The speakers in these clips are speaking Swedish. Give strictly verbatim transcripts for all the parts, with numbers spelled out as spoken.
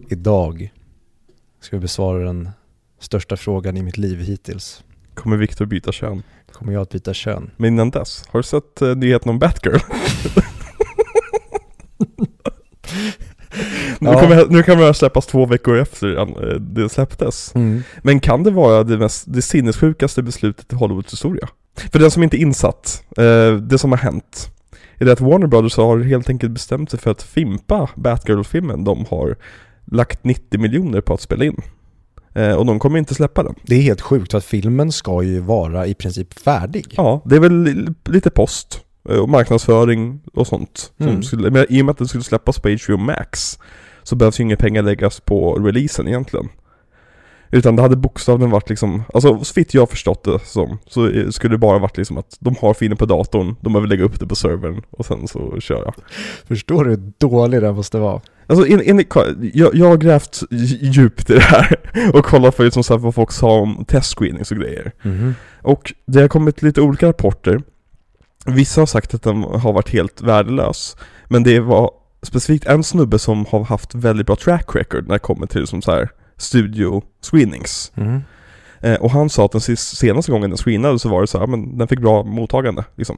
Idag ska vi besvara den största frågan i mitt liv hittills. Kommer Victor byta kön? Kommer jag att byta kön? Men innan dess, har du sett uh, nyheten om Batgirl? nu, ja. kommer, nu kan det släppas två veckor efter uh, det släpptes. Mm. Men kan det vara det, mest, det sinnessjukaste beslutet i Hollywoods historia? För den som inte är insatt, uh, det som har hänt är det att Warner Brothers har helt enkelt bestämt sig för att fimpa Batgirl-filmen. De har lagt nittio miljoner på att spela in. Eh, och de kommer inte släppa den. Det är helt sjukt för att filmen ska ju vara i princip färdig. Ja, det är väl lite post och marknadsföring och sånt. Mm. Som skulle, men i och med att den skulle släppas på H B O Max så behövs ju inga pengar läggas på releasen egentligen. Utan det hade bokstavligen varit liksom, alltså så vitt jag har förstått det som, så skulle det bara varit liksom att de har filmen på datorn, de behöver lägga upp det på servern och sen så köra. Förstår du hur dålig det måste vara? Alltså in, in, jag, jag har grävt djupt i det här och kollat för som sagt vad folk sa om testscreenings och grejer. Mm-hmm. Och det har kommit lite olika rapporter. Vissa har sagt att den har varit helt värdelös, men det var specifikt en snubbe som har haft väldigt bra track record när det kommer till som så här studio screenings. Mm. Eh, och han sa att den senaste gången den screenade så var det så här, men den fick bra mottagande liksom.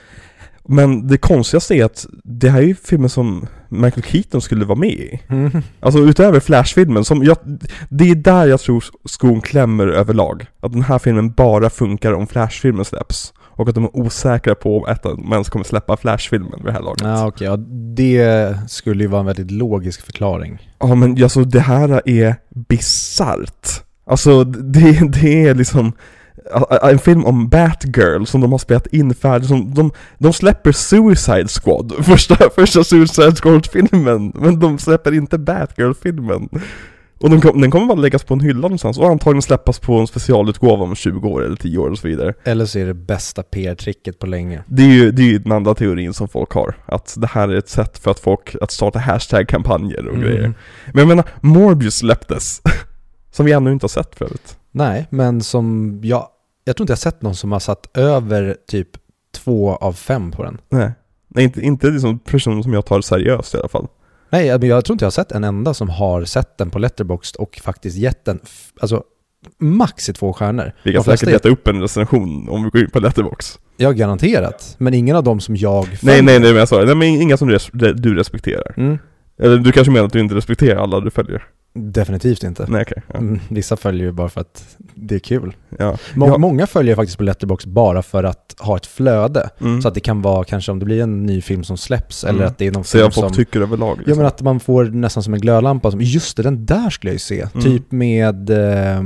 Men det konstigaste är att det här är ju filmen som Michael Keaton skulle vara med i. Mm. Alltså utöver Flash-filmen som jag, det är där jag tror skon klämmer överlag. Att den här filmen bara funkar om Flash-filmen släpps. Och att de är osäkra på att de ens kommer släppa Flash-filmen vid det här laget. Ja, okej. Ja, det skulle ju vara en väldigt logisk förklaring. Ja, men alltså det här är bizarrt. Alltså det, det är liksom en film om Batgirl som de har spelat in färdigt. Som de, de släpper Suicide Squad, första, första Suicide Squad-filmen, men de släpper inte Batgirl-filmen. Och den, kom, den kommer bara läggas på en hylla någonstans och antagligen släppas på en specialutgåva om tjugo år eller tio år och så vidare. Eller så är det bästa P R-tricket på länge. Det är ju, det är ju den andra teorin som folk har. Att det här är ett sätt för att folk att starta hashtag-kampanjer och mm. grejer. Men jag menar, Morbius släpptes. Som vi ännu inte har sett förut. Nej, men som jag... Jag tror inte jag har sett någon som har satt över typ två av fem på den. Nej, Nej inte, inte liksom person som jag tar seriöst i alla fall. Nej, men jag tror inte jag har sett en enda som har sett den på Letterboxd och faktiskt gett den f- alltså max i två stjärnor. Vi kan säkert leta upp en recension om vi går in på Letterboxd. Ja, garanterat. Men ingen av dem som jag... Nej, nej, nej, men jag sa det. Nej, men inga som du, res- du respekterar. Mm. Eller du kanske menar att du inte respekterar alla du följer. Definitivt inte. Nej, okay, ja. mm, Vissa följer ju bara för att det är kul. Ja. Må- ja. Många följer faktiskt på Letterboxd bara för att ha ett flöde. Mm. Så att det kan vara kanske om det blir en ny film som släpps mm. eller att det är någon så film folk som... tycker överlag. Liksom. Ja, men att man får nästan som en glödlampa. Som, just det, den där skulle jag ju se. Mm. Typ med eh,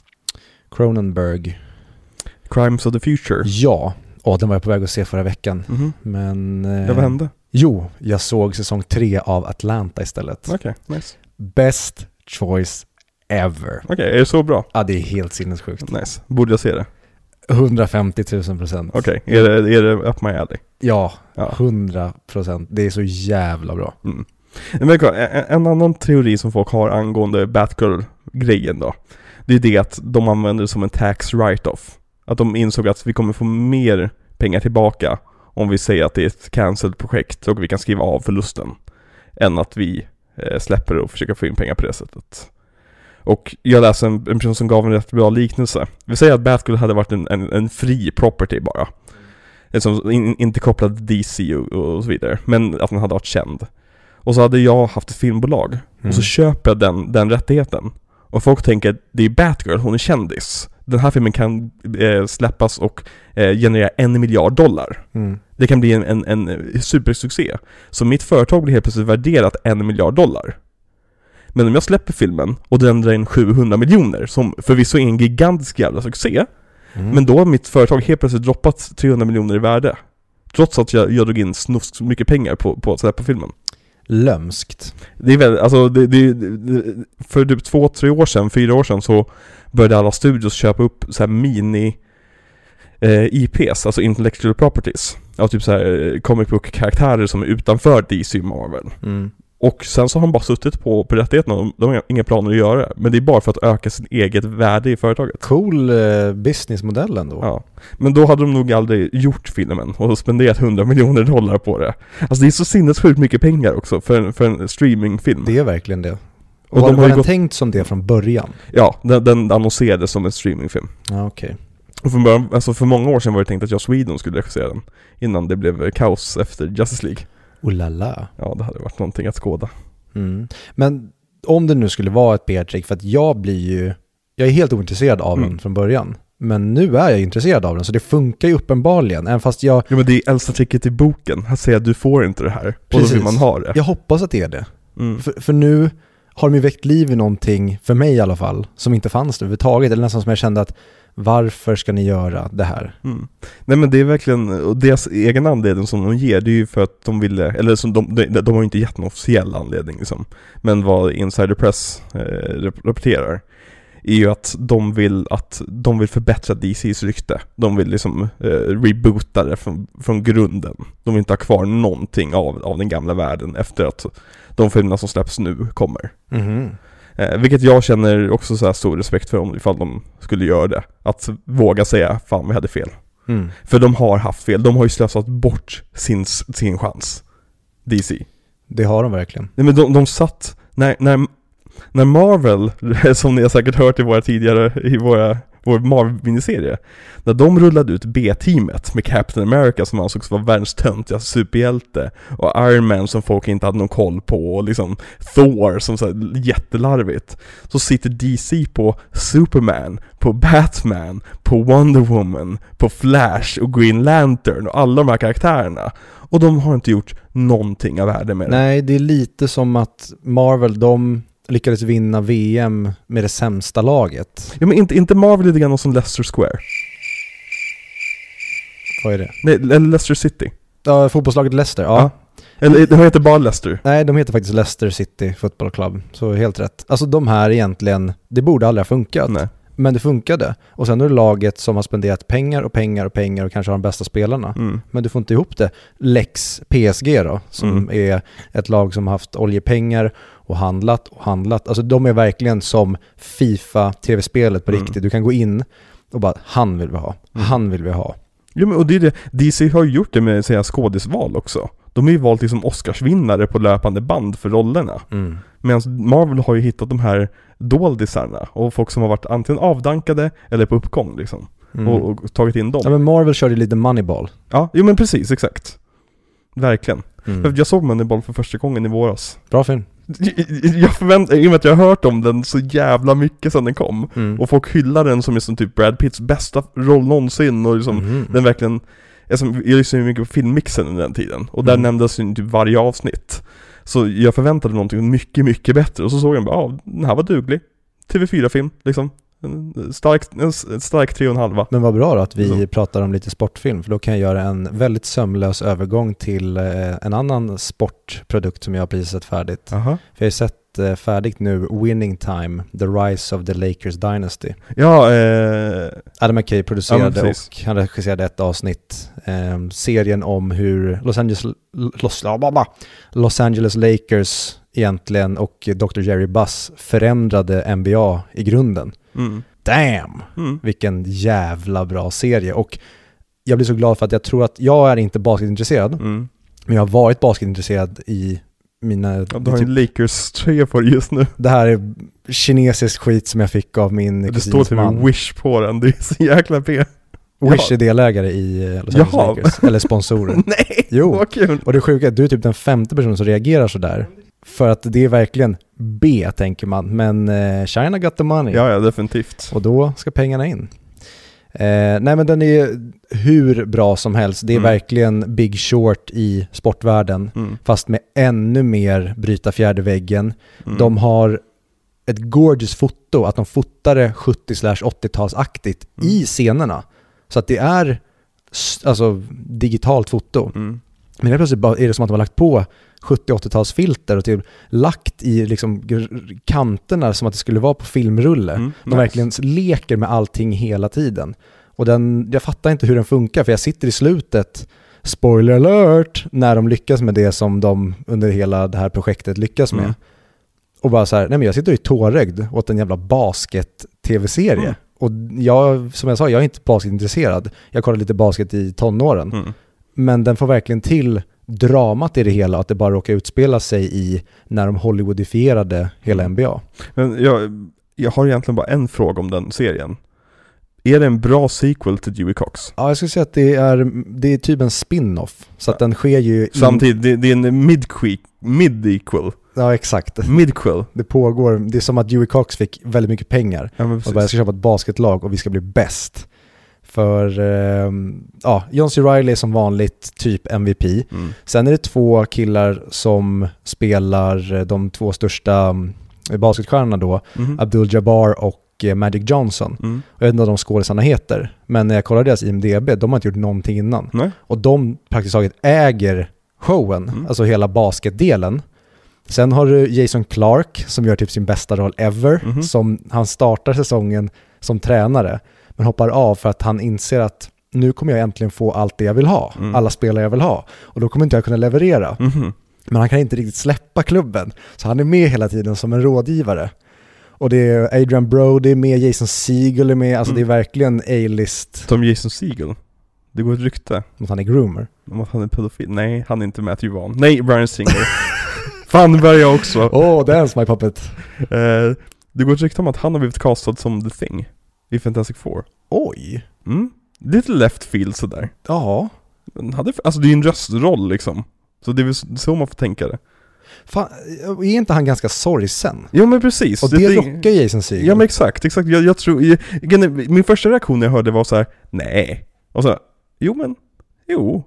Cronenberg. Crimes of the Future. Ja, och den var jag på väg att se förra veckan. Mm. Men... Eh, ja, vad hände? Jo, jag såg säsong tre av Atlanta istället. Okej, okay, nice. Best choice ever. Okej, okay, är det så bra? Ja, det är helt sinnessjukt. Nice. Borde jag se det? hundrafemtio tusen procent. Okej, okay. är, det, är det up my alley? Ja, ja, hundra procent. Det är så jävla bra. Mm. Men en, en annan teori som folk har angående Batgirl-grejen då, det är det att de använder det som en tax write-off. Att de insåg att vi kommer få mer pengar tillbaka om vi säger att det är ett cancelled projekt och vi kan skriva av förlusten än att vi eh, släpper och försöker få in pengar på det sättet. Och jag läste en, en person som gav en rätt bra liknelse. Vi säger att Batgirl hade varit en, en, en fri property bara. Som in, inte kopplad till D C och, och så vidare. Men att den hade varit känd. Och så hade jag haft ett filmbolag. Mm. Och så köper jag den, den rättigheten. Och folk tänker att det är Batgirl, hon är kändis. Den här filmen kan eh, släppas och eh, generera en miljard dollar. Mm. Det kan bli en, en, en supersuccé. Så mitt företag blir helt plötsligt värderat en miljard dollar. Men om jag släpper filmen och den drar in sjuhundra miljoner, som förvisso är en gigantisk jävla succé, mm. men då har mitt företag helt plötsligt droppat trehundra miljoner i värde. Trots att jag, jag drog in snufs mycket pengar på, på att släppa filmen. Lömskt. Det är väl, alltså det, det, det, för typ två, tre år sedan, fyra år sedan så började alla studios köpa upp så här mini eh, I P:s, alltså intellectual properties, av typ så här comic book karaktärer som är utanför D C Marvel. Mm. Och sen så har de bara suttit på, på rättigheterna och de har inga planer att göra. Men det är bara för att öka sin eget värde i företaget. Cool eh, businessmodell ändå. Ja. Men då hade de nog aldrig gjort filmen och spenderat hundra miljoner dollar på det. Alltså det är så sinnessjukt mycket pengar också för en, för en streamingfilm. Det är verkligen det. Och, och var, de har var ju den gått... tänkt som det från början? Ja, den, den annonserades som en streamingfilm. Ja, okej. Okay. Och från början, alltså för många år sedan var det tänkt att Joss Whedon skulle regissera den. Innan det blev kaos efter Justice League. Oh la la. Ja, det hade varit någonting att skåda. Mm. Men om det nu skulle vara ett P R-trick, för att jag blir ju... Jag är helt ointresserad av mm. den från början. Men nu är jag intresserad av den, så det funkar ju uppenbarligen. Även fast jag... Jo, men det är äldsta tricket i boken. Han säger att du får inte det här. Och då vill man ha det. Jag hoppas att det är det. Mm. För, för nu har de ju väckt liv i någonting, för mig i alla fall, som inte fanns det överhuvudtaget. Eller nästan som jag kände att, varför ska ni göra det här? Mm. Nej, men det är verkligen, och deras egen anledning som de ger, det är ju för att de ville, eller som de, de, de har ju inte gett någon officiell anledning liksom. Men vad Insider Press eh, rapporterar är ju att de vill att de vill förbättra D C:s rykte. De vill liksom eh, reboota det från, från grunden. De vill inte ha kvar någonting av, av den gamla världen efter att de filmerna som släpps nu kommer. Mm-hmm. Eh, vilket jag känner också så här stor respekt för om ifall de skulle göra det. Att våga säga, fan vi hade fel. Mm. För de har haft fel. De har ju slösat bort sin, sin chans. D C. Det har de verkligen. Nej, men de, de satt... När, när, när Marvel, som ni har säkert hört i våra tidigare... I våra, vår Marvel-miniserie. När de rullade ut B-teamet med Captain America som ansågs vara världens töntiga superhjälte. Och Iron Man som folk inte hade någon koll på. Och liksom Thor som så här jättelarvigt. Så sitter D C på Superman, på Batman, på Wonder Woman, på Flash och Green Lantern och alla de här karaktärerna. Och de har inte gjort någonting av värde med det. Nej, det är lite som att Marvel, de lyckades vinna V M med det sämsta laget. Ja, men inte, inte Marvel lite grann som Leicester Square. Vad är det? Nej, eller Leicester City. Ja, fotbollslaget Leicester, ja. ja. Eller de heter bara Leicester. Nej, de heter faktiskt Leicester City Football Club. Så helt rätt. Alltså de här egentligen, det borde aldrig ha funkat. Nej. Men det funkade. Och sen är det laget som har spenderat pengar och pengar och pengar och kanske har de bästa spelarna. Mm. Men du får inte ihop det. Lex P S G då, som mm. är ett lag som har haft oljepengar och handlat och handlat. Alltså de är verkligen som FIFA-tv-spelet på mm. riktigt. Du kan gå in och bara, han vill vi ha. Mm. Han vill vi ha. Ja, men och det är det. D C har ju gjort det med säga skådisval också. De har ju valt liksom Oscarsvinnare på löpande band för rollerna. Mm. Medan Marvel har ju hittat de här doldisarna och folk som har varit antingen avdankade eller på uppgång liksom. Mm. Och, och tagit in dem. Ja, men Marvel körde lite Moneyball. Ja, jo men precis, exakt. Verkligen. Mm. Jag såg Moneyball för första gången i våras. Bra film. Jag förväntar mig, i och med att jag har hört om den så jävla mycket sedan den kom. Mm. Och folk hyllar den som är som typ Brad Pitts bästa roll någonsin. Och liksom, mm. den verkligen... Jag lyssnade mycket på filmmixen under den tiden. Och där mm. nämndes ju typ varje avsnitt. Så jag förväntade någonting mycket, mycket bättre. Och så såg jag bara, ja, den här var duglig. T V fyra-film, liksom. En stark, en stark tre och en halva. Men vad bra då att vi så. pratar om lite sportfilm. För då kan jag göra en väldigt sömlös övergång till eh, en annan sportprodukt som jag har precis sett färdigt. Aha. För jag har sett eh, färdigt nu Winning Time, The Rise of the Lakers Dynasty. Ja, eh... Adam McKay producerade ja, och han regisserade ett avsnitt. Eh, serien om hur Los Angeles, Los, Los Angeles Lakers egentligen och doktor Jerry Buss förändrade N B A i grunden. Mm. Damn! Mm. Vilken jävla bra serie. Och jag blir så glad för att jag tror att jag är inte basketintresserad. Mm. Men jag har varit basketintresserad i mina... Ja, du har typ, en Lakers-tröja på dig just nu. Det här är kinesisk skit som jag fick av min det står typ en Wish på den. Det är så jäkla p. Wish ja. är delägare i Los Angeles Jaha. Lakers. Eller sponsorer. Nej, jo. Vad kul. Och det sjuka är att du är typ den femte personen som reagerar så där. För att det är verkligen B, tänker man. Men eh, China got the money. Ja, ja, definitivt. Och då ska pengarna in. Eh, nej, men den är hur bra som helst. Det är mm. verkligen Big Short i sportvärlden. Mm. Fast med ännu mer bryta fjärde väggen. Mm. De har ett gorgeous foto. Att de fotade sjuttio åttio-talsaktigt mm. i scenerna. Så att det är alltså digitalt foto. Mm. Men helt plötsligt är det som att de har lagt på sjuttio åttio-talsfilter och typ lagt i liksom kanterna som att det skulle vara på filmrulle. Mm, de nice. verkligen leker med allting hela tiden. Och den, jag fattar inte hur den funkar, för jag sitter i slutet, spoiler alert, när de lyckas med det som de under hela det här projektet lyckas med. Mm. Och bara så här, nej men jag sitter i tårögd åt en jävla basket-tv-serie. Mm. Och jag, som jag sa, jag är inte basketintresserad. Jag kollade lite basket i tonåren. Mm. men den får verkligen till dramat i det hela, att det bara råkar utspela sig i när de Hollywoodifierade hela N B A. Men jag, jag har egentligen bara en fråga om den serien. Är det en bra sequel till Dewey Cox? Ja, jag skulle säga att det är, det är typ en spin-off. Så att den sker ju... In... Samtidigt, det, det är en mid-equal. Mid-equal. Ja, exakt. Midquel. Det pågår, det är som att Dewey Cox fick väldigt mycket pengar. Ja, men och bara, jag ska köpa ett basketlag och vi ska bli bäst. För eh, ja, John C. Reilly är som vanligt typ M V P. Mm. Sen är det två killar som spelar de två största basketstjärnorna då. Mm. Abdul-Jabbar och Magic Johnson. Mm. Jag vet inte vad de skådespelarna heter. Men när jag kollar deras I M D B, de har inte gjort någonting innan. Nej. Och de praktiskt taget äger showen. Mm. Alltså hela basketdelen. Sen har du Jason Clark som gör typ sin bästa roll ever. Mm. Som han startar säsongen som tränare. Men hoppar av för att han inser att nu kommer jag äntligen få allt det jag vill ha. Mm. Alla spelare jag vill ha. Och då kommer inte jag kunna leverera. Mm. Men han kan inte riktigt släppa klubben. Så han är med hela tiden som en rådgivare. Och det är Adrian Brody med, Jason Segel är med. Alltså mm. det är verkligen A-list. Som Jason Segel? Det går ett rykte. Om att han är groomer. Om att han är pedofil. Nej, han är inte Matthew Vaughn. Nej, Bryan Singer. Fan, var jag också. Oh, dance my puppet. Uh, det går ett rykte om att han har blivit castad som The Thing i Fantastic Four. Oj. Mm. Lite left field sådär. Ja. Hade, alltså det är ju en röstroll liksom. Så det är väl så man får tänka det. Fan, är inte han ganska sorgsen? Ja, men precis. Och det, det rockar Jason Segel. Ja, men exakt, exakt. Jag, jag tror, jag, min första reaktion när jag hörde var så här: nej. Och så, jo men, jo.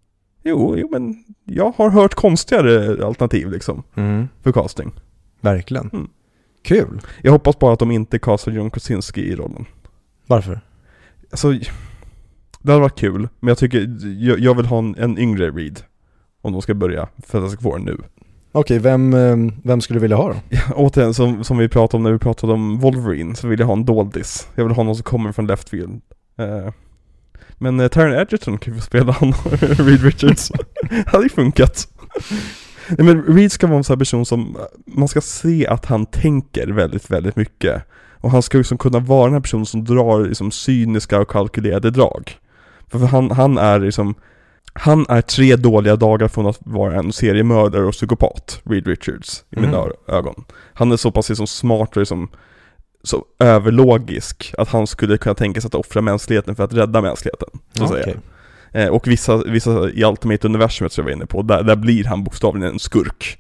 Jo, jo men jag har hört konstigare alternativ liksom. Mm. För casting. Verkligen. Mm. Kul. Jag hoppas bara att de inte castar John Krasinski i rollen. Varför? Alltså, det hade varit kul. Men jag tycker, jag, jag vill ha en, en yngre Reed. Om de ska börja Fantastic Four nu. Okej, vem, vem skulle du vilja ha då? Ja, återigen, som, som vi pratade om när vi pratade om Wolverine, så vill jag ha en doldis. Jag vill ha någon som kommer från left field. Uh, men uh, Taron Egerton kan ju få spela honom. Reed Richards. Det hade ju funkat. Nej, men Reed ska vara en sån här person som man ska se att han tänker väldigt, väldigt mycket. Och han ska ju liksom kunna vara den här personen som drar liksom cyniska och kalkylerade drag. För, för han, han är liksom Han är tre dåliga dagar från att vara en seriemördare och psykopat, Reed Richards, i mina mm. ögon. Han är så pass liksom smart och liksom, så överlogisk att han skulle kunna tänka sig att offra mänskligheten för att rädda mänskligheten, så att okay. säga. Eh, och vissa, vissa i Ultimate-universumet som jag var inne på, där, där blir han bokstavligen en skurk.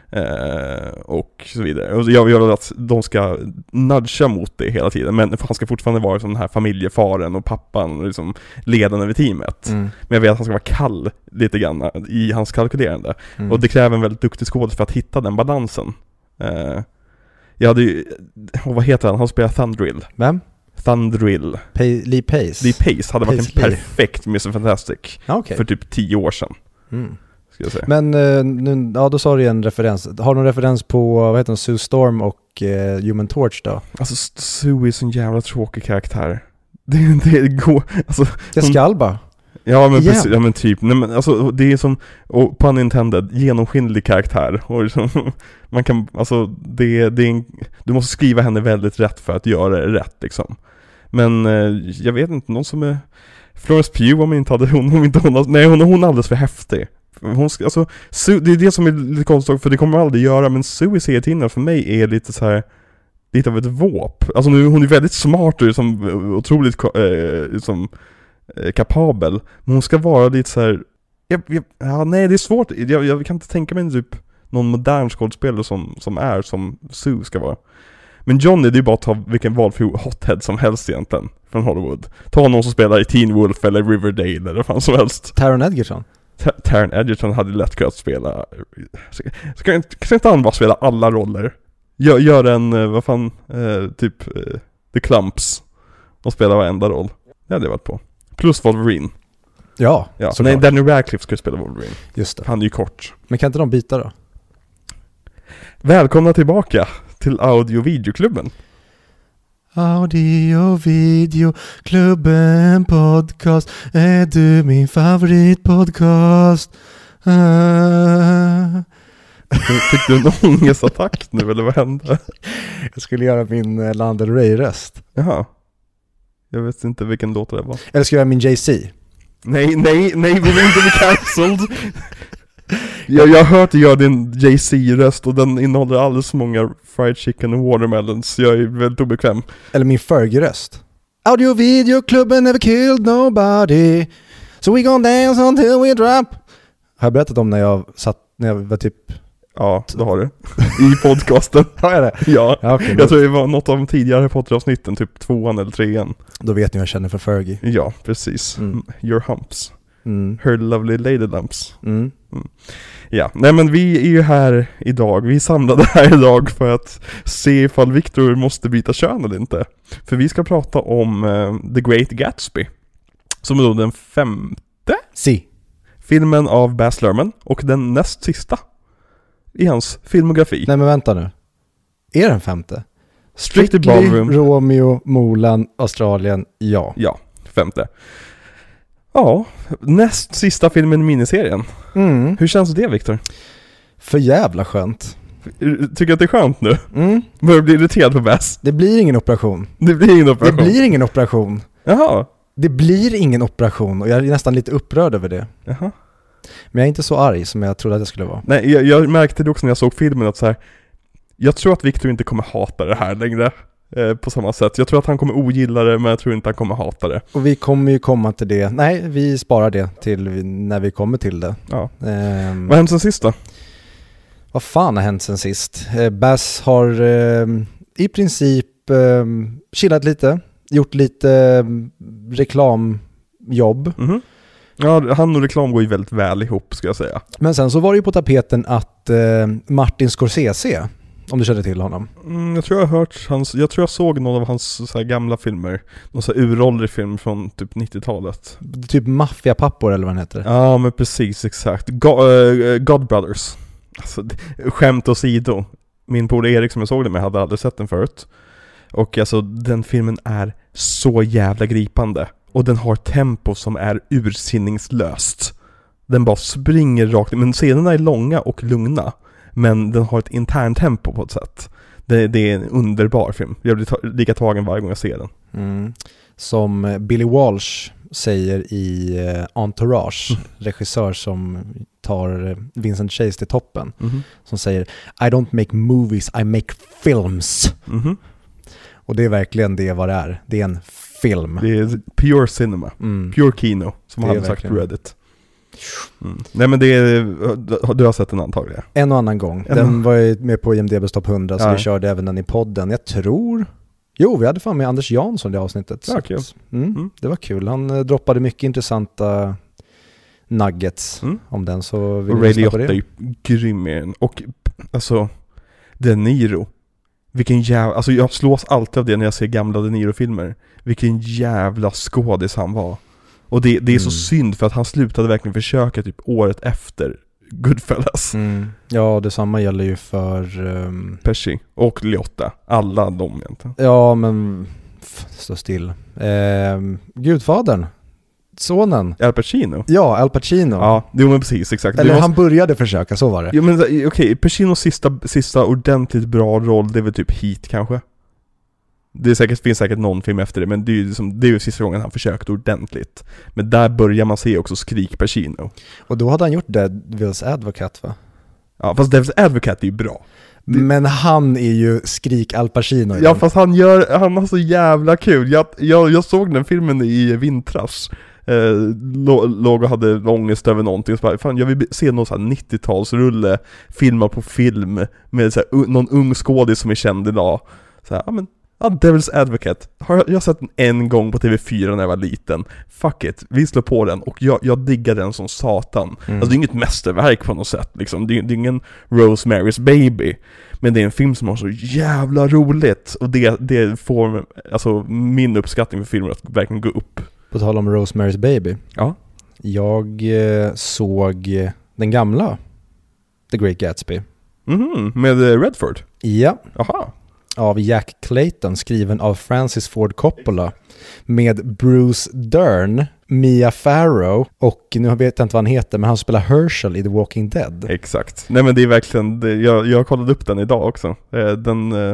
Eh, och så vidare. Och jag vill att de ska nudga mot det hela tiden, men han ska fortfarande vara som den här familjefaren och pappan och liksom ledaren över teamet. Mm. Men jag vet att han ska vara kall lite grann i hans kalkylerande. Mm. Och det kräver en väldigt duktig skådespelare för att hitta den balansen. Eh, jag hade ju, och vad heter han? Han spelar Thundrill. Vem? Thundrill. Pay, Lee Pace. Lee Pace hade varit en perfekt mister Fantastic okay. för typ tio år sedan. Mm. Men nu, ja, då sa du en referens. Har du någon referens på, vad heter den, Sue Storm och eh, Human Torch då? Alltså Sue är så en jävla tråkig karaktär. Det, det går, alltså Jessica Alba. Ja men yeah. precis, ja men typ. Nej, men alltså det är som, och pun intended, genomskinlig karaktär. Och liksom, man kan, alltså det, det är en, du måste skriva henne väldigt rätt för att göra det rätt liksom. Men eh, jag vet inte, någon som är Florence Pugh, om inte hade hon, om inte hon, nej hon, hon är alldeles för häftig. Hon ska, alltså, Sue, det är det som är lite konstigt, för det kommer man aldrig göra, men Sue i serietidningar för mig är lite så här, lite av ett våp. Alltså nu, hon är väldigt smart och liksom, otroligt eh, liksom, eh, kapabel, men hon ska vara lite så här, jag, jag, ja, nej det är svårt, jag, jag kan inte tänka mig typ någon modern skådespelare som, som är som Sue ska vara. Men Johnny, det är bara att ta vilken valfri hothead som helst egentligen från Hollywood. Ta någon som spelar i Teen Wolf eller Riverdale eller vad fan som helst. Taron Egerton. Taron Egerton hade lätt kunnat spela. Ska inte, kan inte han bara spela alla roller? Gör, gör en, vad fan, eh, typ eh, The Clumps och spela varenda roll. Det hade jag varit på. Plus Wolverine. Ja, ja. Nej, Danny Radcliffe ska spela Wolverine. Just det. Han är ju kort. Men kan inte de byta då? Välkomna tillbaka till Audio-videoklubben. Audio-videoklubben podcast. Är du min favoritpodcast? Ah. Fick du en ångestattack nu eller vad hände? Jag skulle göra min Lana Del Rey-röst. Jaha. Jag vet inte vilken låt det var. Eller ska jag göra min Jay-Z? Nej, nej, nej, vi vill inte bli cancelled. jag, jag har hört dig göra din Jay-Z-röst och den innehåller alldeles för många fried chicken och watermelons. Jag är väldigt obekväm. Eller min Fergie-röst. Audio video klubben never killed nobody. So we gonna dance until we drop. Har jag berättat om när jag satt, när jag var typ... Ja, det har du. I podcasten. Har jag det? Ja, ja okay, jag tror det var något av de tidigare poddavsnitten, typ tvåan eller trean. Då vet ni hur jag känner för Fergie. Ja, precis. Mm. Your humps. Mm. Her lovely lady lumps. Mm. Mm. Ja, nej men vi är ju här idag. Vi är samlade här idag för att se ifall Victor måste byta kön eller inte. För vi ska prata om uh, The Great Gatsby. Som är då den femte si. filmen av Baz Luhrmann. Och den näst sista i hans filmografi. Nej men vänta nu. Är den femte? Strictly Strictly Ballroom, Romeo, Mulan, Australien, ja. Ja, femte. Ja, näst sista filmen i miniserien. Mm. Hur känns det, Victor? För jävla skönt. Tycker du att det är skönt nu? Mm. Börjar bli irriterad på Baz? Det blir ingen operation. Det blir ingen operation. Det blir ingen operation. Jaha. Det blir ingen operation och jag är nästan lite upprörd över det. Jaha. Men jag är inte så arg som jag trodde att jag skulle vara. Nej, jag, jag märkte det också när jag såg filmen att så här, jag tror att Victor inte kommer hata det här längre eh, på samma sätt. Jag tror att han kommer ogilla det, men jag tror inte han kommer hata det. Och vi kommer ju komma till det. Nej, vi sparar det till när vi kommer till det. Ja. Um, Vad har hänt sen sist då? Vad fan har hänt sen sist? Eh, Baz har eh, i princip eh, chillat lite, gjort lite eh, reklamjobb. Mm-hmm. Ja, han och reklam går ju väldigt väl ihop, ska jag säga. Men sen så var det ju på tapeten att eh, Martin Scorsese, om du känner till honom. Mm, jag tror jag har hört hans, jag tror jag såg någon av hans så här gamla filmer. Någon så här uråldrig film från typ nittiotalet. Typ Maffiapappor eller vad den heter. Ja, men precis, exakt. Go, uh, God Brothers. Alltså, skämt åsido. Min polare Erik som jag såg det med hade aldrig sett den förut. Och alltså, den filmen är så jävla gripande. Och den har tempo som är ursinningslöst. Den bara springer rakt. Men scenerna är långa och lugna. Men den har ett internt tempo på ett sätt. Det, det är en underbar film. Jag blir ta- lika tagen varje gång jag ser den. Mm. Som Billy Walsh säger i uh, Entourage, mm. regissör som tar Vincent Chase till toppen. Mm-hmm. Som säger I don't make movies, I make films. Mm-hmm. Och det är verkligen det vad det är. Det är en film. Det är pure cinema. Mm. Pure kino, som han hade sagt på Reddit. Mm. Nej men det är, du har sett den antagligen. En och annan gång. En den var ju med på I M D B:s topp hundra, så ja. Vi körde även den i podden. Jag tror... Jo, vi hade fan med Anders Jansson i det avsnittet. Ja, kul. Mm, mm. Det var kul. Han eh, droppade mycket intressanta nuggets mm. om den. Så vi och Ray Liotta är ju grym i den. Och alltså, De Niro. Vilken jävla... Alltså jag slås alltid av det när jag ser gamla De Niro-filmer. Vilken jävla skådis han var. Och det, det är mm. så synd för att han slutade verkligen försöka typ året efter Goodfellas. Mm. Ja, detsamma gäller ju för... Um... Pesci och Liotta. Alla de egentligen. Ja, men... F- stå still. Um, Gudfadern. Sonen. Al Pacino? Ja, Al Pacino. Ja, det var precis, exakt. Eller måste... han började försöka, så var det. Ja, men okej, okay, Pacinos sista, sista ordentligt bra roll, det är väl typ Heat kanske? Det är säkert, finns säkert någon film efter det, men det är ju liksom, det är ju sista gången han försökte ordentligt. Men där börjar man se också skrik Pacino. Och då hade han gjort Devil's Advocate, va? Ja, fast Devil's Advocate är ju bra. Det... Men han är ju skrik Al Pacino. Ja, fast han gör, han har så jävla kul. Jag, jag, jag såg den filmen i vintras. Eh, låg och hade ångest över någonting, så bara, fan, jag vill se någon sån här nittiotalsrulle filmar på film med så här, någon ung skådis som är känd idag. Så här, ja men, ja, Devil's Advocate har jag sett den en gång på T V fyra när jag var liten. Fuck it, vi slår på den. Och jag, jag diggar den som satan. Mm. Alltså det är inget mästerverk på något sätt liksom. det, det är ingen Rosemary's Baby, men det är en film som har så jävla roligt. Och det, det får alltså min uppskattning för filmen att verkligen gå upp. På tal om Rosemary's Baby. Ja. Jag eh, såg den gamla The Great Gatsby. Mhm, med Redford? Ja. Aha. Av Jack Clayton, skriven av Francis Ford Coppola. Med Bruce Dern, Mia Farrow och nu vet jag inte vad han heter, men han spelar Herschel i The Walking Dead. Exakt. Nej men det är verkligen, det, jag, jag kollade upp den idag också. Den,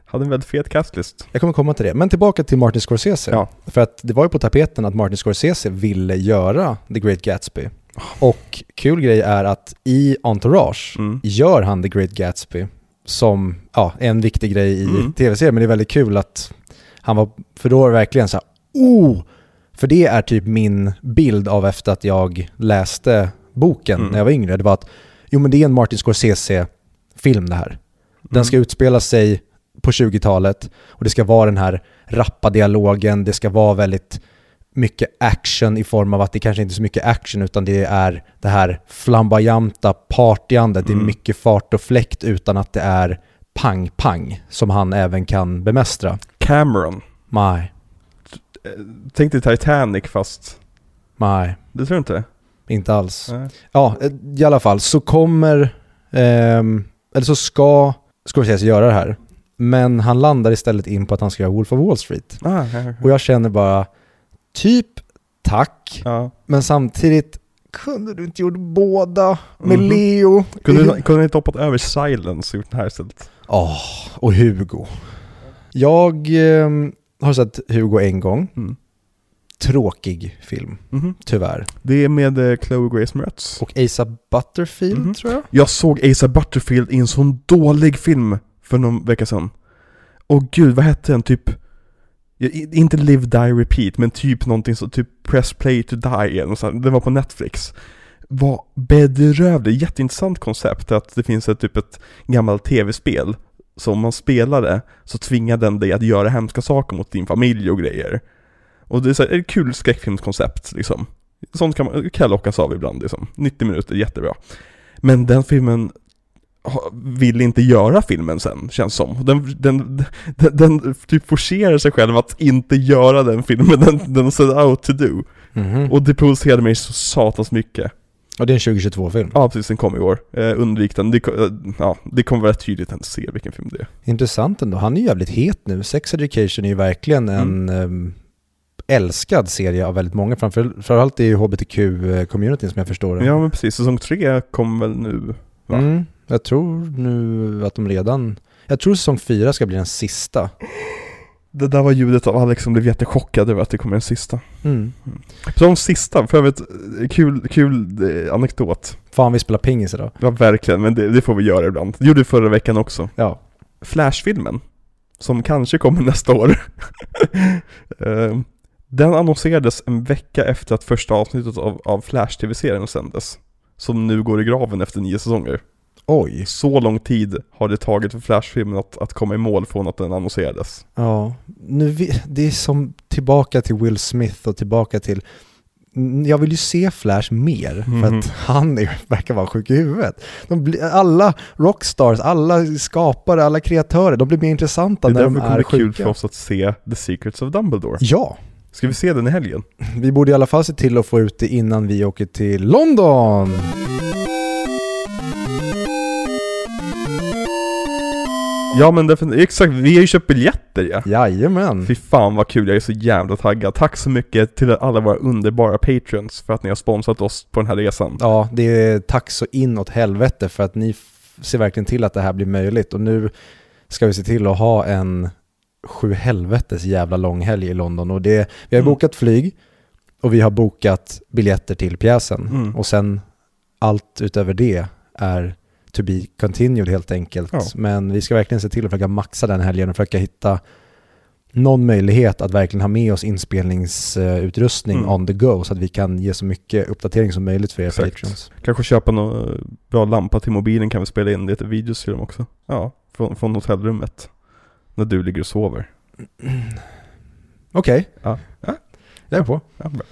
hade en väldigt fet castlist. Jag kommer komma till det. Men tillbaka till Martin Scorsese. Ja. För att det var ju på tapeten att Martin Scorsese ville göra The Great Gatsby. Och kul grej är att i Entourage mm. gör han The Great Gatsby som ja, en viktig grej i mm. tv-serien. Men det är väldigt kul att han var, för då var det verkligen så här, oh! För det är typ min bild av efter att jag läste boken mm. när jag var yngre. Det var att, jo men det är en Martin Scorsese-film det här. Den mm. ska utspela sig på tjugotalet och det ska vara den här rappa dialogen, det ska vara väldigt mycket action i form av att det kanske inte är så mycket action utan det är det här flamboyanta partyandet, mm. det är mycket fart och fläkt utan att det är pang-pang som han även kan bemästra. Cameron. Nej. Tänk dig Titanic fast... Nej. Det tror du inte? Inte alls. Nej. Ja, i alla fall så kommer eh, eller så ska Scorsese göra det här. Men han landar istället in på att han ska göra Wolf of Wall Street. Ah, ja, ja. Och jag känner bara typ tack. Ja. Men samtidigt kunde du inte gjort båda med mm-hmm. Leo. Kunde du, kunde du inte hoppat över Silence och gjort den här istället? Ja, oh, och Hugo. Jag eh, har sett Hugo en gång. Mm. Tråkig film, mm-hmm. tyvärr. Det är med uh, Chloe Grace Moretz. Och Asa Butterfield, mm-hmm. tror jag. Jag såg Asa Butterfield i en sån dålig film för någon vecka sedan. Och gud, vad hette den? Typ, inte Live, Die, Repeat, men typ någonting så, typ Press Play to Die. Eller så. Det var på Netflix. Vad bedrövde. Jätteintressant koncept att det finns ett typ ett gammalt tv-spel. Så om man spelar det så tvingar den dig att göra hemska saker mot din familj och grejer. Och det är så här, ett kul skräckfilmskoncept liksom. Sånt kan man kan lockas av ibland liksom. nittio minuter, jättebra. Men den filmen vill inte göra filmen sen, känns som. Den, den, den, den typ forcerar sig själv att inte göra den filmen den, den set out to do. Mm-hmm. Och det provocerade mig så satans mycket. Och det är en tjugohundratjugotvå-film? Ja, precis, den kom i år. Eh, undvik den. Det, ja, det kommer vara tydligt att se vilken film det är. Intressant ändå. Han är ju jävligt het nu. Sex Education är ju verkligen en... Mm. Um, älskad serie av väldigt många, framförallt i H B T Q-communityn som jag förstår det. Ja, men precis. Säsong tre kom väl nu, va? Mm, jag tror nu att de redan... Jag tror säsong fyra ska bli den sista. Det där var ljudet av Alex som blev jättechockad över att det kommer en sista. Mm. Mm. Så de sista, för jag vet, kul, kul eh, anekdot. Fan, vi spelar pingis idag. Ja, verkligen, men det, det får vi göra ibland. Det gjorde vi förra veckan också. Ja. Flash-filmen, som kanske kommer nästa år. uh, Den annonserades en vecka efter att första avsnittet av, av Flash-tv-serien sändes. Som nu går i graven efter nio säsonger. Oj. Så lång tid har det tagit för Flash-filmen att, att komma i mål från att den annonserades. Ja, nu vi, det är som tillbaka till Will Smith och tillbaka till... Jag vill ju se Flash mer, mm-hmm. för att han är, verkar vara sjuk i huvudet. De blir, alla rockstars, alla skapare, alla kreatörer, de blir mer intressanta när de är sjuka. Det är kul för oss att se The Secrets of Dumbledore. Ja. Ska vi se den i helgen? Vi borde i alla fall se till att få ut det innan vi åker till London. Ja, men definitivt, exakt, vi har ju köpt biljetter, ja. Jajamän. Fy fan vad kul, jag är så jävla taggad. Tack så mycket till alla våra underbara patrons för att ni har sponsrat oss på den här resan. Ja, det är tack så inåt helvete för att ni f- ser verkligen till att det här blir möjligt. Och nu ska vi se till att ha en sju helvetes jävla lång helg i London. Och det, vi har mm. bokat flyg och vi har bokat biljetter till pjäsen. Mm. Och sen allt utöver det är to be continued helt enkelt. Ja. Men vi ska verkligen se till att försöka maxa den helgen och försöka hitta någon möjlighet att verkligen ha med oss inspelningsutrustning mm. on the go så att vi kan ge så mycket uppdatering som möjligt för er Exakt. patrons. Kanske köpa någon bra lampa till mobilen, kan vi spela in det till videosfilm också. Ja, från, från hotellrummet. När du ligger och sover. Mm. Okej. Okay. Ja. Ja. Jag är på. Ja, bra.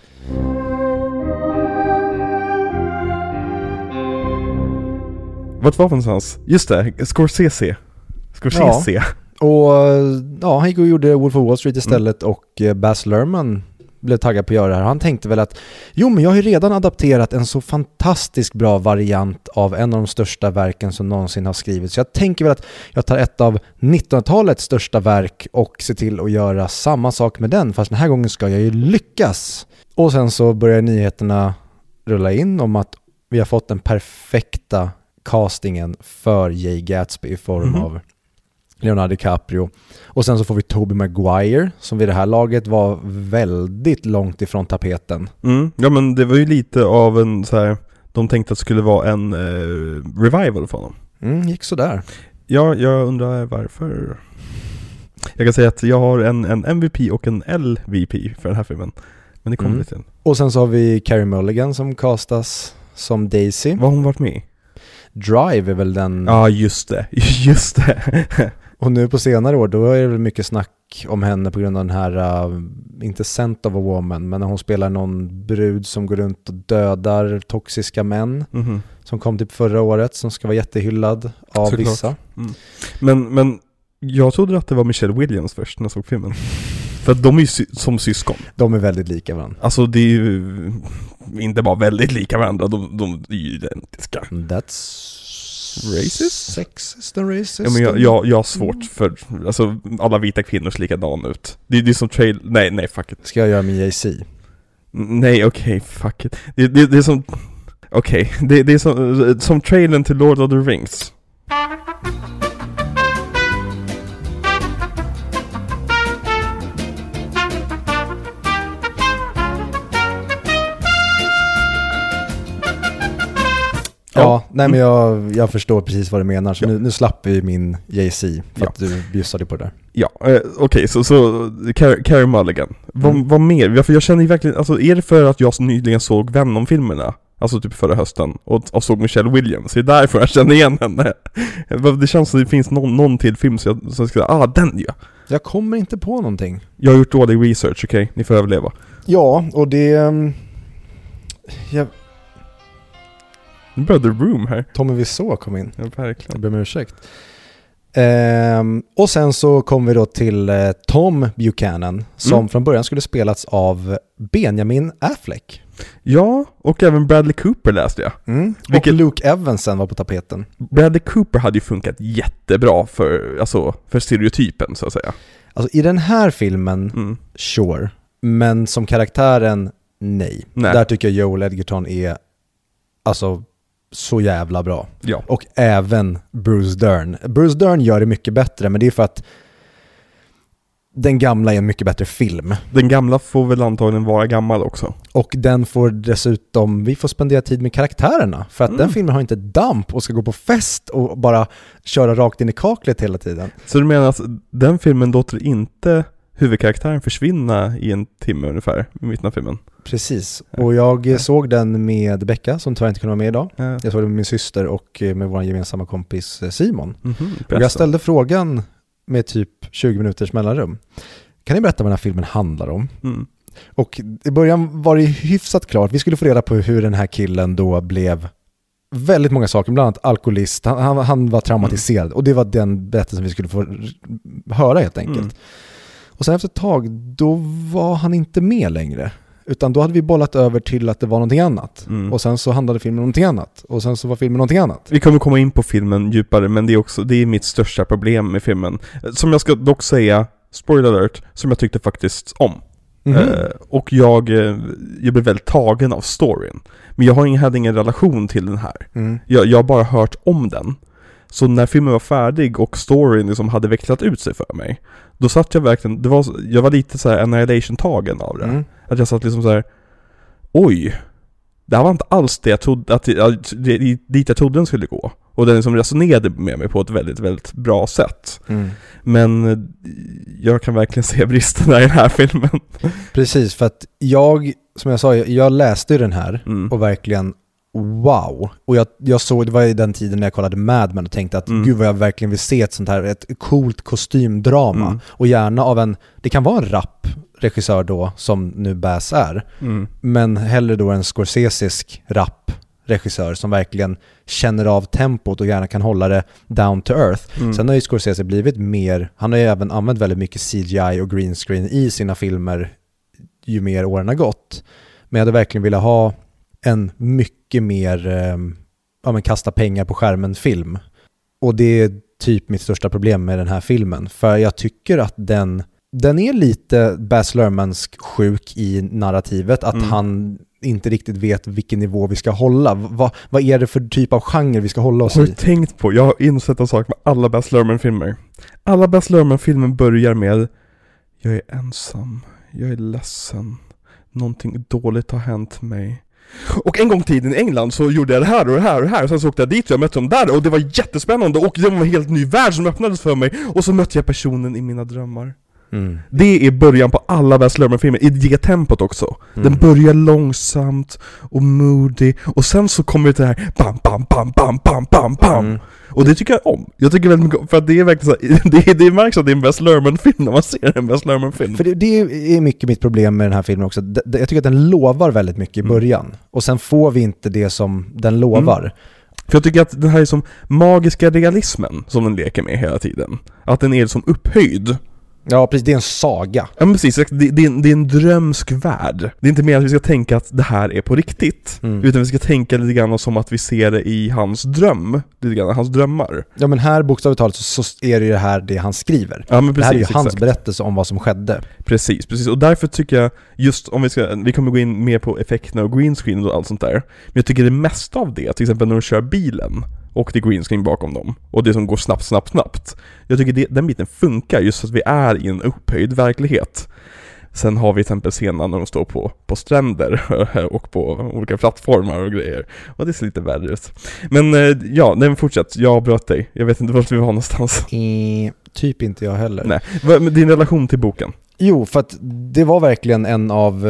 Vart var vi någonstans? Just det, Scorsese. Scorsese. Ja. Och ja, han gick och gjorde Wolf of Wall Street istället mm. och Baz Luhrmann blev taggad på att göra det här. Han tänkte väl att jo, men jag har ju redan adapterat en så fantastiskt bra variant av en av de största verken som någonsin har skrivits. Så jag tänker väl att jag tar ett av nittonhundratalets största verk och ser till att göra samma sak med den. Fast den här gången ska jag ju lyckas. Och sen så börjar nyheterna rulla in om att vi har fått den perfekta castingen för Jay Gatsby i form mm-hmm. av Leonardo DiCaprio. Och sen så får vi Tobey Maguire som vid det här laget var väldigt långt ifrån tapeten. Mm. Ja, men det var ju lite av en så här, de tänkte att det skulle vara en eh, revival för honom. Mm, gick så där. Ja, jag undrar varför. Jag kan säga att jag har en, en M V P och en L V P för den här filmen. Men det kommer mm. vi till. Och sen så har vi Carey Mulligan som castas som Daisy. Vad har hon varit med i? Drive är väl den... Ja, just det. Just det. Och nu på senare år, då är det väl mycket snack om henne på grund av den här, uh, inte Scent of a Woman, men när hon spelar någon brud som går runt och dödar toxiska män. Mm-hmm. Som kom typ förra året, som ska vara jättehyllad av Såklart. vissa. Mm. Men, men jag trodde att det var Michelle Williams först när jag såg filmen. För att de är ju sy- som syskon. De är väldigt lika varandra. Alltså det är ju inte bara väldigt lika varandra, de, de är ju identiska. That's racist? Sexist and racist. Ja, men jag, jag, jag har svårt för, alltså alla vita kvinnor ser likadana ut. Det, det är som trail, nej, nej, fuck it. Ska jag göra min Jay-Z? Nej, okej, okay, fuck it. Det, det, det är som, okej, okay, det, det är som, som trailern till Lord of the Rings. Ja, nej men jag, jag förstår precis vad du menar. Så ja. nu, nu slapp vi min Jay-Z för ja. att du bjussade på det där. Ja, eh, okej, okay, så, så Carey, Carey Mulligan. Vad, mm. vad mer? För jag känner ju verkligen, alltså är det för att jag nyligen såg Venom-filmerna? Alltså typ förra hösten och, och såg Michelle Williams. Det är därför jag känner igen henne. Det känns som att det finns någon, någon till film så jag, så jag ska säga, ah den ja. Jag kommer inte på någonting. Jag har gjort dålig research, okej? Okay? Ni får överleva. Ja, och det... Um, jag... Nu började The Room här. Tommy Wiseau kom in. Ja, verkligen. Jag ber om ursäkt. Um, och sen så kom vi då till uh, Tom Buchanan som mm. från början skulle spelats av Benjamin Affleck. Ja, och även Bradley Cooper läste jag. Mm. Vilket... Och Luke Evansen var på tapeten. Bradley Cooper hade ju funkat jättebra för, alltså, för stereotypen så att säga. Alltså i den här filmen, mm. sure. Men som karaktären, nej. nej. Där tycker jag Joel Edgerton är alltså så jävla bra. Ja. Och även Bruce Dern. Bruce Dern gör det mycket bättre, men det är för att den gamla är en mycket bättre film. Den gamla får väl antagligen vara gammal också. Och den får dessutom, vi får spendera tid med karaktärerna. För att mm. den filmen har inte damp och ska gå på fest och bara köra rakt in i kaklet hela tiden. Så du menar att den filmen låter inte huvudkaraktären försvinna i en timme ungefär i mitten av filmen? Precis. Och jag ja. såg den med Becka som tyvärr inte kunde vara med idag. Ja. Jag såg den med min syster och med vår gemensamma kompis Simon. Mm-hmm. Och jag ställde frågan med typ tjugo minuters mellanrum. Kan ni berätta vad den här filmen handlar om? Mm. Och i början var det hyfsat klart. Vi skulle få reda på hur den här killen då blev väldigt många saker, bland annat alkoholist. Han, han, han var traumatiserad. Mm. Och det var den berättelsen vi skulle få höra helt enkelt. Mm. Och sen efter ett tag, då var han inte med längre. Utan då hade vi bollat över till att det var någonting annat. Mm. Och sen så handlade filmen om någonting annat. Och sen så var filmen någonting annat. Vi kommer komma in på filmen djupare, men det är också det är mitt största problem med filmen. Som jag ska dock säga, spoiler alert, som jag tyckte faktiskt om. Mm-hmm. Eh, och jag, jag blev väldigt tagen av storyn. Men jag har ingen, hade ingen relation till den här. Mm. Jag, jag har bara hört om den. Så när filmen var färdig och storyn liksom hade vecklat ut sig för mig, då satt jag verkligen, det var, jag var lite så här annihilation-tagen av det. Mm. Att jag satt liksom så här, oj, det här var inte alls det jag trodde, att det, det, dit jag trodde den skulle gå. Och den liksom resonerade med mig på ett väldigt, väldigt bra sätt. Mm. Men jag kan verkligen se bristerna i den här filmen. Precis, för att jag, som jag sa, jag läste den här mm. och verkligen wow. Och jag, jag såg, det var i den tiden när jag kollade Mad Men och tänkte att mm. gud vad jag verkligen vill se ett sånt här, ett coolt kostymdrama. Mm. Och gärna av en, det kan vara en rap regissör då, som nu Bass är. Mm. Men hellre då en Scorsesisk rap regissör som verkligen känner av tempot och gärna kan hålla det down to earth. Mm. Sen har ju Scorsese blivit mer, han har ju även använt väldigt mycket C G I och green screen i sina filmer ju mer åren har gått. Men jag hade verkligen velat ha en mycket mer eh, ja, men kasta pengar på skärmen film. Och det är typ mitt största problem med den här filmen. För jag tycker att den den är lite Baz Luhrmannsk sjuk i narrativet. Att mm. han inte riktigt vet vilken nivå vi ska hålla. Va, vad är det för typ av genre vi ska hålla oss i? Har du tänkt på, jag har insett en sak med alla Baz Luhrmann-filmer. Alla Baz Luhrmann-filmer börjar med jag är ensam, jag är ledsen, någonting dåligt har hänt mig. Och en gång tiden i England så gjorde jag det här och det här och det här. Och sen så åkte jag dit och jag mötte dem där och det var jättespännande. Och det var en helt ny värld som öppnades för mig. Och så mötte jag personen i mina drömmar. Mm. Det är början på alla Baz Luhrmann-filmer. I det tempot också. Mm. Den börjar långsamt och moody. Och sen så kommer det här bam, bam, bam, bam, bam, bam, bam. Mm. Och det tycker jag om. Jag tycker väldigt mycket om, för att det är verkligen så här, det, det märks att det är en Baz Luhrmann-film när man ser en Baz Luhrmann-film. För det, det är mycket mitt problem med den här filmen också. Det, det, jag tycker att den lovar väldigt mycket i början. Mm. Och sen får vi inte det som den lovar. Mm. För jag tycker att den här är som magiska realismen som den leker med hela tiden. Att den är som upphöjd. Ja, precis. Det är en saga. Ja, men precis. Det, det, är en, det är en drömsk värld. Det är inte mer att vi ska tänka att det här är på riktigt. Mm. Utan vi ska tänka lite grann som att vi ser det i hans dröm. Lite grann hans drömmar. Ja, men här bokstavligt talat så, så är det ju det här det han skriver. Ja, men precis, det här är ju exakt. hans berättelse om vad som skedde. Precis, precis. Och därför tycker jag, just om vi ska, vi kommer gå in mer på effekterna och green screen och allt sånt där. Men jag tycker det mesta av det, till exempel när de kör bilen och det är green screen bakom dem. Och det som går snabbt, snabbt, snabbt. Jag tycker det, den biten funkar just så att vi är i en upphöjd verklighet. Sen har vi till exempel scenen när de står på, på stränder och på olika plattformar och grejer. Och det ser lite värre ut. Men ja, nej, fortsätt. Jag bröt dig. Jag vet inte vart vi var någonstans. E, typ inte jag heller. Nej. Men din relation till boken? Jo, för att det var verkligen en av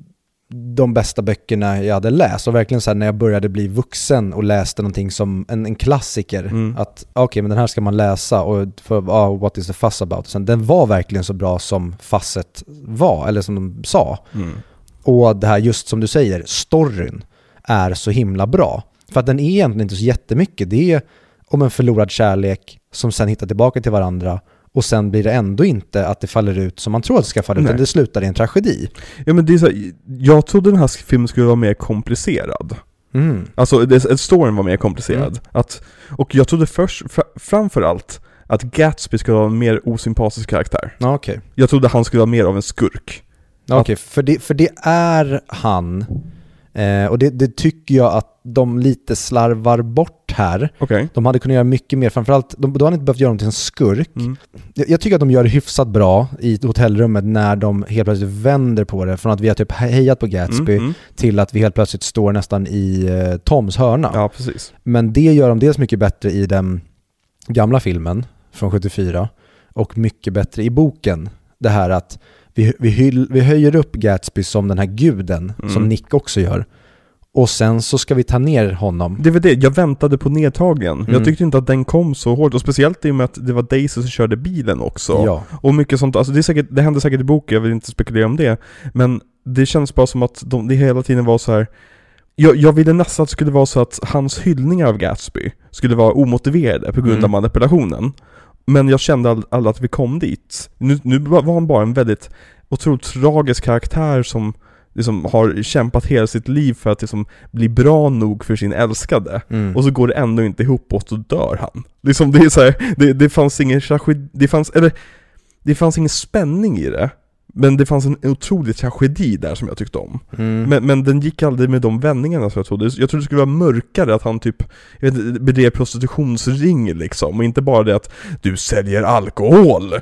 de bästa böckerna jag hade läst. Och verkligen så här när jag började bli vuxen och läste någonting som en, en klassiker. Mm. Att okej, okay, men den här ska man läsa och för, oh, what is the fuss about? Och sen, den var verkligen så bra som fasset var, eller som de sa. Mm. Och det här just som du säger, storyn är så himla bra. För att den är egentligen inte så jättemycket. Det är om en förlorad kärlek som sen hittar tillbaka till varandra. Och sen blir det ändå inte att det faller ut som man tror att det ska falla ut, utan det slutar i en tragedi. Ja, men det är så här, jag trodde den här filmen skulle vara mer komplicerad. Mm. Alltså, det, storyn var mer komplicerad. Mm. Att, och jag trodde först, fr- framförallt att Gatsby skulle vara en mer osympatisk karaktär. Ja, okay. Jag trodde han skulle vara mer av en skurk. Ja, okej, okay. för, det, för det är han... Eh, och det, det tycker jag att de lite slarvar bort här. Okay. De hade kunnat göra mycket mer. Framförallt, de, de hade inte behövt göra dem till en skurk. Mm. Jag, jag tycker att de gör det hyfsat bra i hotellrummet när de helt plötsligt vänder på det. Från att vi har typ hejat på Gatsby mm, mm. till att vi helt plötsligt står nästan i eh, Toms hörna. Ja, precis. Men det gör de dels mycket bättre i den gamla filmen från sjuttiofyra och mycket bättre i boken. Det här att Vi, vi, hyll, vi höjer upp Gatsby som den här guden mm. som Nick också gör. Och sen så ska vi ta ner honom. Det var det, jag väntade på nedtagningen. Mm. Jag tyckte inte att den kom så hårt. Och speciellt i och med att det var Daisy som körde bilen också. Ja. Och mycket sånt, alltså det, är säkert, det hände säkert i boken, jag vill inte spekulera om det. Men det känns bara som att de, det hela tiden var så här. Jag, jag ville nästan att det skulle vara så att hans hyllningar av Gatsby skulle vara omotiverade på grund mm. av manipulationen. Men jag kände aldrig att vi kom dit. Nu, nu var han bara en väldigt otroligt tragisk karaktär som liksom har kämpat hela sitt liv för att liksom bli bra nog för sin älskade. Mm. Och så går det ändå inte ihop och så dör han. Liksom det är så här, det, det fanns ingen det fanns eller det fanns ingen spänning i det. Men det fanns en otrolig tragedi där som jag tyckte om. Mm. Men, men den gick aldrig med de vändningarna som jag trodde. Jag trodde det skulle vara mörkare att han typ jag vet, bedrev prostitutionsring liksom. Och inte bara det att du säljer alkohol.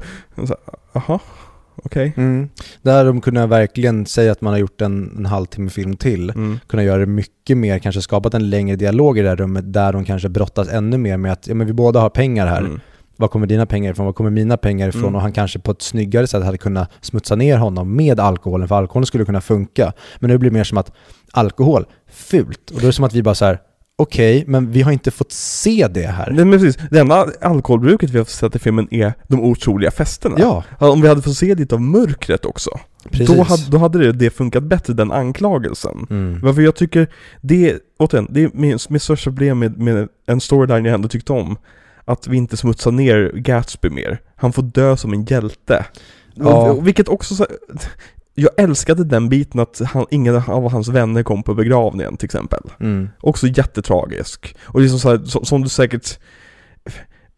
Jaha, okej. Okay. Mm. Där de kunde verkligen säga att man har gjort en, en halvtimme film till. Mm. Kunna göra det mycket mer, kanske skapat en längre dialog i det här rummet där de kanske brottas ännu mer med att ja, men vi båda har pengar här. Mm. Var kommer dina pengar ifrån? Var kommer mina pengar ifrån? Mm. Och han kanske på ett snyggare sätt hade kunnat smutsa ner honom med alkoholen. För alkoholen skulle kunna funka. Men nu blir det mer som att alkohol, fult. Och då är det som att vi bara så här, okej, okay, men vi har inte fått se det här. Nej, men precis. Det enda alkoholbruket vi har sett i filmen är de otroliga festerna. Ja. Om vi hade fått se lite av mörkret också. Då hade, då hade det, det funkat bättre, den anklagelsen. Mm. Varför jag tycker, det, återigen, det är min, min största problem med, med en storyline jag ändå tyckte om. Att vi inte smutsar ner Gatsby mer. Han får dö som en hjälte. Ja. Och, vilket också så, jag älskade den biten att han, ingen av hans vänner kom på begravningen till exempel. Mm. Också jättetragisk. Och liksom så här, så, som du säkert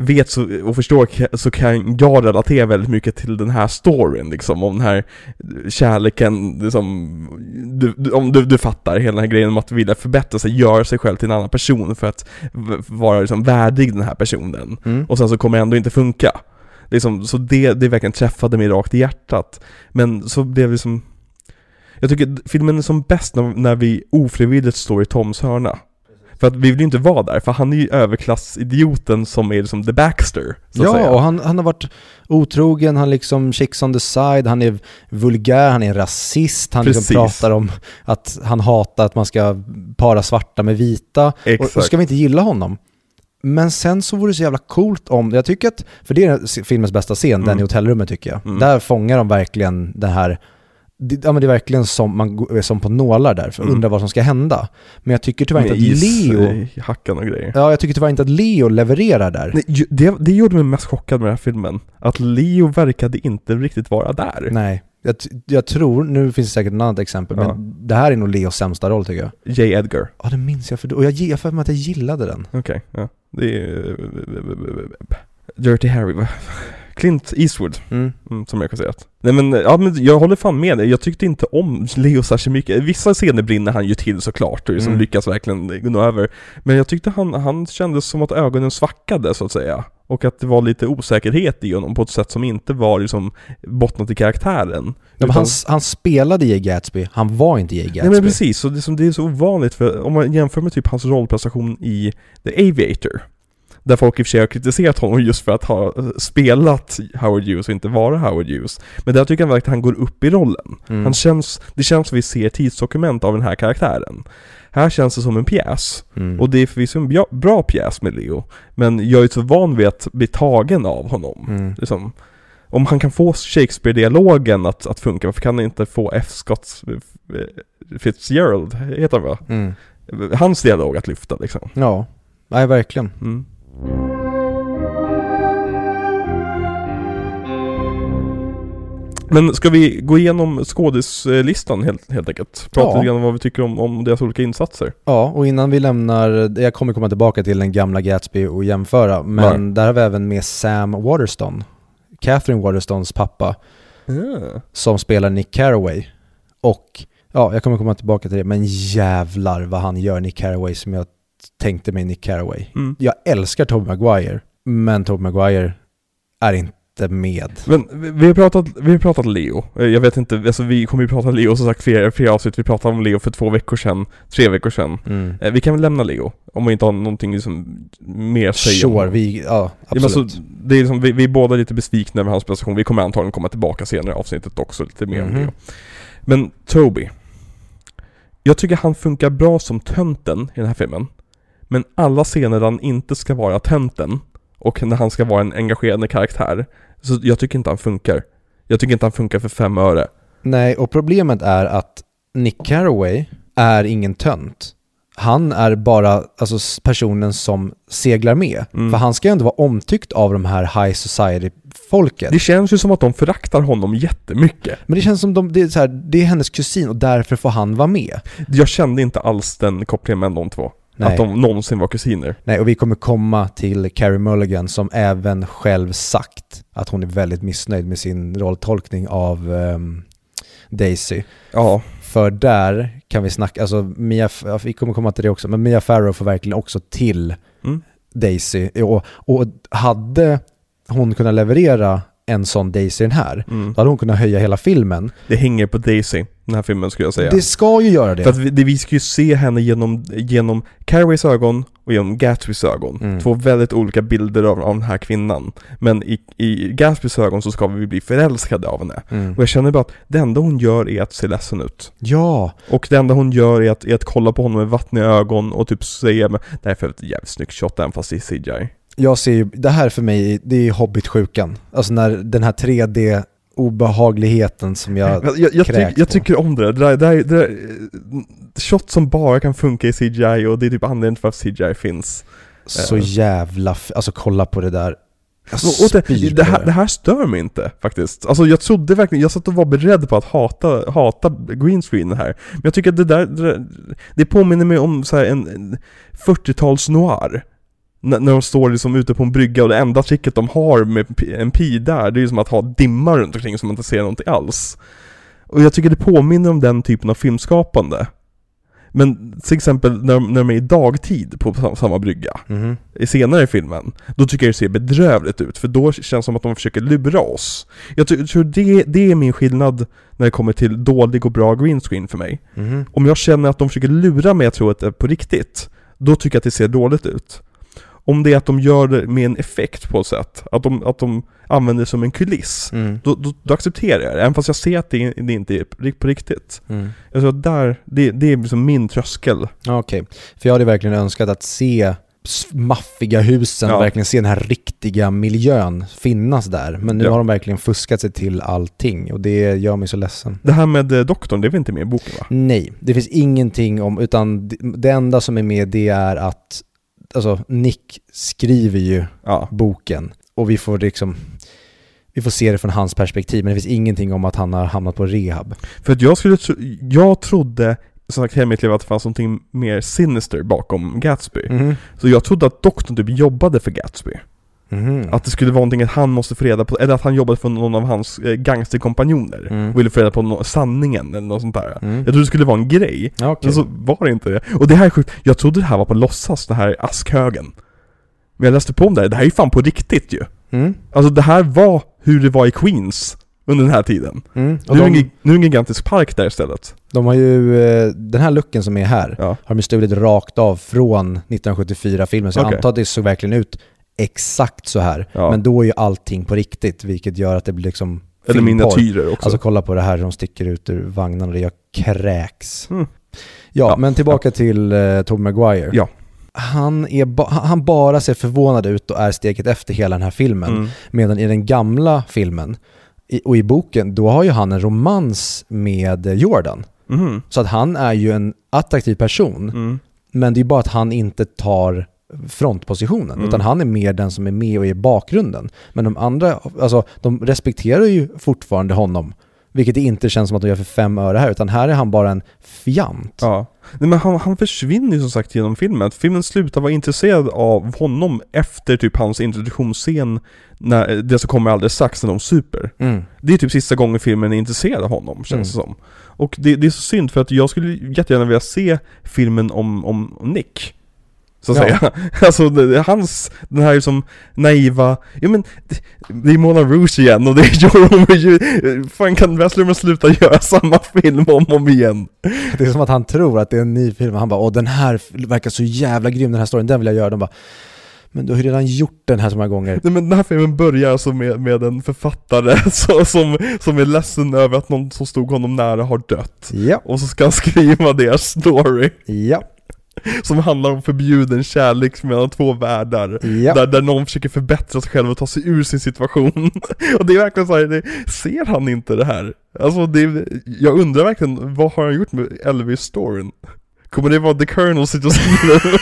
vet så, och förstår så kan jag relatera väldigt mycket till den här storyn liksom, om den här kärleken liksom, du, du, om du, du fattar hela den här grejen om att vilja förbättra sig, göra sig själv till en annan person för att v- vara liksom värdig den här personen mm. och sen så kommer det ändå inte funka liksom, så det, det verkligen träffade mig rakt i hjärtat. Men så blev det liksom, jag tycker filmen är som bäst när, när vi ofrivilligt står i Toms hörna. För att vi vill ju inte vara där, för han är ju överklassidioten som är liksom the Baxter, så ja, att säga. Och han, han har varit otrogen, han liksom chicks on the side, han är vulgär, han är rasist, han liksom pratar om att han hatar att man ska para svarta med vita. Och, och ska vi inte gilla honom. Men sen så vore det så jävla coolt om, jag tycker att, för det är filmens bästa scen, mm. den i hotellrummet tycker jag. Mm. Där fångar de verkligen det här, det, ja men det är verkligen som, man är som på nålar där, för att mm. undra vad som ska hända. Men jag tycker tyvärr inte att is, Leo... hackan och grejer. Ja, jag tycker tyvärr inte att Leo levererar där. Nej, det, det gjorde mig mest chockad med den här filmen. Att Leo verkade inte riktigt vara där. Nej, jag, jag tror, nu finns det säkert ett annat exempel, ja. men det här är nog Leos sämsta roll tycker jag. J. Edgar. Ja, det minns jag, för, och jag ger för mig att jag gillade den. Okej, okay, ja. Det är... Dirty Harry, va? Clint Eastwood, mm. Mm, som jag kan säga. Nej men, ja, men jag håller fan med dig. Jag tyckte inte om Leo särskilt mycket. Vissa scener brinner han ju till såklart och liksom mm. lyckas verkligen gå över. Men jag tyckte han, han kändes som att ögonen svackade så att säga. Och att det var lite osäkerhet i honom på ett sätt som inte var liksom bottnat i karaktären. Ja, men han, han spelade J. Gatsby, han var inte J. Gatsby. Nej men precis, så det, det är så ovanligt för om man jämför med typ hans rollprestation i The Aviator. Där folk i och för sig har kritiserat honom just för att ha spelat Howard Hughes och inte vara Howard Hughes. Men där tycker jag verkligen att han går upp i rollen. Mm. Han känns, det känns som vi ser tidsdokument av den här karaktären. Här känns det som en pjäs. Mm. Och det är förvisso en bra, bra pjäs med Leo. Men jag är så van vid att bli tagen av honom. Mm. Liksom, om han kan få Shakespeare-dialogen att, att funka, varför kan han inte få F. Scott Fitzgerald, heter han va? Mm. Hans dialog att lyfta liksom. Ja, nej verkligen. Mm. Men ska vi gå igenom skådislistan helt, helt enkelt? Prata ja. lite grann om vad vi tycker om, om deras olika insatser. Ja, och innan vi lämnar, jag kommer komma tillbaka till den gamla Gatsby och jämföra, men Nej. där har vi även med Sam Waterston, Catherine Waterstons pappa, mm. som spelar Nick Carraway. Och ja, jag kommer komma tillbaka till det, men jävlar vad han gör Nick Carraway som jag tänkte mig Nick Carraway. Mm. Jag älskar Tobey Maguire, men Tobey Maguire är inte med. Men vi har pratat, vi har pratat Leo. Jag vet inte, alltså vi kommer ju prata Leo som sagt flera, flera avsnitt. Vi pratade om Leo för två veckor sedan, tre veckor sedan. Mm. Vi kan väl lämna Leo om vi inte har någonting liksom mer att säga. Sure, vi, ja, absolut. Ja, alltså, det är liksom, vi, vi är båda lite besvikna över hans prestation. Vi kommer antagligen komma tillbaka senare i avsnittet också lite mer mm-hmm. om Leo. Men Toby, jag tycker han funkar bra som tönten i den här filmen. Men alla scener där han inte ska vara tönten och när han ska vara en engagerande karaktär, så jag tycker inte han funkar. Jag tycker inte han funkar för fem öre. Nej, och problemet är att Nick Carraway är ingen tönt. Han är bara alltså, personen som seglar med. Mm. För han ska ju ändå vara omtyckt av de här high society-folket. Det känns ju som att de föraktar honom jättemycket. Men det känns som de, det är, så här, det är hennes kusin och därför får han vara med. Jag kände inte alls den kopplingen mellan de två. Nej. Att de någonsin var kusiner. Nej, och vi kommer komma till Carey Mulligan som även själv sagt att hon är väldigt missnöjd med sin rolltolkning av um, Daisy. Ja. För där kan vi snacka, alltså Mia, vi kommer komma till det också, men Mia Farrow får verkligen också till mm. Daisy. Och, och hade hon kunnat leverera en sån Daisy den här, mm. då hade hon kunnat höja hela filmen. Det hänger på Daisy, den här filmen skulle jag säga. Det ska ju göra det. För att vi, vi ska ju se henne genom, genom Carraways ögon och genom Gatsbys ögon. Mm. Två väldigt olika bilder av, av den här kvinnan. Men i, i Gatsbys ögon så ska vi bli förälskade av henne. Mm. Och jag känner bara att det enda hon gör är att se ledsen ut. Ja. Och det enda hon gör är att, är att kolla på honom med vatten i ögon och typ säga, men det här är för ett jävligt snyggt shot även fast det är C G I. Jag ser ju, det här för mig, det är Hobbit-sjukan. Alltså när den här tre D-obehagligheten som jag Jag, jag, jag, tyck, jag tycker om det. Det där, det, där, det där shot som bara kan funka i C G I och det är typ anledningen för att C G I finns. Så uh. jävla, alltså kolla på det där. Och det, det, här, det här stör mig inte faktiskt. Alltså jag trodde verkligen, jag satt och var beredd på att hata, hata green screen här. Men jag tycker att det där, det, där, det påminner mig om så här en, en fyrtio-tals noir. N- när de står liksom ute på en brygga och det enda tricket de har med en pi där, det är ju som att ha dimma runt omkring så man inte ser någonting alls. Och jag tycker det påminner om den typen av filmskapande. Men till exempel när, när de är i dagtid på samma, samma brygga Mm. i senare i filmen, då tycker jag det ser bedrövligt ut, för då känns det som att de försöker lura oss. Jag ty- tror det, det är min skillnad när det kommer till dålig och bra green screen för mig. Mm. Om jag känner att de försöker lura mig att tro att det är på riktigt, då tycker jag att det ser dåligt ut. Om det är att de gör det med en effekt på ett sätt, att de, att de använder det som en kuliss, Mm. då, då, då accepterar jag det, även fast jag ser att det, det inte är på riktigt. Mm. Jag tror att där, det, det är liksom min tröskel. Okej, okay. För jag hade verkligen önskat att se maffiga husen, Ja. verkligen se den här riktiga miljön finnas där. Men nu Ja. har de verkligen fuskat sig till allting och det gör mig så ledsen. Det här med eh, doktorn, det är väl inte med i boken, va? Nej, det finns ingenting om, utan det, det enda som är med det är att alltså Nick skriver ju Ja. boken och vi får liksom vi får se det från hans perspektiv, men det finns ingenting om att han har hamnat på rehab. För att jag skulle tro, jag trodde som sagt hela mitt liv att det fanns någonting mer sinister bakom Gatsby. Mm. Så jag trodde att doktorn typ jobbade för Gatsby. Mm. Att det skulle vara någonting att han måste få reda på, eller att han jobbade för någon av hans eh, gangsterkompanjoner Mm. och ville få reda på no- sanningen eller något sånt där. Mm. Jag trodde det skulle vara en grej, Ja, okej. men så var det inte det. Och det här är sjukt, jag trodde det här var på låtsas, det här askhögen. Men jag läste på om det här, det här är ju fan på riktigt ju. Mm. Alltså det här var hur det var i Queens under den här tiden. Mm. Och Nu är, det de, en, nu är det en gigantisk park där istället. de har ju, eh, den här looken som är här Ja. har de stulit rakt av från nittonhundrasjuttiofyra-filmen, så jag Okej. antar att det såg verkligen ut exakt så här. Ja. Men då är ju allting på riktigt, vilket gör att det blir liksom Eller filmporr. miniatyrer också. Alltså kolla på det här, de sticker ut ur vagnen och det gör kräks. Mm. Ja, Ja, men tillbaka till uh, Tobey Maguire. Ja. Han, är ba- han bara ser förvånad ut och är steget efter hela den här filmen. Mm. Medan i den gamla filmen i, och i boken, då har ju han en romans med Jordan. Mhm. Så att han är ju en attraktiv person. Mm. Men det är bara att han inte tar frontpositionen, Mm. utan han är mer den som är med och är i bakgrunden. Men de andra, alltså de respekterar ju fortfarande honom, vilket det inte känns som att de gör för fem öre här, utan här är han bara en fjant. Ja. Nej, men han, han försvinner ju som sagt genom filmen. Filmen slutar vara intresserad av honom efter typ hans introduktionsscen, när det som kommer alldeles strax när de super. Mm. Det är typ sista gången filmen är intresserad av honom, känns det som. Och det, det är så synd, för att jag skulle jättegärna vilja se filmen om, om Nick, så att Ja. säga. Alltså det, det- hans, den här som naiva, ja men det, det är Moulin Rouge igen och det är Joe. Fan, kan Baz Luhrmann sluta göra samma film om och om igen? Det är som att han tror att det är en ny film. Han bara, åh den här verkar så jävla grym, den här storyn, den vill jag göra. De bara, men du har ju redan gjort den här så många gånger. Nej, men den här filmen börjar alltså med, med en författare så, som, som är ledsen över att någon som stod honom nära har dött. Ja, Och så ska han skriva deras story ja, som handlar om förbjuden kärlek mellan två världar. ja. Där, där någon försöker förbättra sig själv och ta sig ur sin situation. Och det är verkligen så här, det, ser han inte det här? Alltså det, jag undrar verkligen, vad har han gjort med Elvis-storyn? Kommer det vara The Colonel sitter och skriver?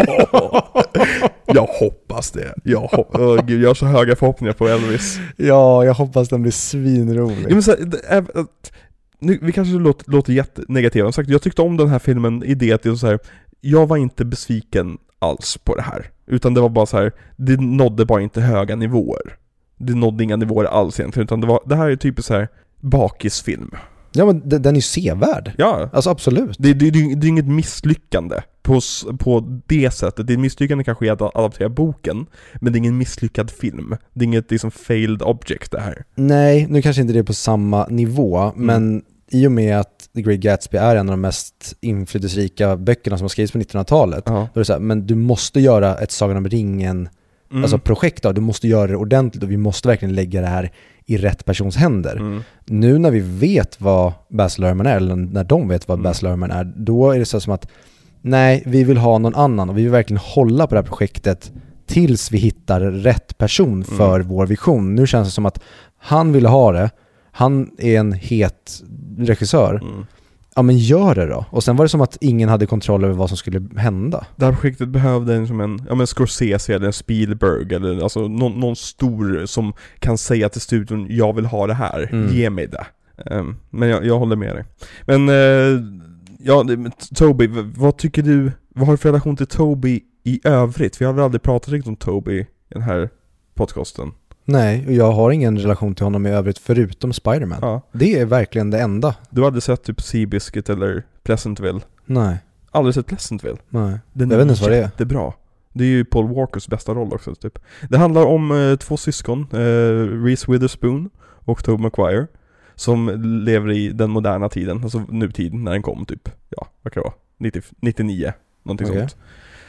Jag hoppas det. Jag, hopp, oh, Gud, jag har så höga förhoppningar på Elvis. Ja, jag hoppas den blir svinrolig. Ja, men så här, det är, att- nu, vi kanske låter, låter jättenegativa. Som sagt, jag tyckte om den här filmen i det att det är så här, jag var inte besviken alls på det här. Utan det var bara så här, det nådde bara inte höga nivåer. Det nådde inga nivåer alls egentligen, utan det, var, det här är typ så här bakisfilm. Ja, men den den är ju sevärd. Ja, Alltså absolut. det, det, det, det är inget misslyckande på, s- på det sättet. Det är ett misslyckande kanske i att adaptera boken, men det är ingen misslyckad film. Det är inget liksom failed object det här. Nej, nu kanske inte det är på samma nivå, Mm. men i och med att The Great Gatsby är en av de mest inflytelserika böckerna som har skrivits på nittonhundratalet, Ja. då är det så här, men du måste göra ett Sagan om ringen, Mm. alltså projekt då, du måste göra det ordentligt och vi måste verkligen lägga det här i rätt persons händer. Mm. Nu när vi vet vad Baz Luhrmann är, eller när de vet vad Mm. Baz Luhrmann är, då är det så som att nej, vi vill ha någon annan och vi vill verkligen hålla på det här projektet tills vi hittar rätt person för Mm. vår vision. Nu känns det som att han vill ha det, han är en het regissör. Mm. Ja, men gör det då. Och sen var det som att ingen hade kontroll över vad som skulle hända. Det här projektet behövde en, som en, ja, men Scorsese eller en Spielberg eller alltså någon, någon stor som kan säga till studion, jag vill ha det här, Mm. ge mig det. Um, men jag, jag håller med dig. Men uh, ja, det- men Toby, v- vad tycker du, vad har du för relation till Toby i övrigt, för jag har aldrig pratat riktigt om Tobey i den här podcasten. Nej, och jag har ingen relation till honom i övrigt förutom Spider-Man. Ja. Det är verkligen det enda. Du hade sett typ Seabiscuit eller Pleasantville? Nej. Aldrig sett Pleasantville? Nej. Den jag vet inte vad det är. Det är bra. Det är ju Paul Walkers bästa roll också typ. Det handlar om eh, två syskon, eh, Reese Witherspoon och Tobey Maguire, som lever i den moderna tiden, alltså nutiden när den kom typ, ja, vad kan det vara? nittio, nittionio, någonting okay. sånt.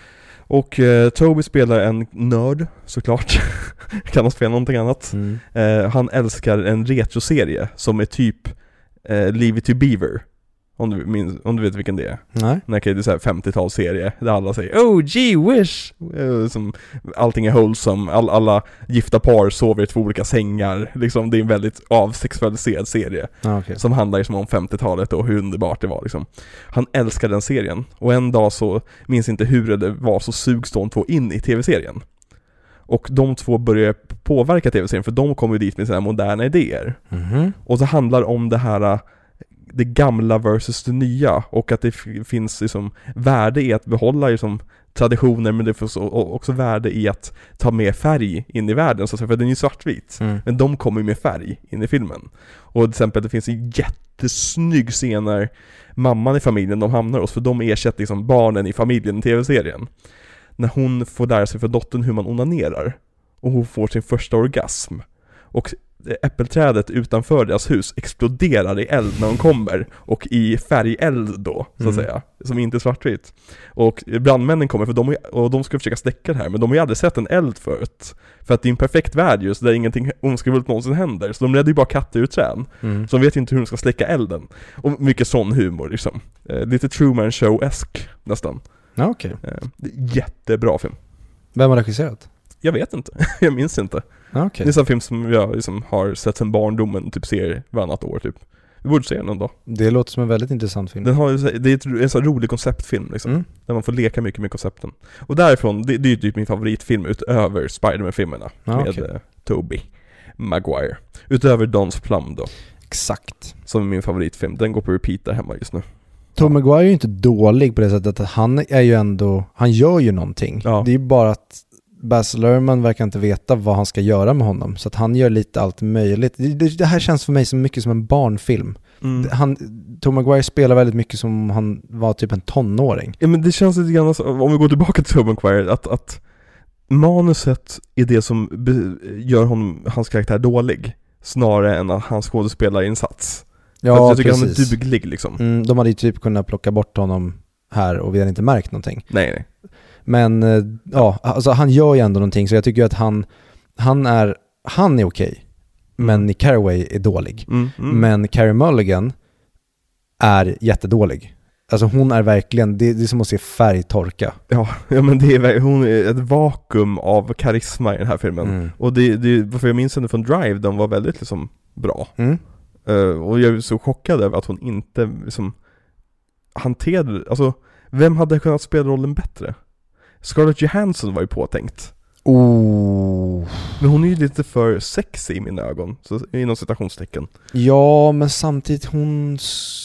Och eh, Tobey spelar en nörd, såklart. Kan han spela någonting annat? Mm. Eh, han älskar en retroserie som är typ eh, Leave It To Beaver. Om du, minns, om du vet vilken det är. Nej. Det är så här femtiotalsserie där alla säger oh gee wish, som, allting är wholesome, all, alla gifta par sover i två olika sängar liksom. Det är en väldigt avsexualiserad serie ah, okay. som handlar liksom om femtiotalet och hur underbart det var liksom. Han älskar den serien, och en dag så minns inte hur det var, så sugs de två in i tv-serien. Och de två börjar påverka tv-serien, för de kommer ju dit med sina moderna idéer. Mm-hmm. Och så handlar om det här, det gamla versus det nya, och att det f- finns liksom värde i att behålla liksom traditioner, men det finns också värde i att ta med färg in i världen, så att säga, för den är ju svartvit. Mm. Men de kommer med färg in i filmen. Och till exempel det finns en jättesnygg scen när mamman i familjen, de hamnar hos, för de ersätter liksom barnen i familjen i tv-serien. När hon får lära sig för dottern hur man onanerar, och hon får sin första orgasm. Och äppelträdet utanför deras hus exploderar i eld när de kommer, och i färgeld då, så att mm. säga, som inte är svartvitt. Och brandmännen kommer, för de, och de ska försöka släcka det här, men de har ju aldrig sett en eld förut, för att det är en perfekt värld just där ingenting ondskefullt någonsin händer, så de räddar ju bara katter ur trän. Mm. Så de vet ju inte hur de ska släcka elden. Och mycket sån humor liksom. Eh, lite Truman Show-esk nästan. Ja, okej. Okay. Eh, jättebra film. Vem har regisserat? Jag vet inte, jag minns inte. Okay. Det är en sån film som jag liksom har sett sen barndomen, typ ser varannat år typ. Vi borde se den någon dag. Det låter som en väldigt intressant film. Den har, det är en sån rolig konceptfilm liksom, mm. där man får leka mycket med koncepten. Och därifrån, det, det är ju typ min favoritfilm utöver Spider-Man-filmerna ah, med okay. uh, Tobey Maguire. Utöver Don's Plum då. Exakt. Som är min favoritfilm. Den går på repeat där hemma just nu. Tobey Maguire är ju inte dålig på det sättet att han är ju ändå, han gör ju någonting. Ja. Det är ju bara att Baz Luhrmann verkar inte veta vad han ska göra med honom, så att han gör lite allt möjligt. Det, det, det här känns för mig så mycket som en barnfilm. Mm. Han, Tobey Maguire spelar väldigt mycket som han var typ en tonåring. Ja, men det känns lite grann, om vi går tillbaka till Tobey Maguire, att, att manuset är det som be, gör honom, hans karaktär dålig, snarare än att hans skådespelarinsats. Ja, jag tycker precis. Han är duglig liksom. Mm, de hade ju typ kunnat plocka bort honom här och vi hade inte märkt någonting. Nej, nej. Men ja, alltså han gör ju ändå någonting, så jag tycker att han han är han är okej. Okay, mm. Men Nick Carraway är dålig. Mm, mm. Men Carey Mulligan är jättedålig. Alltså hon är verkligen, det, det är som att se färg torka. Ja, ja men det är, hon är ett vakuum av karisma i den här filmen. Mm. Och det, det, för jag minns henne från Drive, de var väldigt liksom bra. Mm. Uh, och jag är så chockad över att hon inte liksom hanterade, alltså vem hade kunnat spela rollen bättre? Scarlett Johansson var ju påtänkt. Oh. Men hon är ju lite för sexy i mina ögon, så inom citationstecken. Ja, men samtidigt hon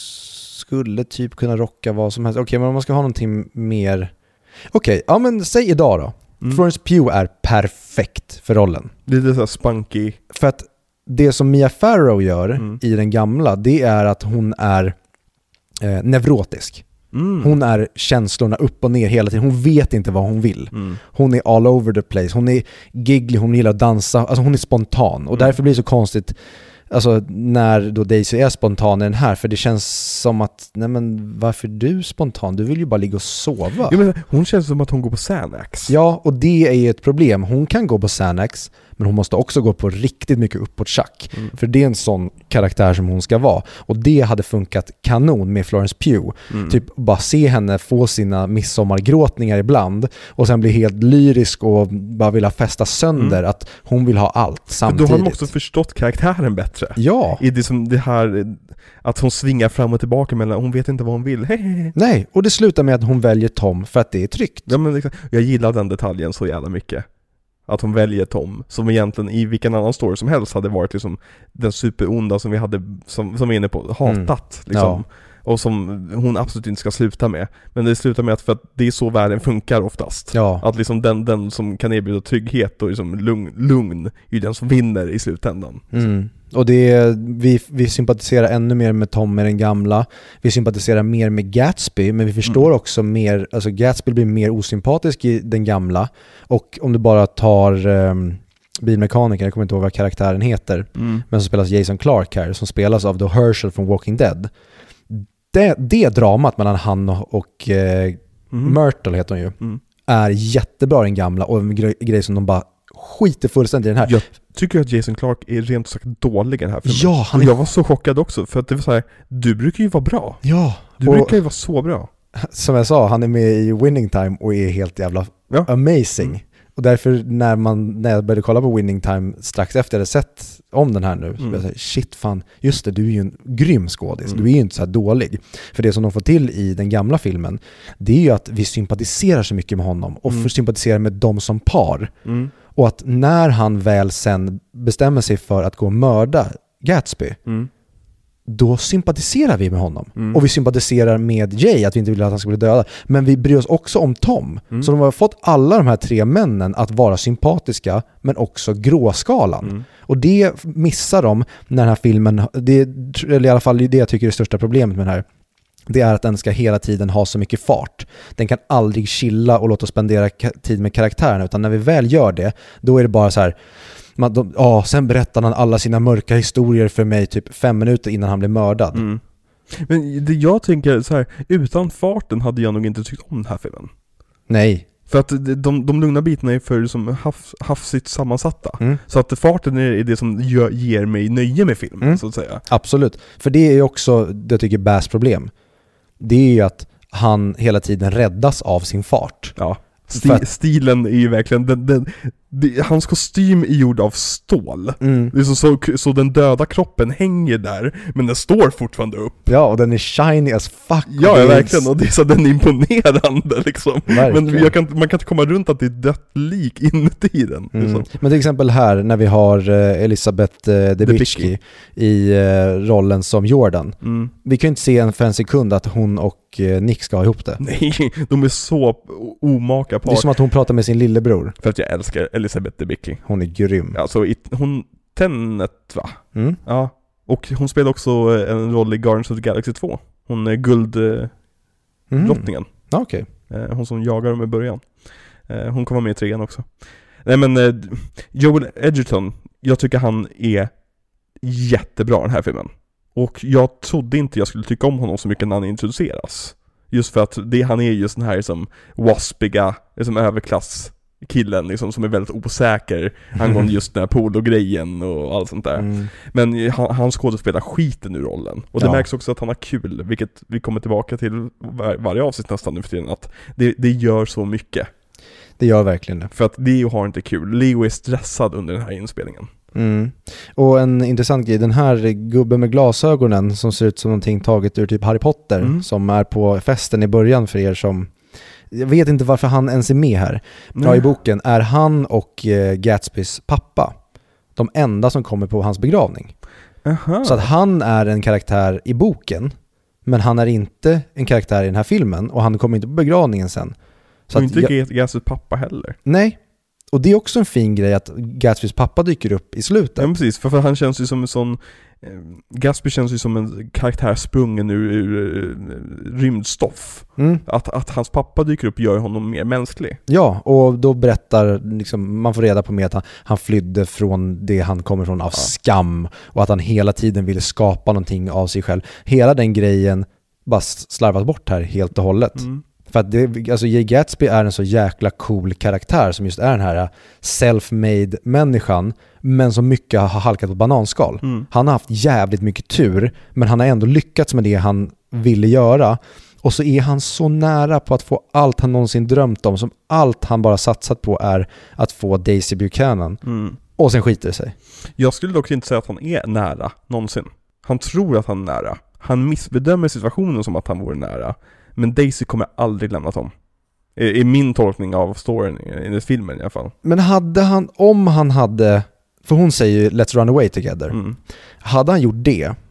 skulle typ kunna rocka vad som helst. Okej, okay, men om man ska ha någonting mer. Okej, okay, ja men säg idag då. Mm. Florence Pugh är perfekt för rollen. Lite så här spunky. För att det som Mia Farrow gör mm. i den gamla, det är att hon är eh, nevrotisk. Mm. Hon är känslorna upp och ner hela tiden. Hon vet inte vad hon vill. Mm. Hon är all over the place. Hon är giggly, hon gillar att dansa. Alltså hon är spontan. Och mm. därför blir det så konstigt, alltså när då Daisy är spontan i den här, för det känns som att nej men varför är du spontan? Du vill ju bara ligga och sova. Ja, men hon känns som att hon går på Xanax. Ja, och det är ju ett problem. Hon kan gå på Xanax, men hon måste också gå på riktigt mycket uppåt tjack. Mm. För det är en sån karaktär som hon ska vara. Och det hade funkat kanon med Florence Pugh. Mm. Typ bara se henne få sina midsommargråtningar ibland och sen bli helt lyrisk och bara vilja fästa sönder. Mm. Att hon vill ha allt samtidigt. Då har de också förstått karaktären bättre. Ja. I det, som det här att hon svingar fram och tillbaka mellan, hon vet inte vad hon vill. Nej, och det slutar med att hon väljer Tom för att det är tryggt. Ja, men liksom, jag gillar den detaljen så jävla mycket. Att hon väljer Tom, som egentligen i vilken annan story som helst hade varit liksom den superonda som vi hade, som, som vi är inne på, hatat. Mm. Liksom. Ja. och som hon absolut inte ska sluta med. Men det slutar med att, för att det är så världen funkar oftast. Ja. Att liksom den, den som kan erbjuda trygghet och liksom lugn, lugn är ju den som vinner i slutändan. Mm. Och det är, vi, vi sympatiserar ännu mer med Tom i den gamla. Vi sympatiserar mer med Gatsby, men vi förstår mm. också mer, alltså Gatsby blir mer osympatisk i den gamla. Och om du bara tar um, bilmekaniker, jag kommer inte ihåg vad karaktären heter, mm. men så spelas Jason Clarke här, som spelas av The Herschel från Walking Dead. Det, det dramat mellan han och, och eh, mm. Myrtle heter hon ju, mm. är jättebra den gamla, och en grej, grej som de bara skiter fullständigt i den här. Jag tycker att Jason Clarke är rent sagt dålig i den här filmen. Ja, han är... Och jag var så chockad också, för att det var så här, du brukar ju vara bra. Ja. Du och, brukar ju vara så bra. Som jag sa, han är med i Winning Time och är helt jävla ja. amazing. Mm. Och därför när, man, när jag började kolla på Winning Time strax efter jag hade sett om den här nu, mm. så jag säga, shit fan, just det, du är ju en grym skådis. Mm. Du är ju inte så här dålig. För det som de får till i den gamla filmen, det är ju att vi sympatiserar så mycket med honom och mm. får sympatisera med dem som par. Mm. Och att när han väl sen bestämmer sig för att gå och mörda Gatsby, mm. då sympatiserar vi med honom. Mm. Och vi sympatiserar med Jay, att vi inte vill att han ska bli dödad. Men vi bryr oss också om Tom. Mm. Så de har fått alla de här tre männen att vara sympatiska, men också gråskalan. Mm. Och det missar de när den här filmen, det, eller i alla fall det jag tycker är det största problemet med den här, det är att den ska hela tiden ha så mycket fart. Den kan aldrig chilla och låta oss spendera tid med karaktärerna, utan när vi väl gör det, då är det bara så här, man, de, ja, sen berättar han alla sina mörka historier för mig typ fem minuter innan han blir mördad. Mm. Men det jag tänker så här, utan farten hade jag nog inte tyckt om den här filmen. Nej. För att de, de lugna bitarna är för som haf, hafsigt sammansatta. Mm. Så att farten är det som gör, ger mig nöje med filmen, mm. så att säga. Absolut. För det är ju också, det jag tycker, Bass problem. Det är ju att han hela tiden räddas av sin fart. Ja. Sti- att... Stilen är ju verkligen den, den, det, hans kostym är gjord av stål. Mm. Det är så, så, så den döda kroppen hänger där, men den står fortfarande upp. Ja, och den är shiny as fuck. Ja, ja verkligen, och det är så den är imponerande liksom. Men jag kan, man kan inte komma runt att det är dött lik inuti den. Mm. Men till exempel här när vi har uh, Elisabeth uh, Debicki i uh, rollen som Jordan. Mm. Vi kan ju inte se en för en sekund att hon och uh, Nick ska ha ihop det. Nej, de är så omaka par. Det är som att hon pratar med sin lillebror. För att jag älskar Elisabeth Debicki. Hon är grym. Alltså, hon Tenet, va? Mm. Ja. Och hon spelar också en roll i Guardians of the Galaxy två. Hon är gulddrottningen. Mm. Ah, okej. Okay. Hon som jagar dem i början. Hon kommer med i trean också. Nej men Joel Edgerton, jag tycker han är jättebra i den här filmen. Och jag trodde inte jag skulle tycka om honom så mycket när han introduceras. Just för att det, han är just den här som waspiga, liksom överklass killen liksom, som är väldigt osäker angående just den här polo-grejen och allt sånt där. Mm. Men han, han skådespelar skiten ur rollen. Och det ja. märks också att han har kul, vilket vi kommer tillbaka till var, varje avsnitt nästan nu för tiden, att det, det gör så mycket. Det gör verkligen det. För att Leo har inte kul. Leo är stressad under den här inspelningen. Mm. Och en intressant grej, den här gubben med glasögonen som ser ut som någonting taget ur typ Harry Potter, mm. som är på festen i början för er som... Jag vet inte varför han ens är med här. Bra i boken är han och eh, Gatsbys pappa de enda som kommer på hans begravning. Aha. Så att han är en karaktär i boken, men han är inte en karaktär i den här filmen, och han kommer inte på begravningen sen. Så och att inte jag... Gatsbys pappa heller. Nej. Och det är också en fin grej att Gatsbys pappa dyker upp i slutet. Ja, precis. För, för han känns ju som en sån... Eh, Gatsby känns ju som en karaktär sprungen ur, ur, ur rymdstoff. Mm. Att, att hans pappa dyker upp gör honom mer mänsklig. Ja, och då berättar... Liksom, man får reda på med att han, han flydde från det han kommer från av ja. skam. Och att han hela tiden ville skapa någonting av sig själv. Hela den grejen bara slarvas bort här helt och hållet. Mm. För att det, alltså Jay Gatsby är en så jäkla cool karaktär som just är den här self-made människan, men som mycket har halkat på bananskal. Mm. Han har haft jävligt mycket tur, men han har ändå lyckats med det han ville göra. Och så är han så nära på att få allt han någonsin drömt om, som allt han bara satsat på är att få Daisy Buchanan. Mm. Och sen skiter det sig. Jag skulle dock inte säga att han är nära någonsin. Han tror att han är nära. Han missbedömer situationen som att han vore nära. Men Daisy kommer aldrig lämna dem. I min tolkning av storyn i den filmen i alla fall. Men hade han, om han hade, för hon säger ju let's run away together. Mm. Hade han gjort det,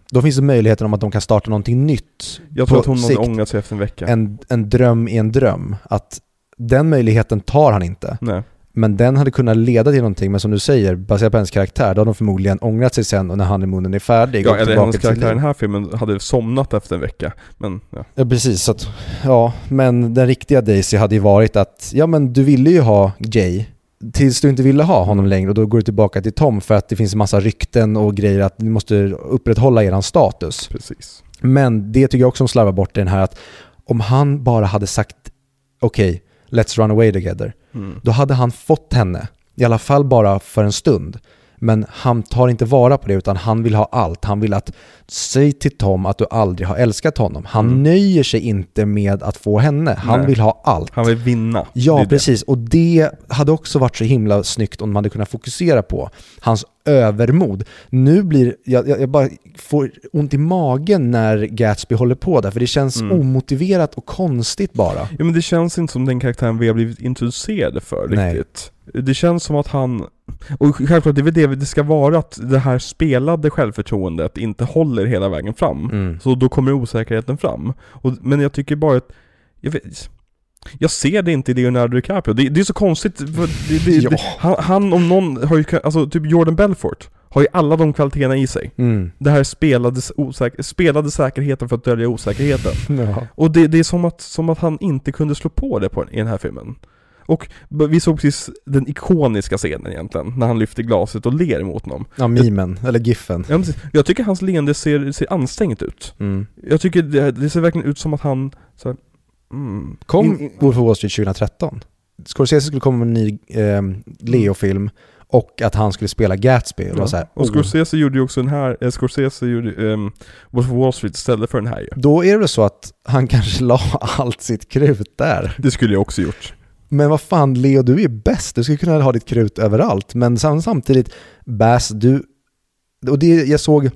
Då finns det möjligheten om att de kan starta någonting nytt. Jag tror att hon hade ångrat sig efter en vecka. En, en dröm i en dröm. Att den möjligheten tar han inte. Nej. Men den hade kunnat leda till någonting, men som du säger, baserat på hennes karaktär, då har de förmodligen ångrat sig sen och när honeymoonen är färdig. Ja, eller hennes karaktär i den här filmen hade somnat efter en vecka. Men, ja. ja, precis. Så att, ja, men den riktiga Daisy hade ju varit att, ja men du ville ju ha Jay tills du inte ville ha honom längre och då går du tillbaka till Tom för att det finns en massa rykten och grejer att ni måste upprätthålla eran status. Precis. Men det tycker jag också som slarvar bort den här att om han bara hade sagt okej, okay, let's run away together. Mm. Då hade han fått henne, i alla fall bara för en stund. Men han tar inte vara på det utan han vill ha allt. Han vill att säg till Tom att du aldrig har älskat honom. Han mm. nöjer sig inte med att få henne. Han Nej. vill ha allt. Han vill vinna. Ja, det precis. Det. Och det hade också varit så himla snyggt om man hade kunnat fokusera på hans övermod. Nu blir, jag, jag bara får ont i magen när Gatsby håller på där. För det känns mm. omotiverat och konstigt bara. Ja, men det känns inte som den karaktären vi har blivit introducerade för riktigt. Nej. Det känns som att han... Och självklart, det är väl det det ska vara, att det här spelade självförtroendet inte håller hela vägen fram. Mm. Så då kommer osäkerheten fram. Och, men jag tycker bara att... Jag, vet, jag ser det inte i Leonardo DiCaprio. Det, det är så konstigt. För det, det, ja. det, han, han om någon har ju... Alltså typ Jordan Belfort har ju alla de kvaliteterna i sig. Mm. Det här spelade, osäker, spelade säkerheten för att dölja osäkerheten. Ja. Och det, det är som att, som att han inte kunde slå på det på, i den här filmen. Och vi såg precis den ikoniska scenen egentligen, när han lyfter glaset och ler mot honom. Ja, mimen, jag, eller giffen. Jag, jag tycker hans leende ser, ser ansträngt ut. Mm. Jag tycker det, det ser verkligen ut som att han... Så här, mm, Kom Wolf of Wall Street tjugohundratretton. Scorsese skulle komma med en ny eh, Leo-film och att han skulle spela Gatsby. Och, ja. så här, och Scorsese oh. gjorde ju också den här... Eh, Scorsese gjorde um, Wolf of Wall Street istället för den här. Ju. Då är det väl så att han kanske la allt sitt krut där. Det skulle jag också gjort. Men vad fan, Leo, du är bäst. Du skulle kunna ha ditt krut överallt. Men samtidigt, Bass, du... Och det, jag såg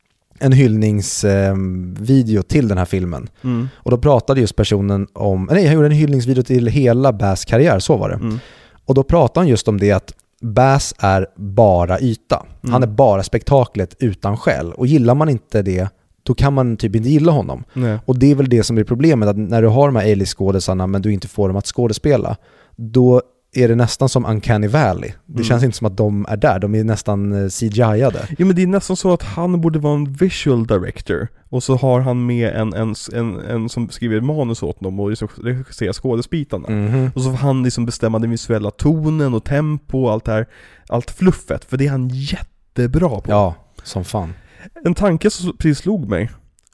en hyllningsvideo eh, till den här filmen. Mm. Och då pratade just personen om... Nej, han gjorde en hyllningsvideo till hela Bass karriär, så var det. Mm. Och då pratade han just om det att Bass är bara yta. Mm. Han är bara spektaklet utan själ. Och gillar man inte det, då kan man typ inte gilla honom. Nej. Och det är väl det som är problemet, att när du har de här A-list-skådesarna men du inte får dem att skådespela, då är det nästan som Uncanny Valley. Det mm. känns inte som att de är där. De är nästan C G I-ade. Ja, men det är nästan så att han borde vara en visual director. Och så har han med en, en, en, en som skriver manus åt dem och regisserar skådespelarna. Mm-hmm. Och så får han liksom bestämma den visuella tonen och tempo och allt det här. Allt fluffet. För det är han jättebra på. Ja, som fan. En tanke som precis slog mig.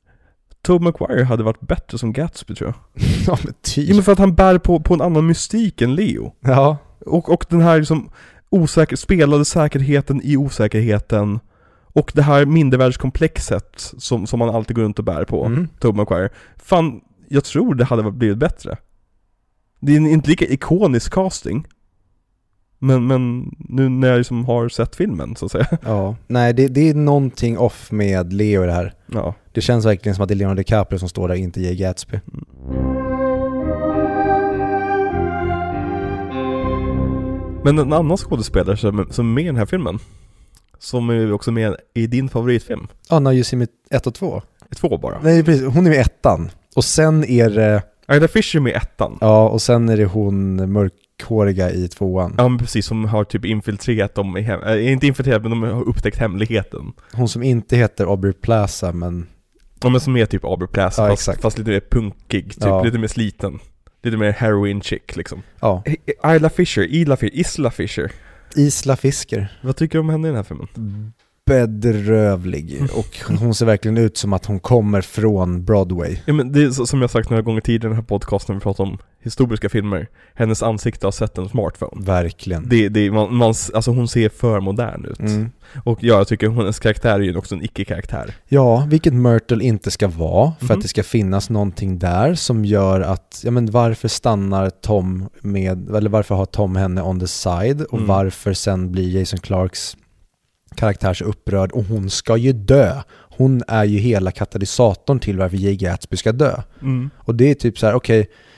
Tobey Maguire hade varit bättre som Gatsby, tror jag. Ja, men typ. Ja, men för att han bär på, på en annan mystik än Leo. Ja. Och, och den här liksom osäker, spelade säkerheten i osäkerheten. Och det här mindervärldskomplexet som, som man alltid går runt och bär på. Mm. Tobey Maguire. Fan, jag tror det hade blivit bättre. Det är inte lika ikonisk casting. Men, men nu när jag liksom har sett filmen, så att säga. Ja, nej, det, det är någonting off med Leo i det här. Ja. Det känns verkligen som att det är Leonardo DiCaprio som står där, inte Jay Gatsby. Mm. Men en annan skådespelare som, som är med i den här filmen, som är också med i din favoritfilm. Ja, Now You See Me ett och två. Två bara. Nej, precis. Hon är med ettan. Och sen är det... Ida Fisher med ettan. Ja, och sen är det hon mörkhåriga i tvåan. Ja, men precis, som har typ infiltrerat dem i hem... äh, inte infiltrerat, men de har upptäckt hemligheten. Hon som inte heter Aubrey Plaza, men... Ja, men som är typ Aubrey Plaza, ja, fast, fast lite mer punkig, typ ja. Lite mer sliten. Lite mer heroin chick, liksom. Ja. Isla Fisher, Isla Fisher, Isla Fisher. Isla Fisker. Vad tycker du om henne i den här filmen? Bedrövlig. Och hon ser verkligen ut som att hon kommer från Broadway. Ja, men det är som jag sagt några gånger tidigare i den här podcasten, när vi pratar om historiska filmer. Hennes ansikte har sett en smartphone. Verkligen. Det, det, man, man, alltså hon ser för modern ut. Mm. Och ja, jag tycker hennes karaktär är ju också en icke-karaktär. Ja, vilket Myrtle inte ska vara. För mm. att det ska finnas någonting där som gör att, ja men varför stannar Tom med, eller varför har Tom henne on the side? Och mm. varför sen blir Jason Clarks karaktär så upprörd, och hon ska ju dö. Hon är ju hela katalysatorn till varför Jay Gatsby ska dö. Mm. Och det är typ så här, okej, okay,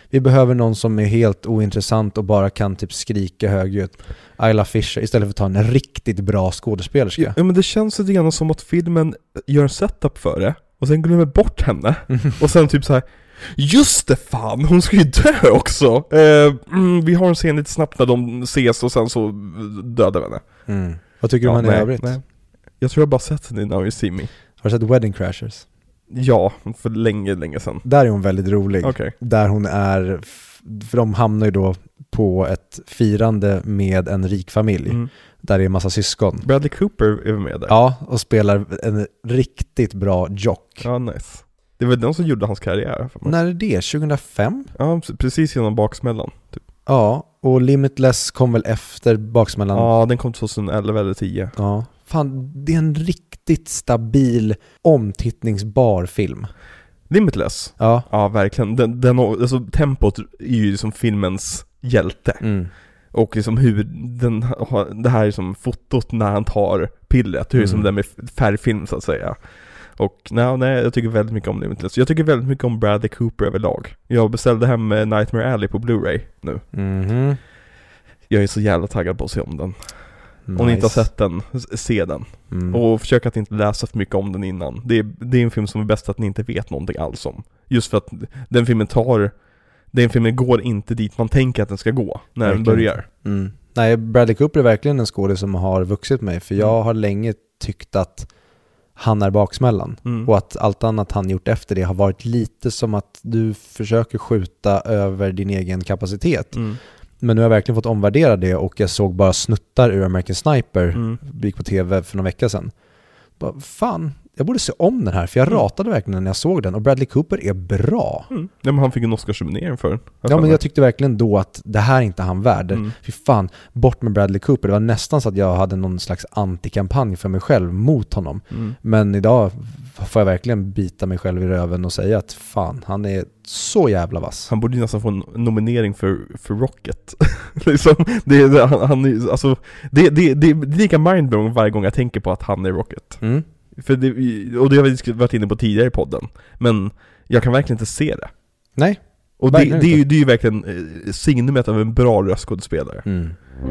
Vi behöver någon som är helt ointressant och bara kan typ skrika högljutt. Isla Fisher istället för att ta en riktigt bra skådespelerska. Ja, men det känns lite grann som att filmen gör en setup för det och sen glömmer bort henne. Och sen typ så här: just det fan, hon ska ju dö också. Eh, mm, vi har en scen lite snabbt när de ses och sen så dödar vi henne. Mm. Vad tycker Ja, du om nej, henne i övrigt? nej. Jag tror jag bara sett henne i Now You See Me. Har du sett Wedding Crashers? Ja, för länge, länge sedan. Där är hon väldigt rolig. Okay. Där hon är, för de hamnar ju då på ett firande med en rik familj. Mm. Där det är en massa syskon. Bradley Cooper är med där. Ja, och spelar en riktigt bra jock. Ja, nice. Det var den som gjorde hans karriär. När är det? tjugohundrafem? Ja, precis genom Baksmällan. Typ. Ja, och Limitless kom väl efter Baksmällan? Ja, den kom tjugoelva eller tio. Ja, fan, det är en riktigt stabil, omtittningsbar film. Limitless? Ja. Ja, verkligen. Den, den, alltså, tempot är ju liksom filmens hjälte. Mm. Och liksom hur den, det här är som fotot när han tar pillret. Hur mm. är som det med färgfilm så att säga. Och nej, nej, jag tycker väldigt mycket om Limitless. Jag tycker väldigt mycket om Bradley Cooper överlag. Jag beställde hem Nightmare Alley på Blu-ray nu. Mm-hmm. Jag är så jävla taggad på att se om den. Nice. Om ni inte har sett den, se den. Mm. Och försök att inte läsa för mycket om den innan. Det är, det är en film som är bäst att ni inte vet någonting alls om. Just för att den filmen tar... Den filmen går inte dit man tänker att den ska gå när verkligen. Den börjar. Mm. Nej, Bradley Cooper är verkligen en skådespelare som har vuxit mig. För jag har länge tyckt att han är baksmällan. Mm. Och att allt annat han gjort efter det har varit lite som att du försöker skjuta över din egen kapacitet. Mm. Men nu har jag verkligen fått omvärdera det och jag såg bara snuttar ur American Sniper mm. gick på tv för några veckor sedan. Bara, fan, jag borde se om den här för jag mm. ratade verkligen när jag såg den och Bradley Cooper är bra. Mm. Ja, men han fick en Oscarsnominering för den. Ja, men jag tyckte verkligen då att det här är inte han värd. Mm. Fy fan, bort med Bradley Cooper. Det var nästan så att jag hade någon slags antikampanj för mig själv mot honom. Mm. Men idag får jag verkligen bita mig själv i röven och säga att fan, han är så jävla vass. Han borde nästan få en nominering för, för Rocket. liksom, det, det, han, han, alltså, det, det, det, det är lika mindblowing varje gång jag tänker på att han är Rocket. Mm. För det, och det har vi varit inne på tidigare i podden. Men jag kan verkligen inte se det. Nej. Och det, det, är ju, det är ju verkligen signumet av en bra röstskådespelare. Mm.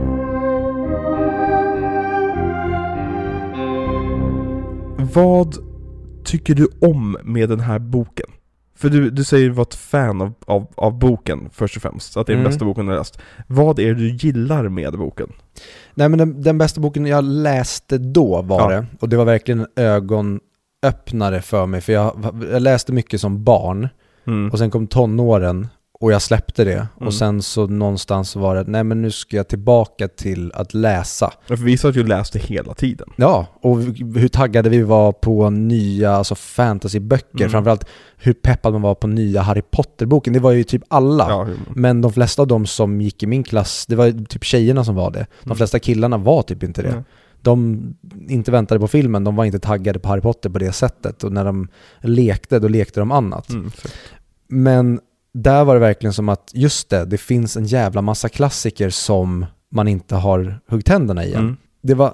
Vad tycker du om med den här boken? För du, du säger att du var ett fan av, av, av boken först och främst. Att det är den mm. bästa boken du har läst. Vad är det du gillar med boken? Nej, men den, den bästa boken jag läste då var ja. det. Och det var verkligen en ögonöppnare för mig. För jag, jag läste mycket som barn. Mm. Och sen kom tonåren. Och jag släppte det. Mm. Och sen så någonstans var det, nej men nu ska jag tillbaka till att läsa. Ja, för vi sa att du läste hela tiden. Ja, och hur taggade vi var på nya alltså fantasyböcker. Mm. Framförallt hur peppad man var på nya Harry Potter-boken. Det var ju typ alla. Ja, men de flesta av dem som gick i min klass, det var typ tjejerna som var det. De mm. flesta killarna var typ inte det. Mm. De inte väntade på filmen, de var inte taggade på Harry Potter på det sättet. Och när de lekte, då lekte de annat. Mm, men där var det verkligen som att just det, det finns en jävla massa klassiker som man inte har huggt tänderna i än. Mm. Det var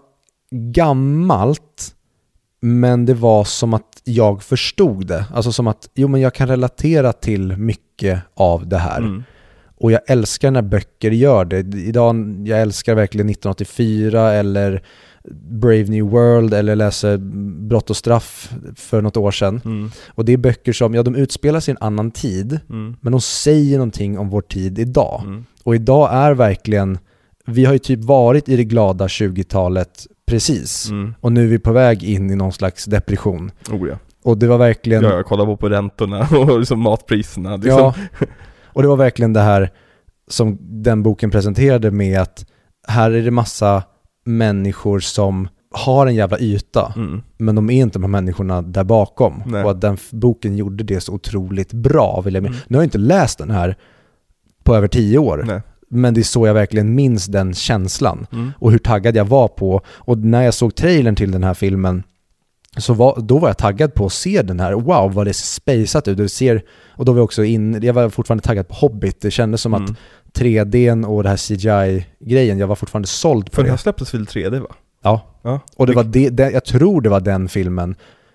gammalt, men det var som att jag förstod det. Alltså som att, jo men jag kan relatera till mycket av det här. Mm. Och jag älskar när böcker gör det. Idag, jag älskar verkligen nittonhundraåttiofyra eller Brave New World eller läser Brott och straff för något år sedan. Mm. Och det är böcker som, ja de utspelar sig i en annan tid, mm. men de säger någonting om vår tid idag. Mm. Och idag är verkligen, vi har ju typ varit i det glada tjugotalet precis. Mm. Och nu är vi på väg in i någon slags depression. Oh ja. Och det var verkligen... Ja, jag kollar på, på räntorna och liksom matpriserna. Liksom. Ja, och det var verkligen det här som den boken presenterade med att här är det massa människor som har en jävla yta, mm. men de är inte de här människorna där bakom. Nej. Och att den f- boken gjorde det så otroligt bra. Vill jag mm. Nu har jag inte läst den här på över tio år. Nej. Men det är så jag verkligen minns den känslan. Mm. Och hur taggad jag var på. Och när jag såg trailern till den här filmen så var, då var jag taggad på att se den här. Wow, vad det spejsat ut. Du ser, och då var jag också in, jag var fortfarande taggad på Hobbit. Det kändes som mm. att tre D och det här C G I-grejen, jag var fortfarande såld på För det. För den här släpptes väl tre D va? Ja, ja. Och det var det, det, jag tror det var den filmen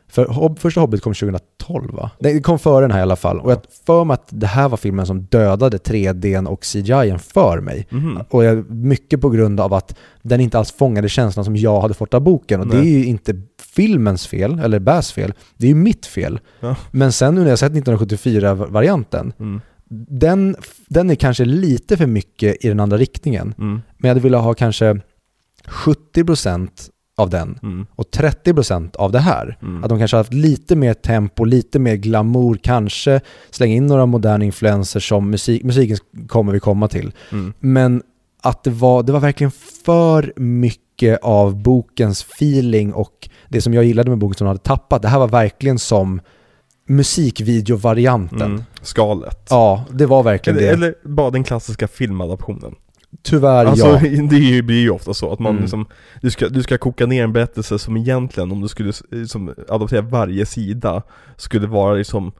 För Hob- första Hobbit kom tjugohundratolv va? Det kom före den här i alla fall. Och jag för mig att det här var filmen som dödade tre D och C G I för mig. Mm. Och jag, mycket på grund av att den inte alls fångade känslan som jag hade fått av boken. Och Nej. Det är ju inte filmens fel, eller Bass fel. Det är ju mitt fel. Ja. Men sen nu när jag sett nittonhundrasjuttiofyra-varianten, mm. den, den är kanske lite för mycket i den andra riktningen. Mm. Men jag hade velat ha kanske sjuttio procent av den mm. och trettio procent av det här. Mm. Att de kanske har haft lite mer tempo, lite mer glamour, kanske slänga in några moderna influenser som musik, musiken kommer vi komma till. Mm. Men att det var, det var verkligen för mycket av bokens feeling och det som jag gillade med boken som de hade tappat. Det här var verkligen som musikvideovarianten. Mm. Skalet. Ja, det var verkligen eller, det. Eller bara den klassiska filmadaptionen. Tyvärr, alltså, ja. Det är ju, blir ju ofta så att man Mm. liksom, du ska, du ska koka ner en berättelse som egentligen, om du skulle liksom, adoptera varje sida, skulle vara liksom,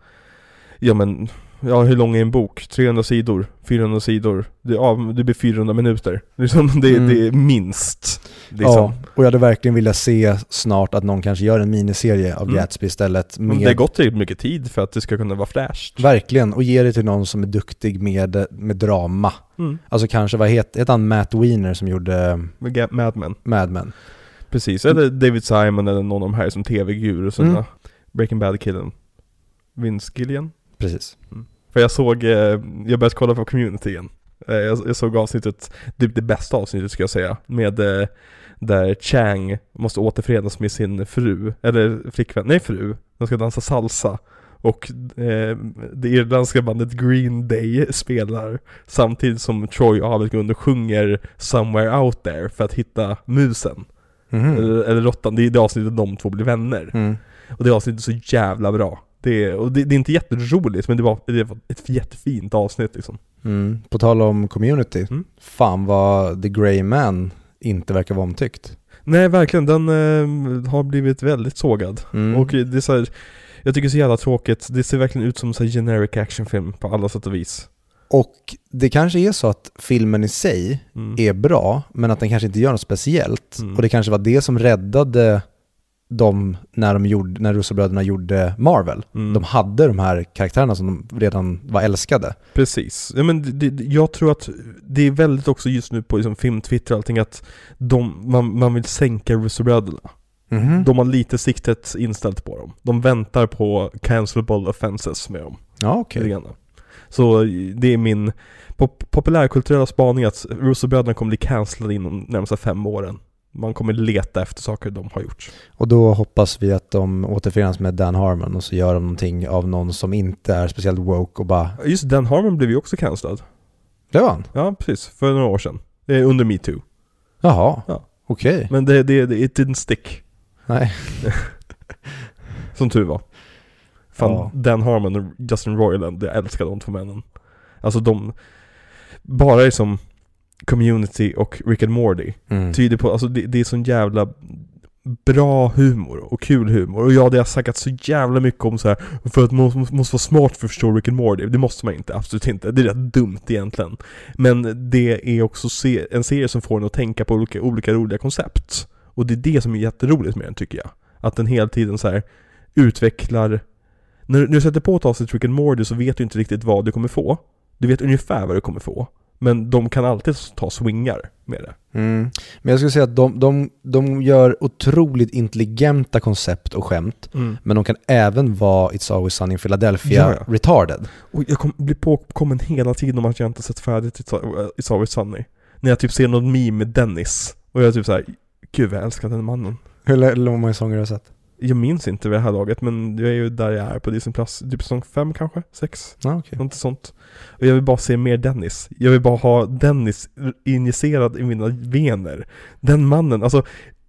ja men, ja hur lång är en bok? trehundra sidor, fyrahundra sidor, det, ja, det blir fyrahundra minuter. Liksom, det, mm. det är minst. Liksom. Ja, och jag hade verkligen velat se snart att någon kanske gör en miniserie av mm. Gatsby istället. Med... Det har gått tillräckligt mycket tid för att det ska kunna vara fräscht. Verkligen, och ge det till någon som är duktig med, med drama. Mm. Alltså kanske, vad heter, heter han Matt Weiner som gjorde Mad Men? Mad Men. Precis, eller David Simon eller någon av de här som tv-gur och sådana. Mm. Breaking Bad-killen. Vince Gilligan. Precis. Mm. För jag såg, eh, jag började kolla på Community igen. Eh, jag, jag såg avsnittet, det, det bästa avsnittet ska jag säga, med eh, där Chang måste återförenas med sin fru, eller flickvän, nej fru, de ska dansa salsa. Och eh, det irländska bandet Green Day spelar samtidigt som Troy Abelgrund sjunger Somewhere Out There för att hitta musen. Mm. Eller, eller råttan, det är det avsnittet de två blir vänner. Mm. Och det avsnittet är så jävla bra. Det, och det, det är inte jätteroligt, men det var, det var ett jättefint avsnitt liksom. Mm. På tal om Community, mm. fan vad The Grey Man inte verkar vara omtyckt. Nej, verkligen, den eh, har blivit väldigt sågad. Mm. Och det är så här, jag tycker det är så jävla tråkigt. Det ser verkligen ut som en generic actionfilm på alla sätt och vis. Och det kanske är så att filmen i sig mm. är bra, men att den kanske inte gör något speciellt. Mm. Och det kanske var det som räddade dem när de gjorde, när Russo-bröderna gjorde Marvel. Mm. De hade de här karaktärerna som de redan var älskade. Precis. Ja, men det, det, jag tror att det är väldigt också just nu på liksom, film, Twitter och allting att de, man, man vill sänka Russo-bröderna. Mm-hmm. De har lite siktet inställt på dem. De väntar på cancelable offenses med dem. Ja, okej. Okay. Så det är min pop- populärkulturella spaning att Russo-bröderna kommer bli cancellade inom de närmaste fem åren. Man kommer leta efter saker de har gjort. Och då hoppas vi att de återförenas med Dan Harmon och så gör de någonting av någon som inte är speciellt woke och bara... Just Dan Harmon blev ju också cancellad. Det var han? Ja, precis. För några år sedan. Under Me Too. Jaha, ja. Okej. Okay. Men det, det, det, it didn't stick. Nej. Som tur var. Fan, ja. Dan Harmon och Justin Roiland, jag älskar de två männen. Alltså de... Bara är som... Community och Rick and Morty mm. tyder på, alltså det, det är sån jävla bra humor och kul humor. Och ja, det har sagt så jävla mycket om så här, för att man måste, måste vara smart för att förstå Rick and Morty. Det måste man inte, absolut inte. Det är rätt dumt egentligen. Men det är också se, en serie som får en att tänka på olika, olika roliga koncept. Och det är det som är jätteroligt med den, tycker jag. Att den hela tiden så här utvecklar... När, när du sätter på ett avsnitt Rick and Morty så vet du inte riktigt vad du kommer få. Du vet ungefär vad du kommer få. Men de kan alltid ta swingar med det. Mm. Men jag skulle säga att de, de, de gör otroligt intelligenta koncept och skämt. Mm. Men de kan även vara It's Always Sunny in Philadelphia ja, ja. retarded. Och jag kom, blir påkommen hela tiden om att jag inte sett färdigt It's Always Sunny. När jag typ ser någon meme med Dennis. Och jag är typ såhär, gud jag älskar den mannen. Hur många sånger har du sett? Jag minns inte vid det här laget, men jag är ju där jag är på Disney Plus. Typ säsong fem kanske? Sex? Ah, okay. Något sånt. Och jag vill bara se mer Dennis. Jag vill bara ha Dennis injicerad i mina vener. Den mannen, alltså...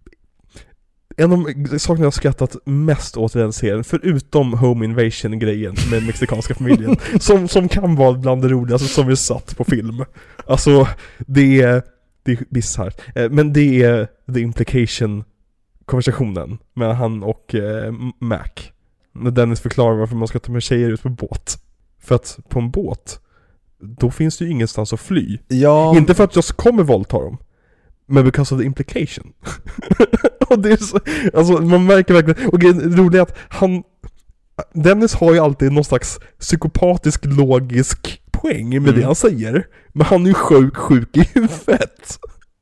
En av de sakerna jag skrattat mest åt den serien, förutom Home Invasion-grejen med mexikanska familjen, som, som kan vara bland det roligaste som vi satt på film. Alltså, det är... Det är bisarrt. Men det är The Implication... konversationen med han och eh, Mac. När Dennis förklarar varför man ska ta med tjejer ut på båt. För att på en båt, då finns det ju ingenstans att fly. Ja. Inte för att jag kommer våldta dem. Men because of the implication. Och det är så, alltså man märker verkligen, och det roliga är att han, Dennis har ju alltid någon slags psykopatisk logisk poäng med mm. det han säger, men han är ju sjuk, sjuk i huvudet.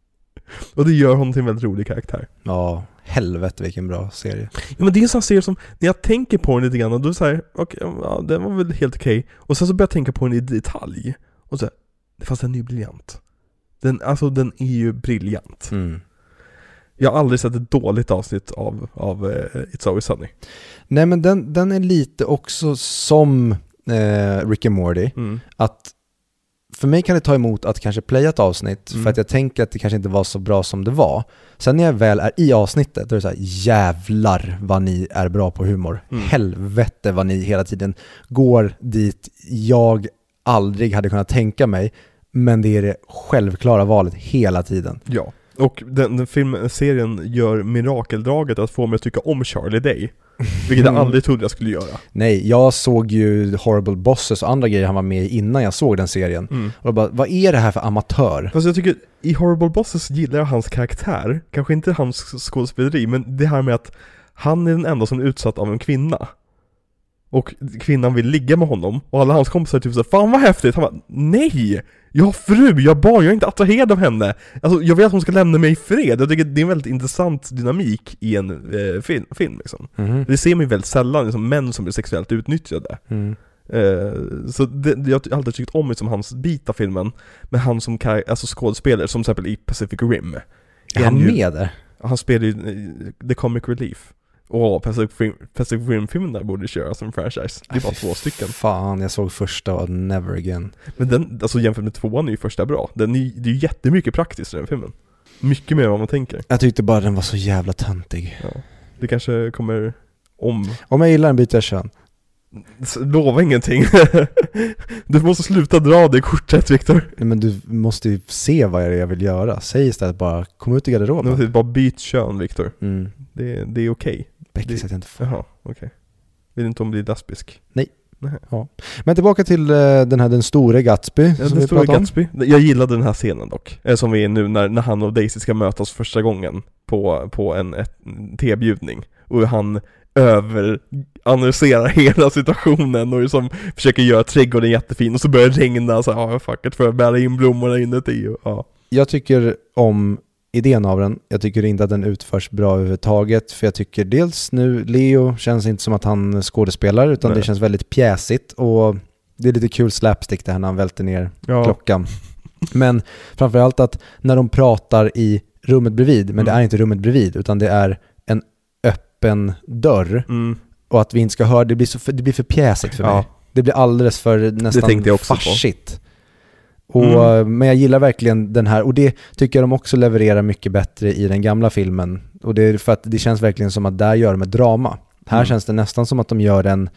Och det gör honom till en väldigt rolig karaktär. Ja, helvete vilken bra serie. Ja, men det är en sån serie som, när jag tänker på den lite grann, och då säger okej, okay, ja, den var väl helt okej. Okay. Och sen så börjar jag tänka på den i detalj. Och så fast den är ju briljant. Den, alltså den är ju briljant. Mm. Jag har aldrig sett ett dåligt avsnitt av, av uh, It's Always Sunny. Nej, men den, den är lite också som uh, Rick and Morty. Mm. Att för mig kan det ta emot att kanske playa ett avsnitt mm. för att jag tänker att det kanske inte var så bra som det var. Sen när jag väl är i avsnittet då är det så här, jävlar vad ni är bra på humor. Mm. Helvete vad ni hela tiden går dit jag aldrig hade kunnat tänka mig. Men det är det självklara valet hela tiden. Ja, och den, den filmserien gör mirakeldraget att få mig att tycka om Charlie Day. Vilket jag aldrig trodde jag skulle göra. Nej, jag såg ju Horrible Bosses och andra grejer han var med i innan jag såg den serien. Mm. Och bara, vad är det här för amatör? Fast jag tycker, i Horrible Bosses gillar jag hans karaktär. Kanske inte hans skådespeleri, men det här med att han är den enda som är utsatt av en kvinna. Och kvinnan vill ligga med honom. Och alla hans kompisar typ så, fan vad häftigt. Han bara, nej! Jag har fru, jag har barn, jag är inte attraherad av henne. Alltså, jag vet att hon ska lämna mig i fred. Jag tycker det är en väldigt intressant dynamik i en eh, film, film liksom. Mm. Det ser man ju väldigt sällan, liksom, män som blir sexuellt utnyttjade. Mm. Eh, så det, jag har alltid tyckt om liksom, hans bit av filmen. Men han som alltså, skådespelare, som till exempel i Pacific Rim. Är han ju, med där? Han spelar ju uh, The Comic Relief. Och Pacific Rim, Pacific Rim-filmen där borde köra som franchise. Det är bara två stycken. Fan, jag såg första och Never Again. Men den, alltså jämfört med tvåan är ju första bra. Den är, det är ju jättemycket praktiskt i den filmen. Mycket mer än vad man tänker. Jag tyckte bara den var så jävla töntig. Ja. Det kanske kommer om. Om jag gillar en byter jag kön. Lova ingenting. Du måste sluta dra det kortet, Victor. Nej, men du måste ju se vad jag vill göra. Säg istället bara, kom ut i garderoben. Nej, bara byt kön, Victor. Mm. Det, det är okej. Okay. Beckis att jag inte får. Jaha, okej. Okay. Vill inte om bli lesbisk? Nej. Ja. Men tillbaka till uh, den här den stora Gatsby. Ja, den stora Gatsby. Jag gillade den här scenen dock. Eh, som vi är nu när, när han och Daisy ska mötas första gången på, på en, ett, en tebjudning. Och han överanalyserar hela situationen och liksom försöker göra trädgården jättefin. Och så börjar det regna så ja, fuck it, för att bära in blommorna inuti. Och, ja. Jag tycker om idén av den. Jag tycker inte att den utförs bra överhuvudtaget. För jag tycker dels nu, Leo känns inte som att han skådespelar, utan Nej. Det känns väldigt pjäsigt. Och det är lite kul slapstick det här när han välter ner ja. klockan. Men framförallt att när de pratar i rummet bredvid, men mm. det är inte rummet bredvid, utan det är en öppen dörr. Mm. Och att vi inte ska höra, det blir, så för, det blir för pjäsigt för ja. mig. Det blir alldeles för nästan farsigt. Och, mm. Men jag gillar verkligen den här, och det tycker jag de också levererar mycket bättre i den gamla filmen. Och det är för att det känns verkligen som att där gör de ett drama. Här mm. känns det nästan som att de gör en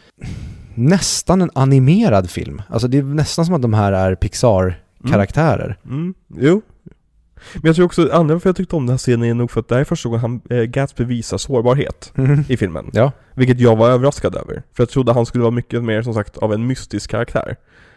nästan en animerad film. Alltså det är nästan som att de här är Pixar-karaktärer. Mm. Mm. Jo. Men jag tror också, anledningen för jag tyckte om den här scenen är nog för att det här är första gången han, äh, Gatsby visar sårbarhet mm. i filmen. Ja. Vilket jag var överraskad över. För jag trodde han skulle vara mycket mer, som sagt, av en mystisk karaktär.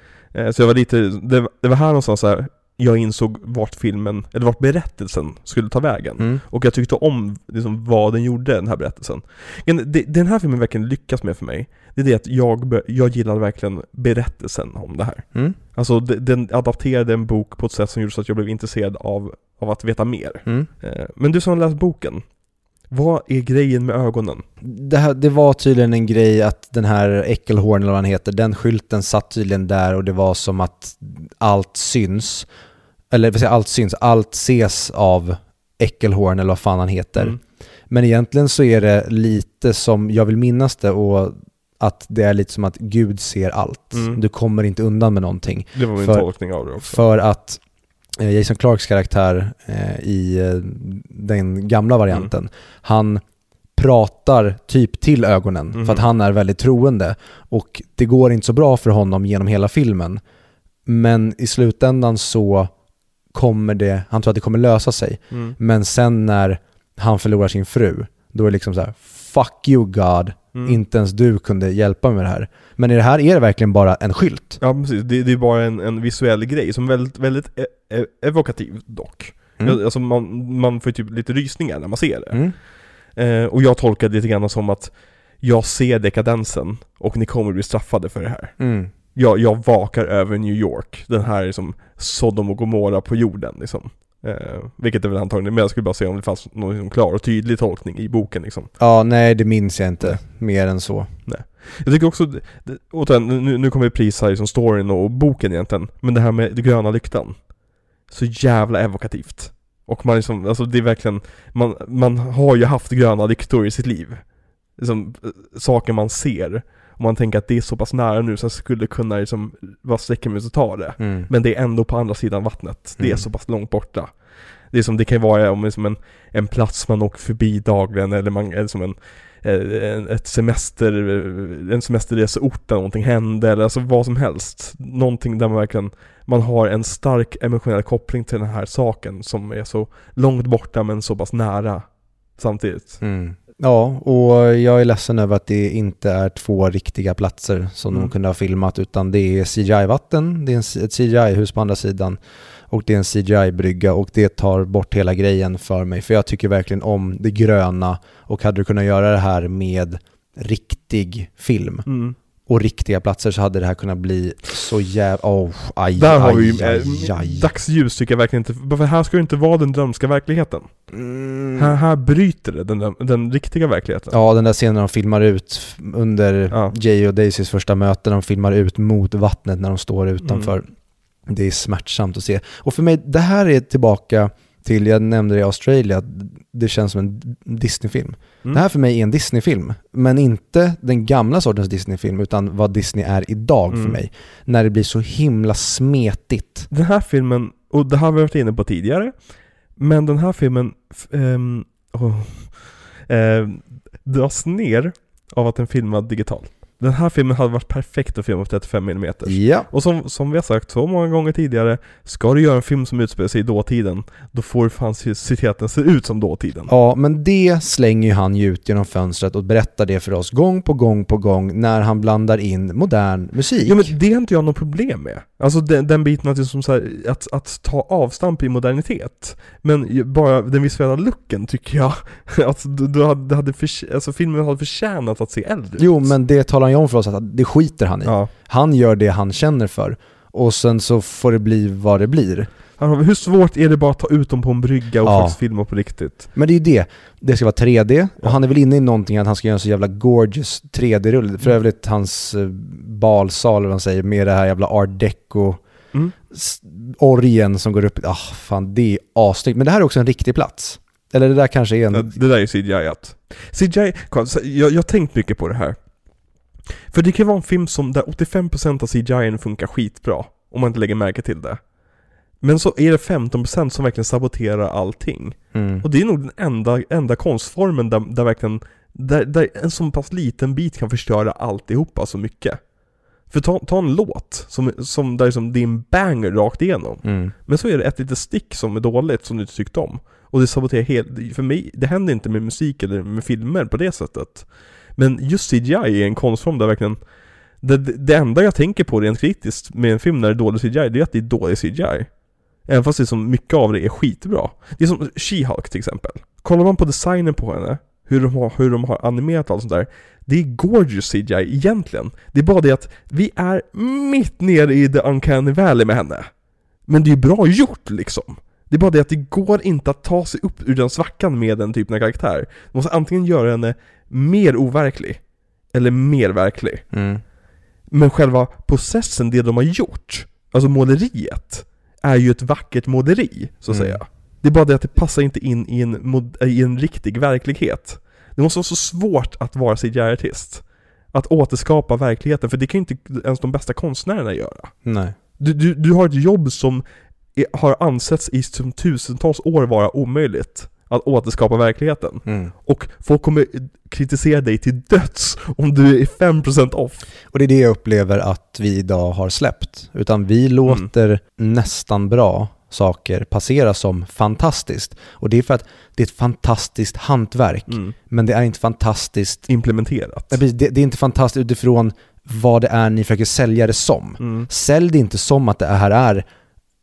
Så jag var lite, det, det var här någonstans så här, jag insåg vart filmen, eller vart berättelsen skulle ta vägen. Mm. Och jag tyckte om liksom, vad den gjorde, den här berättelsen. Det, den här filmen verkligen lyckas med för mig, det är det att jag, jag gillar verkligen berättelsen om det här. Mm. Alltså den adapterade en bok på ett sätt som gjorde så att jag blev intresserad av, av att veta mer. Mm. Men du som har läst boken, vad är grejen med ögonen? Det, här, det var tydligen en grej att den här Eckelhorn eller vad han heter, den skylten satt tydligen där och det var som att allt syns. Eller vill säga, allt syns, allt ses av Eckelhorn eller vad fan han heter. Mm. Men egentligen så är det lite som, jag vill minnas det, och att det är lite som att Gud ser allt. Mm. Du kommer inte undan med någonting. Det var min för, tolkning av det också. För att Jason Clarks karaktär eh, i eh, den gamla varianten, mm. han pratar typ till ögonen mm. för att han är väldigt troende och det går inte så bra för honom genom hela filmen, men i slutändan så kommer det, han tror att det kommer lösa sig, mm. men sen när han förlorar sin fru, då är det liksom så här: fuck you God, mm. inte ens du kunde hjälpa mig med det här. Men i det här är det verkligen bara en skylt. Ja, precis. Det, det är bara en, en visuell grej som är väldigt, väldigt e- e- evokativ dock. Mm. Jag, alltså man, man får typ lite rysningar när man ser det. Mm. Eh, och jag tolkar det lite grann som att jag ser dekadensen och ni kommer bli straffade för det här. Mm. Jag, jag vakar över New York. Den här liksom Sodom och Gomorra på jorden liksom. Eh, vilket är väl antagligen, men jag skulle bara se om det fanns någon liksom klar och tydlig tolkning i boken liksom. Ja, nej det minns jag inte nej. mer än så. Nej. Jag tycker också, det, återigen, nu, nu kommer vi prisa liksom storyn och boken egentligen, men det här med den gröna lyktan, så jävla evokativt. Och man liksom, alltså det är verkligen, man, man har ju haft gröna lyktor i sitt liv. Liksom, saker man ser. Och man tänker att det är så pass nära nu så jag skulle kunna liksom vara sträcka mig och ta det. Mm. Men det är ändå på andra sidan vattnet. Det är mm. så pass långt borta. Det är som det kan vara om liksom en, en plats man åker förbi dagligen, eller man eller som en, en ett semester en semesterreseort där någonting händer, eller alltså vad som helst. Någonting där man verkligen man har en stark emotionell koppling till den här saken som är så långt borta men så pass nära samtidigt. Mm. Ja, och jag är ledsen över att det inte är två riktiga platser som mm. de kunde ha filmat, utan det är C G I-vatten, det är ett C G I-hus på andra sidan och det är en C G I-brygga, och det tar bort hela grejen för mig, för jag tycker verkligen om det gröna, och hade du kunnat göra det här med riktig film mm. och riktiga platser så hade det här kunnat bli så jävla... Oh, aj, Där har aj, vi aj, äh, aj. Dagsljus tycker jag verkligen inte... För här ska det inte vara den drömska verkligheten. Mm. Här, här bryter det den, den riktiga verkligheten. Ja, den där scenen de filmar ut under ja. Jay och Daisys första möte, de filmar ut mot vattnet när de står utanför. Mm. Det är smärtsamt att se. Och för mig, det här är tillbaka till, jag nämnde det i Australien, det känns som en Disney-film. Mm. Det här för mig är en Disney-film, men inte den gamla sortens Disney-film, utan vad Disney är idag mm. för mig. När det blir så himla smetigt. Den här filmen, och det har vi varit inne på tidigare, men den här filmen um, oh, uh, dras ner av att den filmad digitalt. Den här filmen hade varit perfekt att filma på trettiofem millimeter. Ja. Och som, som vi har sagt så många gånger tidigare, ska du göra en film som utspelar sig i dåtiden, då får fan citeten se ut som dåtiden. Ja, men det slänger ju han ju ut genom fönstret och berättar det för oss gång på gång på gång när han blandar in modern musik. Ja, men det är inte jag något problem med. Alltså den, den biten att, som så här, att, att ta avstamp i modernitet. Men bara den visuella looken tycker jag att du, du hade, hade för, alltså filmen hade förtjänat att se äldre ut. Jo, men det talar ju om för oss att det skiter han i. Ja. Han gör det han känner för. Och sen så får det bli vad det blir. Hur svårt är det bara att ta ut dem på en brygga och ja. faktiskt filma på riktigt? Men det är ju det. Det ska vara tre D. Ja. Och han är väl inne i någonting att han ska göra en så jävla gorgeous tre D-rulle. För övrigt hans uh, balsal, vad man säger, med det här jävla art deco mm. orgen som går upp. Ah, fan, det är assnyggt. Men det här är också en riktig plats. Eller det där kanske är en... Det, det där är C G I-at. C G I, jag, jag har tänkt mycket på det här. För det kan vara en film som där åttiofem procent av C G I funkar skitbra, om man inte lägger märke till det. Men så är det femton procent som verkligen saboterar allting. Mm. Och det är nog den enda, enda konstformen där, där verkligen där, där en sån pass liten bit kan förstöra alltihopa så mycket. För ta, ta en låt som, som där liksom, det är en banger rakt igenom. Mm. Men så är det ett litet stick som är dåligt som du inte tyckt om. Och det saboterar helt. För mig, det händer inte med musik eller med filmer på det sättet. Men just C G I är en konstform där verkligen det, det enda jag tänker på rent kritiskt med en film när det är dålig C G I, det är att det är dålig C G I. Även fast det är som mycket av det är skitbra. Det är som She-Hulk till exempel. Kollar man på designen på henne, hur de har, hur de har animerat allt sånt där, det är gorgeous C G I egentligen. Det är bara det att vi är mitt nere i the uncanny valley med henne. Men det är bra gjort liksom. Det är bara det att det går inte att ta sig upp ur den svackan med den typen av karaktär. Man måste antingen göra henne mer overklig eller mer verklig. Mm. Men själva processen, det de har gjort, alltså måleriet, är ju ett vackert måleri, så att mm. säga. Det är bara det att det passar inte in i en, mod- i en riktig verklighet. Det måste vara så svårt att vara C G I-artist. Att återskapa verkligheten, för det kan ju inte ens de bästa konstnärerna göra. Nej. Du, du, du har ett jobb som är, har ansetts i som tusentals år vara omöjligt att återskapa verkligheten. Mm. Och folk kommer kritisera dig till döds om du är fem procent off. Och det är det jag upplever att vi idag har släppt. Utan vi låter mm. nästan bra saker passera som fantastiskt. Och det är för att det är ett fantastiskt hantverk. Mm. Men det är inte fantastiskt implementerat. Det, det är inte fantastiskt utifrån vad det är ni försöker sälja det som. Mm. Sälj det inte som att det här är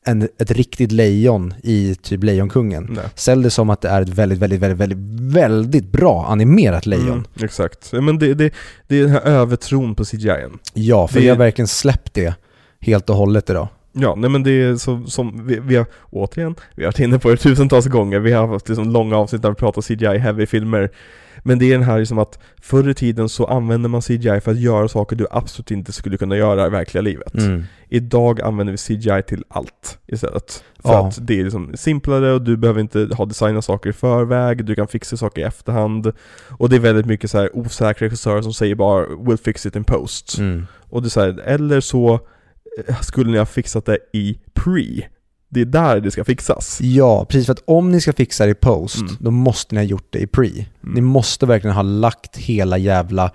en, ett riktigt lejon i typ Lejonkungen. Nej. Sälj det som att det är ett väldigt, väldigt, väldigt, väldigt, väldigt bra animerat lejon. Mm, exakt. Men det, det, det är den här övertron på C G I-en. Ja, för det... vi har verkligen släppt det helt och hållet idag. Ja, nej men det är så, som vi, vi har, återigen, vi har varit inne på det tusentals gånger. Vi har haft liksom långa avsnitt där vi pratar C G I-heavy-filmer. Men det är den här liksom att förr i tiden så använder man C G I för att göra saker du absolut inte skulle kunna göra i verkliga livet. Mm. Idag använder vi C G I till allt istället. För Ja. att det är liksom simplare och du behöver inte ha designat saker i förväg. Du kan fixa saker i efterhand. Och det är väldigt mycket så här osäkra regissörer som säger bara we'll fix it in post. Mm. Och det är så här, eller så skulle ni ha fixat det i pre. Det är där det ska fixas. Ja, precis, för att om ni ska fixa det i post, Mm. då måste ni ha gjort det i pre. Mm. Ni måste verkligen ha lagt hela jävla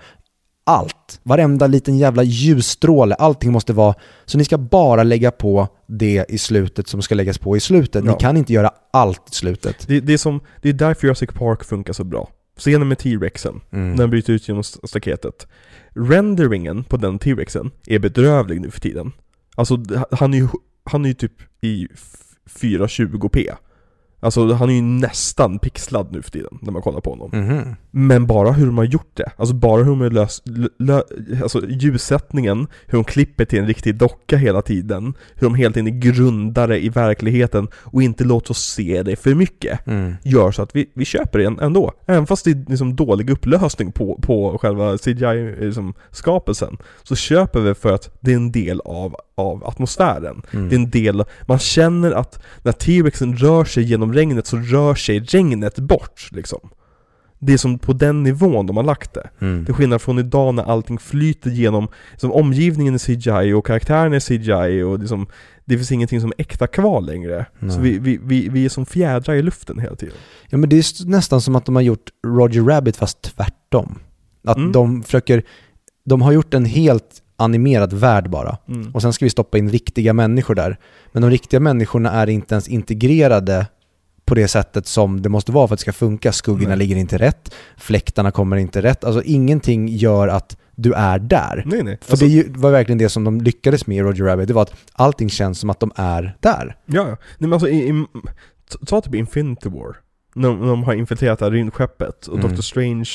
allt. Varenda liten jävla ljusstråle, allting måste vara, så ni ska bara lägga på det i slutet som ska läggas på i slutet. Ja. Ni kan inte göra allt i slutet. Det, det, är som, det är därför Jurassic Park funkar så bra. Scenen med T-Rexen, Mm. när den bryter ut genom staketet. Renderingen på den T-Rexen är bedrövlig nu för tiden. Alltså han är ju, han är ju typ i fyra tjugo p. Alltså han är ju nästan pixlad nu för tiden när man kollar på honom. Mhm. Men bara hur de har gjort det. Alltså bara hur de har löst lö, alltså ljussättningen, hur de klipper till en riktig docka hela tiden, hur de helt enkelt grundar det i verkligheten och inte låter oss se det för mycket. Mm. Gör så att vi, vi köper det ändå. Även fast det är liksom dålig upplösning på, på själva C G I-skapelsen, så köper vi för att det är en del av, av atmosfären. Mm. Det är en del, man känner att när T-Rexen rör sig genom regnet så rör sig regnet bort liksom. Det är som på den nivån de har lagt det. Mm. Till skillnad från idag när allting flyter genom liksom, omgivningen i C G I och karaktären i C G I och liksom, det finns ingenting som är äkta kvar längre. Nej. Så vi, vi, vi, vi är som fjädrar i luften hela tiden. Ja, men det är nästan som att de har gjort Roger Rabbit fast tvärtom. Att Mm. de försöker, de har gjort en helt animerad värld bara. Mm. Och sen ska vi stoppa in riktiga människor där. Men de riktiga människorna är inte ens integrerade på det sättet som det måste vara för att det ska funka. Skuggorna Nej. ligger inte rätt, fläktarna kommer inte rätt. Alltså ingenting gör att du är där. Nej, nej. För Alltså, det var verkligen det som de lyckades med i Roger Rabbit. Det var att allting känns som att de är där. ja, ja. Nej, men alltså, i, i, ta typ Infinity War. När de, när de har infiltrerat det här rymdskeppet och Mm. Doctor Strange,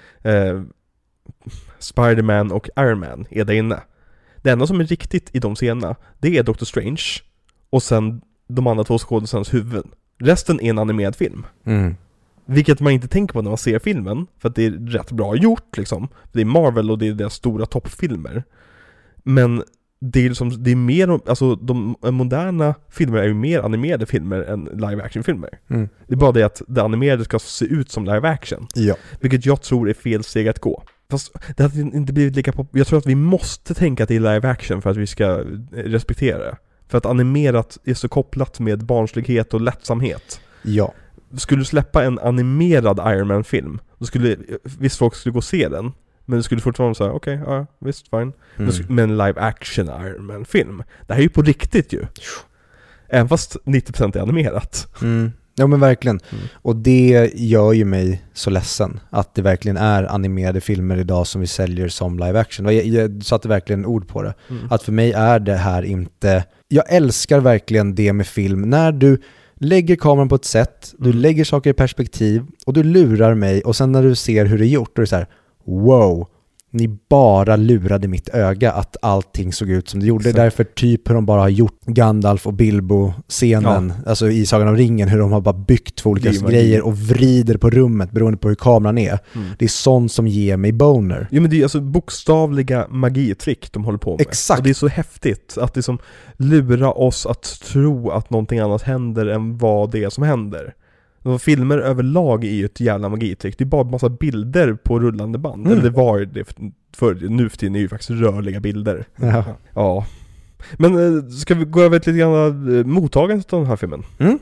eh, Spider-Man och Iron Man är där inne. Det enda som är riktigt i de scenerna, det är Doctor Strange och sen de andra två skådespelarnas huvuden. Resten är en animerad film. Mm. Vilket man inte tänker på när man ser filmen, för att det är rätt bra gjort liksom. Det är Marvel och det är deras stora toppfilmer. Men det är liksom, det är mer, alltså de moderna filmer är ju mer animerade filmer än live action filmer. Mm. Det är bara det att det animerade ska se ut som live action. Ja. Vilket jag tror är fel steg att gå. Fast det hade inte blivit lika pop- jag tror att vi måste tänka att det är live action för att vi ska respektera det. För att animerat är så kopplat med barnslighet och lättsamhet. Ja. Skulle du släppa en animerad Iron Man-film, då skulle visst folk skulle gå och se den, men det skulle fortfarande säga okej, okay, ja, visst, fine. Mm. Men en live action Iron Man-film, det här är ju på riktigt ju. Även fast nittio procent är animerat. Mm. Ja, men verkligen. Mm. Och det gör ju mig så ledsen att det verkligen är animerade filmer idag som vi säljer som live action. Och jag, jag satte verkligen ord på det. Mm. Att för mig är det här inte... Jag älskar verkligen det med film. När du lägger kameran på ett sätt, du Mm. lägger saker i perspektiv och du lurar mig och sen när du ser hur det är gjort, då är det så här: wow, ni bara lurade mitt öga att allting såg ut som det gjorde. Exakt. Därför typ hur de bara har gjort Gandalf och Bilbo-scenen, alltså i Sagan om ringen, hur de har bara byggt två olika Det är magi. grejer och vrider på rummet beroende på hur kameran är. Mm. Det är sånt som ger mig boner. Ja, men det är alltså bokstavliga magitrick de håller på med. Exakt. Och det är så häftigt att liksom lura oss att tro att någonting annat händer än vad det är som händer. De filmer överlag är ju ett jävla magitrick. Det är bara en massa bilder på rullande band. Mm. Eller det var det för, för nu för tiden är ju faktiskt rörliga bilder. Ja. Ja. Men eh, ska vi gå över till lite grann eh, mottagandet av den här filmen? Mm.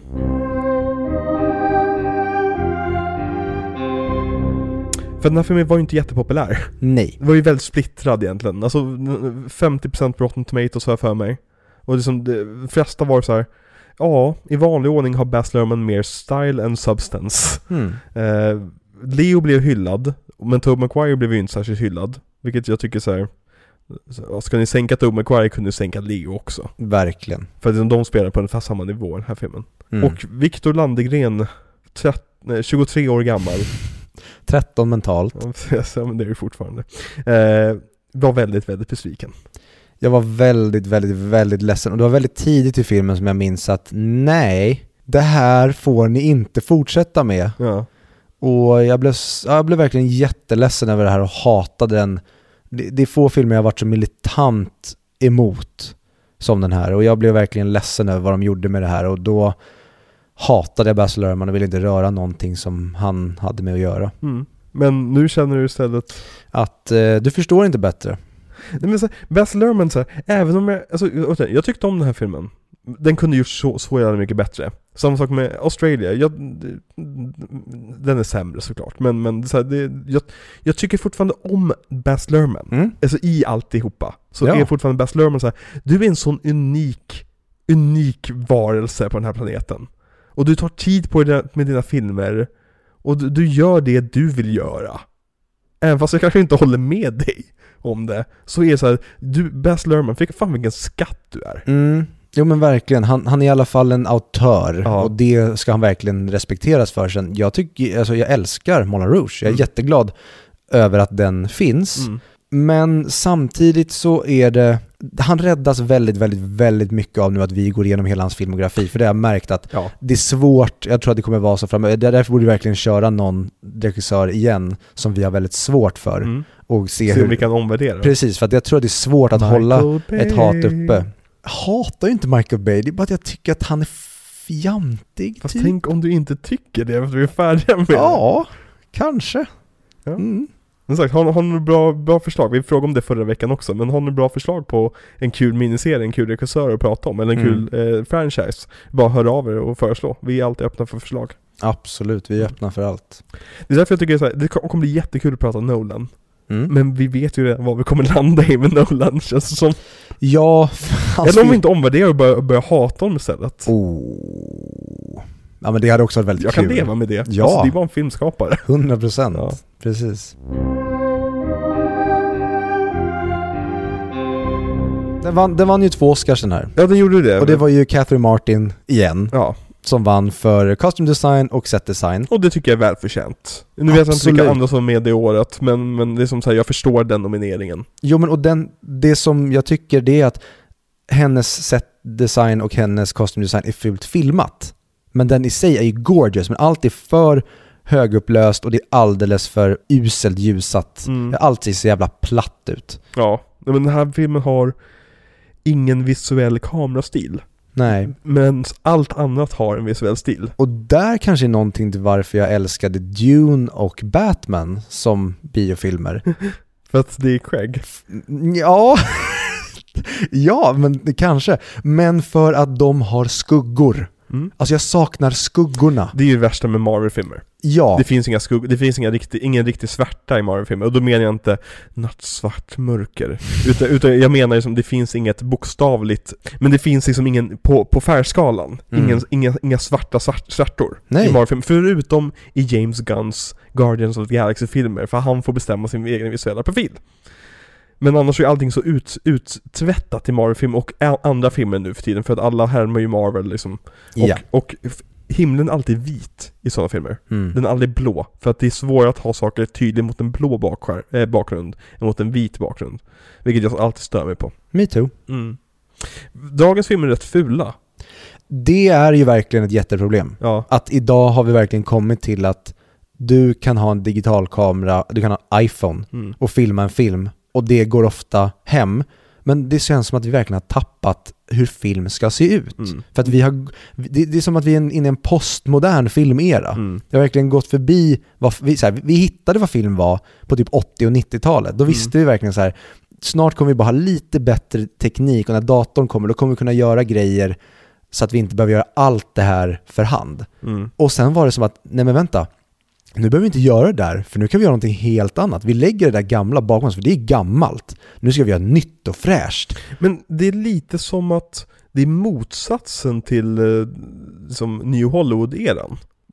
För den här filmen var ju inte jättepopulär. Nej. Det var ju väldigt splittrad egentligen. Alltså femtio procent på Rotten Tomatoes har jag för mig. Och liksom de flesta var så här: ja, i vanlig ordning har Baz Luhrmann mer style än substance. Mm. Eh, Leo blev hyllad, men Tobey Maguire blev ju inte särskilt hyllad. Vilket jag tycker så här, Så, ska ni sänka Tobey Maguire kunde ni sänka Leo också. Verkligen. För att de spelar på ungefär samma nivå, den här filmen. Mm. Och Victor Landegren, tretton, tjugotre år gammal. tretton mentalt. Ja, men det är ju fortfarande. Eh, var väldigt, väldigt besviken. Jag var väldigt, väldigt, väldigt ledsen. Och det var väldigt tidigt i filmen som jag minns att nej, det här får ni inte fortsätta med. Ja. Och jag blev, jag blev verkligen jätteledsen över det här och hatade den. Det, det är få filmer jag har varit så militant emot som den här. Och jag blev verkligen ledsen över vad de gjorde med det här. Och då hatade jag Baz Luhrmann och ville inte röra någonting som han hade med att göra. Mm. Men nu känner du istället att eh, du förstår inte bättre. Nej, men så Baz Luhrmann så här, även om jag alltså, jag tyckte om den här filmen. Den kunde gjort så så jävla mycket bättre. Samma sak med Australia. Jag, den är sämre såklart, men men så här, det, jag, jag tycker fortfarande om Baz Luhrmann. Mm. Alltså i alltihopa. Så ja. Är fortfarande Baz Luhrmann så här, du är en sån unik unik varelse på den här planeten. Och du tar tid på det med dina filmer och du, du gör det du vill göra. Även fast jag kanske inte håller med dig om det, så är det så här, du Baz Luhrmann, fick fan vilken skatt du är. Mm. Jo men verkligen, han, han är i alla fall en autör. Ja. Och det ska han verkligen respekteras för. Sen jag tycker, alltså jag älskar Moulin Rouge. Jag är mm. jätteglad över att den finns. Mm. Men samtidigt så är det, han räddas väldigt, väldigt, väldigt mycket av nu att vi går igenom hela hans filmografi. För det har jag märkt att ja. Det är svårt, jag tror att det kommer vara så framöver. Därför borde vi verkligen köra någon regissör igen som vi har väldigt svårt för. Mm. Och se, se hur vi kan omvärdera. Precis, för att jag tror att det är svårt att Michael hålla Bay. Ett hat uppe. Jag hatar ju inte Michael Bay, det är bara att jag tycker att han är fjantig. Fast typ. Tänk om du inte tycker det, för vi är färdiga med ja, det. Kanske. Ja. Mm. Men sagt, har, har du bra, bra förslag? Vi frågade om det förra veckan också, men har du bra förslag på en kul miniserie, en kul regissör att prata om, eller en mm. kul eh, franchise? Bara hör av er och föreslå. Vi är alltid öppna för förslag. Absolut, vi är öppna för allt. Det är därför jag tycker att det kommer bli jättekul att prata Nolan. Mm. Men vi vet ju redan vad vi kommer landa i med Nolan, känns det som. Ja, eller om vi inte omvärderar och börjar, börjar hata honom istället. Oh. Ja, men det hade också varit väldigt jag kul. Jag kan leva med det. Ja. Alltså, det var en filmskapare. hundra procent. Ja. Precis. Den vann, den vann ju två Oscars den här. Ja, den gjorde det. Och det var ju Catherine Martin igen. Ja. Som vann för costume design och set design. Och det tycker jag är välförtjänt. Nu vet jag inte vilka andra som var med det året, men, men det är som så här, jag förstår den nomineringen. Jo, men och den, det som jag tycker det är att hennes set design och hennes costume design är fult filmat. Men den i sig är ju gorgeous, men allt är för högupplöst och det är alldeles för uselt ljusat. Mm. Allt ser så jävla platt ut. Ja, men den här filmen har ingen visuell kamerastil. Nej. Men allt annat har en visuell stil. Och där kanske är någonting till varför jag älskade Dune och Batman som biofilmer. För att det är Craig. Ja. Ja, men kanske. Men för att de har skuggor. Mm. Alltså jag saknar skuggorna. Det är ju det värsta med Marvel-filmer. Ja. Det finns inga skuggor, det finns inga riktig, ingen riktig svärta i Marvel-filmer. Och då menar jag inte nattsvart mörker. Utan, utan jag menar liksom, det finns inget bokstavligt. Men det finns liksom ingen, på, på färgskalan. Mm. Ingen, inga, inga svarta svart, svärtor i Marvel-filmer. Förutom i James Gunns Guardians of the Galaxy-filmer. För han får bestämma sin egen visuella profil. Men annars är allting så ut, uttvättat i Marvel-film och andra filmer nu för tiden. För att alla härmar ju Marvel liksom. Och, ja. och himlen är alltid vit i sådana filmer. Mm. Den är aldrig blå. För att det är svårare att ha saker tydligt mot en blå bakskär, äh, bakgrund än mot en vit bakgrund. Vilket jag alltid stör mig på. Me too. Mm. Dagens filmer är rätt fula. Det är ju verkligen ett jätteproblem. Ja. Att idag har vi verkligen kommit till att du kan ha en digital kamera, du kan ha en iPhone mm. och filma en film. Och det går ofta hem. Men det känns som att vi verkligen har tappat hur film ska se ut. Mm. För att vi har, det, det är som att vi är inne i en postmodern filmera. Mm. Det har verkligen gått förbi, vad, vi, så här, vi hittade vad film var på typ åttio- och nittiotalet. Då visste mm. vi verkligen så här, snart kommer vi bara ha lite bättre teknik. Och när datorn kommer, då kommer vi kunna göra grejer så att vi inte behöver göra allt det här för hand. Mm. Och sen var det som att, nej men vänta, nu behöver vi inte göra det där, för nu kan vi göra någonting helt annat. Vi lägger det där gamla bakom oss, för det är gammalt. Nu ska vi göra nytt och fräscht. Men det är lite som att det är motsatsen till eh, som New Hollywood-eran.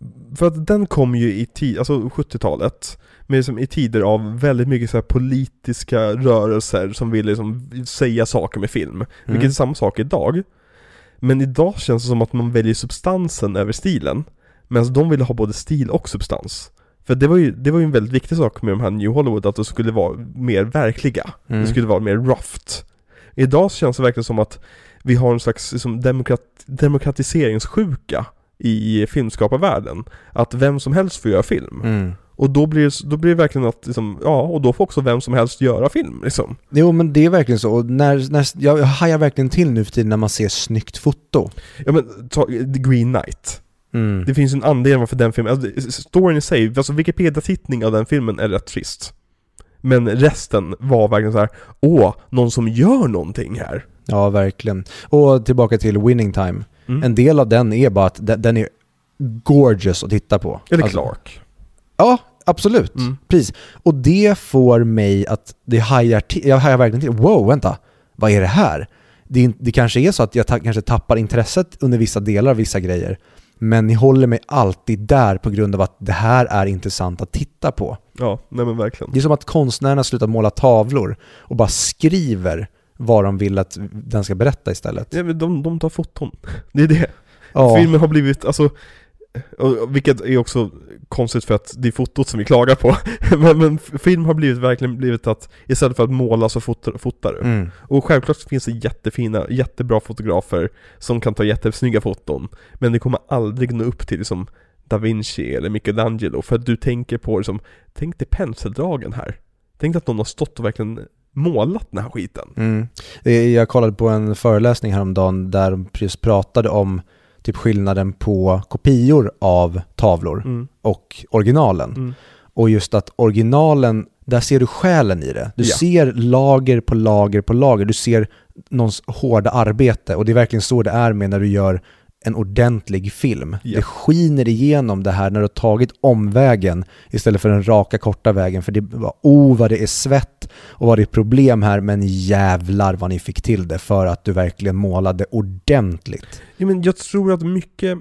för att den kom ju i tid, alltså sjuttiotalet, med liksom i tider av väldigt mycket så här politiska rörelser som vill liksom säga saker med film, mm. vilket är samma sak idag. Men idag känns det som att man väljer substansen över stilen, medan de ville ha både stil och substans. För det var ju, det var ju en väldigt viktig sak med de här New Hollywood, att de skulle vara mer verkliga. Mm. Det skulle vara mer rough. Idag känns det verkligen som att vi har en slags liksom, demokrat- demokratiseringssjuka i filmskaparvärlden. Att vem som helst får göra film. Mm. Och då blir, då blir det verkligen att liksom, ja, och då får också vem som helst göra film liksom. Jo, men det är verkligen så. Och när, när, jag hajar verkligen till nu för tiden när man ser snyggt foto. Ja, men ta The Green Knight. Mm. Det finns en anledning varför den filmen, alltså, storyn i sig, alltså Wikipedia-tittning av den filmen är rätt trist. Men resten var verkligen så här: åh, någon som gör någonting här. Ja, verkligen. Och tillbaka till Winning Time. Mm. En del av den är bara att den är gorgeous att titta på. Eller alltså, Clark. Ja, absolut. Mm. Precis. Och det får mig att det hajar till, jag hajar verkligen till. Wow, vänta. Vad är det här? Det, det kanske är så att jag ta, kanske tappar intresset under vissa delar av vissa grejer. Men ni håller mig alltid där på grund av att det här är intressant att titta på. Ja, nej men verkligen. Det är som att konstnärerna slutar måla tavlor och bara skriver vad de vill att den ska berätta istället. Ja, men de, de tar foton. Det är det. Ja. Filmen har blivit, alltså, vilket är också konstigt för att det är fotot som vi klagar på. men, men film har blivit verkligen blivit att istället för att måla så fotar, fotar du. Mm. Och självklart finns det jättefina, jättebra fotografer som kan ta jättesnygga foton. Men det kommer aldrig nå upp till liksom Da Vinci eller Michelangelo, för att du tänker på liksom, tänk dig penseldragen här. Tänk att någon har stått och verkligen målat den här skiten. Mm. Jag kollade på en föreläsning häromdagen där de precis pratade om typ skillnaden på kopior av tavlor mm. och originalen. Mm. Och just att originalen, där ser du själen i det. Du ja. ser lager på lager på lager. Du ser någons hårda arbete. Och det är verkligen så det är med när du gör en ordentlig film. Ja. Det skiner igenom det här när du har tagit omvägen istället för den raka korta vägen. För det var, oh vad det är svett och vad det är problem här, men jävlar vad ni fick till det för att du verkligen målade ordentligt. Ja, men jag tror att mycket,